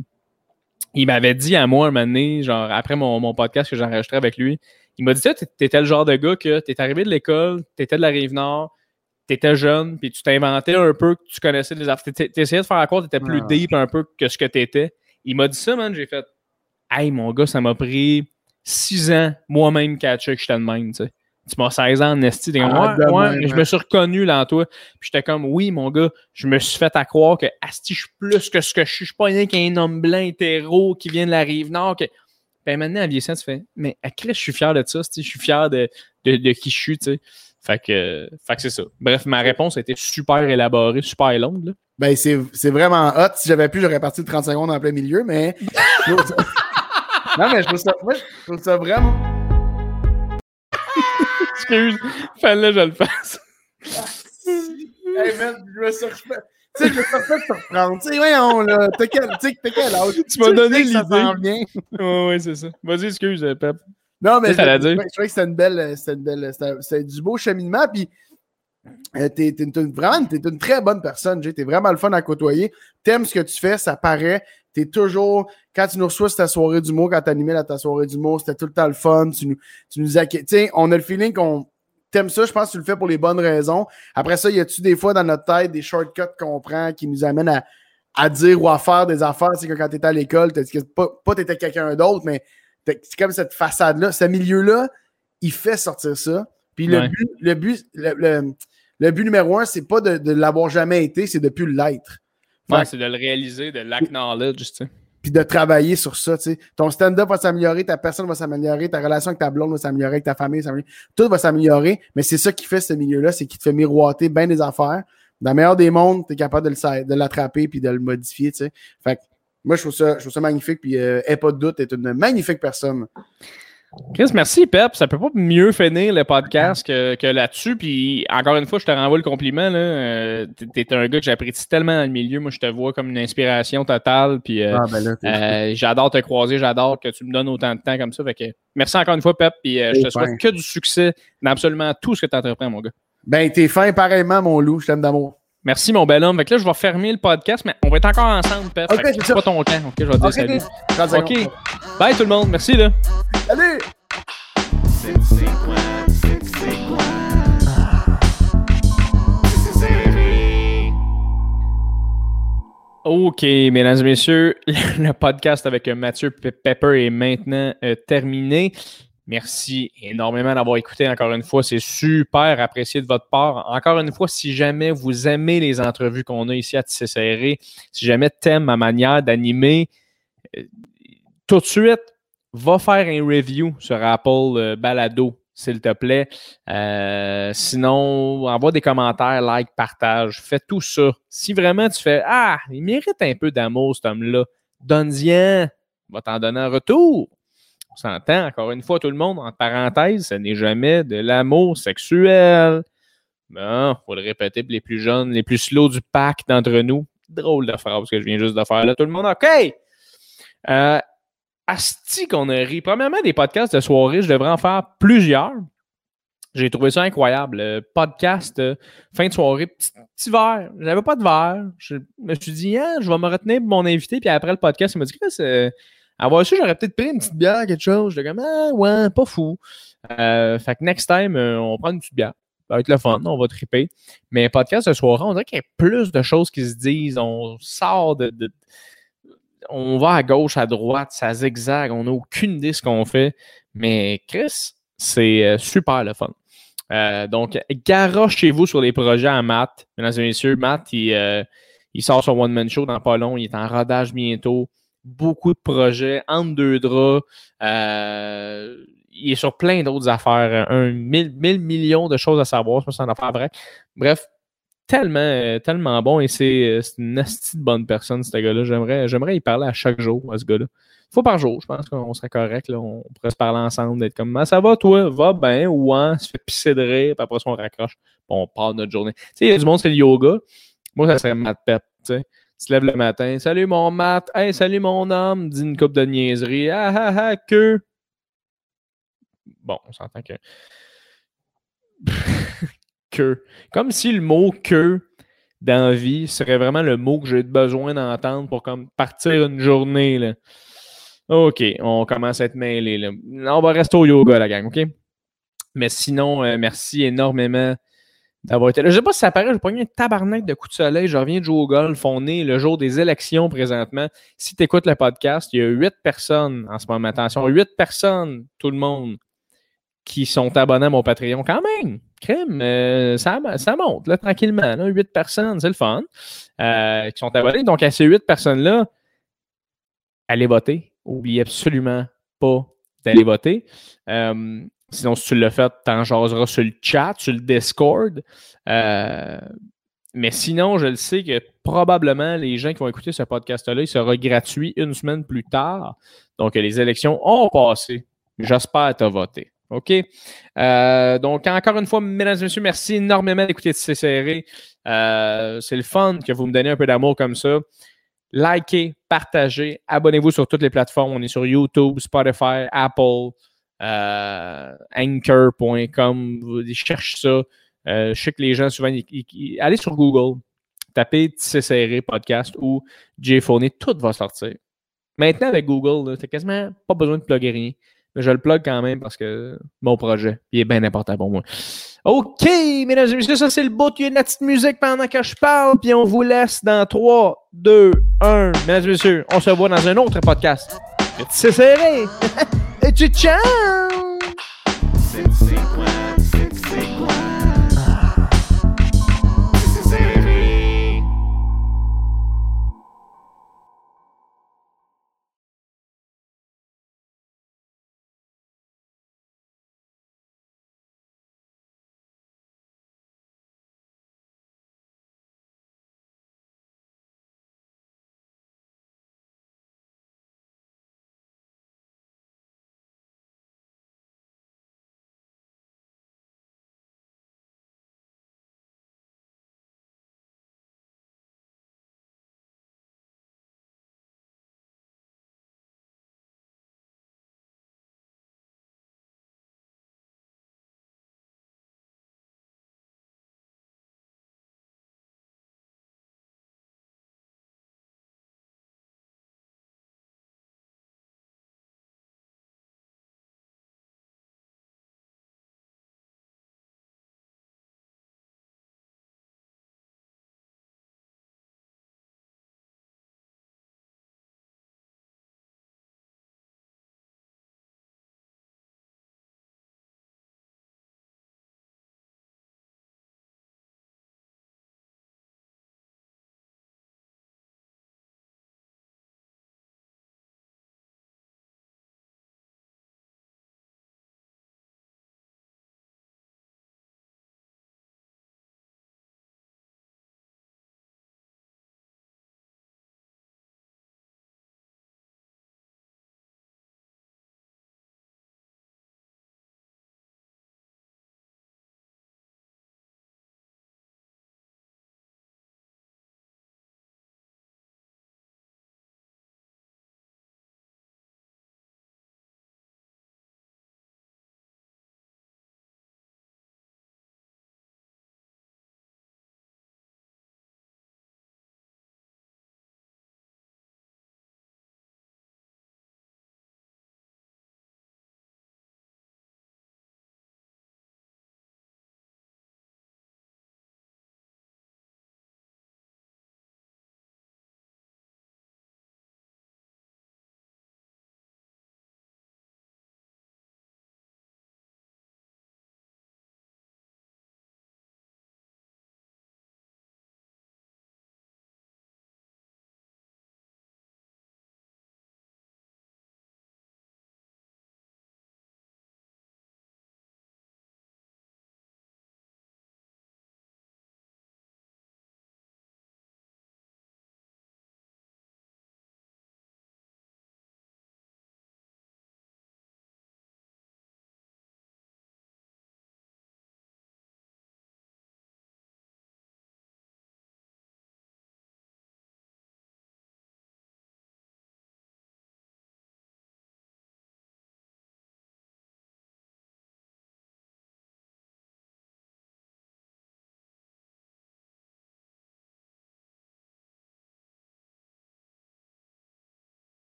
il m'avait dit à moi, un moment donné, genre, après mon, mon podcast que j'enregistrais avec lui, il m'a dit, tu sais, t'étais le genre de gars que t'es arrivé de l'école, t'étais de la Rive-Nord, t'étais jeune, puis tu t'inventais un peu que tu connaissais les affaires. T'essayais de faire à quoi t'étais plus ah. deep un peu que ce que t'étais. Il m'a dit ça, man, j'ai fait « Hey, mon gars, ça m'a pris six ans, moi-même, catcher que j'étais de même, tu sais. Tu m'as seize ans en esti. T'es comme, ah, ouais, ouais, même, je me suis reconnu là en toi. Puis j'étais comme, oui, mon gars, je me suis fait à croire que asti, je suis plus que ce que je suis. Je suis pas rien qu'un homme blanc hétéro qui vient de la Rive-Nord. Que... Ben maintenant, à vieillissant, tu fais, mais à Christ, je suis fier de ça, je suis fier de, de, de qui je suis, tu sais. Fait que, fait que c'est ça. Bref, ma réponse a été super élaborée, super longue. Là. Ben, c'est, c'est vraiment hot. Si j'avais pu, j'aurais parti de trente secondes en plein milieu, mais. Non, mais je trouve ça, moi, je trouve ça vraiment. Excuse, fallait que je le fasse. Hey, man, je me suis refait. Tu sais, je me suis refait te reprendre. Tu sais, voyons, là. T'as quel, t'as quel âge? Tu m'as donné l'idée. Ça s'en vient. Ouais, ouais, c'est ça. Vas-y, excuse, Pep. Non, mais je, je, je, je trouvais que c'était une belle. C'était, une belle c'était, c'était du beau cheminement. Puis, euh, t'es, t'es, une, vraiment, t'es une très bonne personne, Jay. T'es vraiment le fun à côtoyer. T'aimes ce que tu fais, ça paraît. T'es toujours. Quand tu nous reçois sur ta soirée d'humour, quand t'animais à ta soirée d'humour, c'était tout le temps le fun. Tu nous, tu nous as. Tu sais, on a le feeling qu'on. T'aimes ça, je pense que tu le fais pour les bonnes raisons. Après ça, y a-tu des fois dans notre tête des shortcuts qu'on prend qui nous amènent à, à dire ou à faire des affaires? C'est que quand t'étais à l'école, t'as, pas, pas t'étais quelqu'un d'autre, mais c'est comme cette façade-là. Ce milieu-là, il fait sortir ça. Puis le ouais. but, le but, le, le, le but numéro un, c'est pas de, de l'avoir jamais été, c'est de plus l'être. Ouais, fait, c'est de le réaliser, de l'acknowledge, tu sais. Puis de travailler sur ça, tu sais. Ton stand-up va s'améliorer, ta personne va s'améliorer, ta relation avec ta blonde va s'améliorer, avec ta famille va s'améliorer. Tout va s'améliorer, mais c'est ça qui fait ce milieu-là, c'est qu'il te fait miroiter bien des affaires. Dans le meilleur des mondes, tu es capable de, le, de l'attraper puis de le modifier, tu sais. Fait que moi, je trouve ça, je trouve ça magnifique, puis euh, aie pas de doute, t'es une magnifique personne. Chris, merci, Pep. Ça peut pas mieux finir le podcast que, que là-dessus. Puis, encore une fois, je te renvoie le compliment. Là. Euh, t'es, t'es un gars que j'apprécie tellement dans le milieu. Moi, je te vois comme une inspiration totale. Puis, euh, ah, ben là, euh, j'adore te croiser. J'adore que tu me donnes autant de temps comme ça. Fait que, merci encore une fois, Pep. Puis, euh, je te souhaite que du succès dans absolument tout ce que tu entreprends, mon gars. Ben, t'es fin pareillement, mon loup. Je t'aime d'amour. Merci, mon bel homme. Fait que là, je vais fermer le podcast, mais on va être encore ensemble, Pep. Ok, c'est ça. Pas ton temps. Ok, je vais te dire okay, salut. Ok. Bye, tout le monde. Merci, là. Salut! C'est, c'est quoi? C'est, c'est quoi? C'est, c'est série. Ok, mesdames et messieurs, le podcast avec Mathieu Pepper est maintenant euh, terminé. Merci énormément d'avoir écouté encore une fois. C'est super apprécié de votre part. Encore une fois, si jamais vous aimez les entrevues qu'on a ici à Tissé Serré, si jamais t'aimes ma manière d'animer, euh, tout de suite, va faire un review sur Apple euh, Balado, s'il te plaît. Euh, sinon, envoie des commentaires, like, partage. Fais tout ça. Si vraiment tu fais « Ah, il mérite un peu d'amour, cet homme-là. Donne-y-en. Va t'en donner un retour. » On s'entend, encore une fois, tout le monde, entre parenthèses, ce n'est jamais de l'amour sexuel. Bon, il faut le répéter pour les plus jeunes, les plus slow du pack d'entre nous. Drôle de phrase que je viens juste de faire là. Tout le monde, OK! Euh, asti qu'on a ri. Premièrement, des podcasts de soirée, je devrais en faire plusieurs. J'ai trouvé ça incroyable. Le podcast, euh, fin de soirée, petit, petit verre. J'avais pas de verre. Je me suis dit, ah, je vais me retenir pour mon invité. Puis après le podcast, il m'a dit que c'est... Avoir su, j'aurais peut-être pris une petite bière, quelque chose. J'étais comme, ah, ouais, pas fou. Euh, fait que next time, euh, on prend une petite bière. Ça va être le fun, on va triper. Mais podcast de soirée, on dirait qu'il y a plus de choses qui se disent. On sort de, de. On va à gauche, à droite, ça zigzag. On n'a aucune idée de ce qu'on fait. Mais Chris, c'est euh, super le fun. Euh, donc, garochez-vous sur les projets à Matt. Mesdames et messieurs, Matt, il, euh, il sort son one-man show dans pas long. Il est en rodage bientôt. Beaucoup de projets, entre deux draps. Euh, il est sur plein d'autres affaires. Un mille, mille millions de choses à savoir. Je pense que c'est une affaire vraie. Bref, tellement, tellement bon. Et c'est, c'est une nasty de bonne personne, ce gars-là. J'aimerais, j'aimerais y parler à chaque jour, à ce gars-là. Une fois par jour, je pense qu'on serait correct. Là. On pourrait se parler ensemble, d'être comme, ah, ça va, toi? Va bien, ouais, se fait pisser de rire, puis après ça, on raccroche. Puis on part notre journée. Tu sais, il y a du monde, c'est le yoga. Moi, ça serait Matt Pep, tu sais. Tu te lèves le matin. Salut mon Matt. Hey, salut mon homme. Dis une coupe de niaiserie. Ah ah ah, que. Bon, on s'entend que. que. Comme si le mot que dans la vie serait vraiment le mot que j'ai besoin d'entendre pour comme partir une journée. Là. OK, on commence à être mêlés. Là. On va rester au yoga, la gang, OK? Mais sinon, euh, merci énormément d'avoir été là. Je ne sais pas si ça paraît, j'ai pogné un tabarnak de coups de soleil. Je reviens de jouer au golf. On est le jour des élections présentement. Si tu écoutes le podcast, il y a huit personnes en ce moment. Attention, huit personnes, tout le monde, qui sont abonnés à mon Patreon. Quand même, crème, euh, ça, ça monte là, tranquillement. Là, huit personnes, c'est le fun, euh, qui sont abonnés. Donc, à ces huit personnes-là, allez voter. N'oubliez absolument pas d'aller voter. Euh, Sinon, si tu l'as fait, t'en jaseras sur le chat, sur le Discord. Euh, mais sinon, je le sais que probablement les gens qui vont écouter ce podcast-là, il sera gratuit une semaine plus tard. Donc, les élections ont passé. J'espère que tu as voté. OK? Euh, donc, encore une fois, mesdames et messieurs, merci énormément d'écouter Tissé Serré. Euh, c'est le fun que vous me donnez un peu d'amour comme ça. Likez, partagez, abonnez-vous sur toutes les plateformes. On est sur YouTube, Spotify, Apple. euh, anchor point com. Vous cherchez ça. Euh, je sais que les gens, souvent, ils, ils, ils, allez sur Google, tapez Tissé Serré podcast ou J-Phone, tout va sortir. Maintenant, avec Google, tu n'as quasiment pas besoin de plugger rien. Mais je le plug quand même parce que mon projet, il est bien important pour moi. OK, mesdames et messieurs, ça c'est le bout. Il y a une petite musique pendant que je parle, puis on vous laisse dans trois, deux, un. Mesdames et messieurs, on se voit dans un autre podcast. C'est serré! Et tu ciao! C'est, c'est quoi?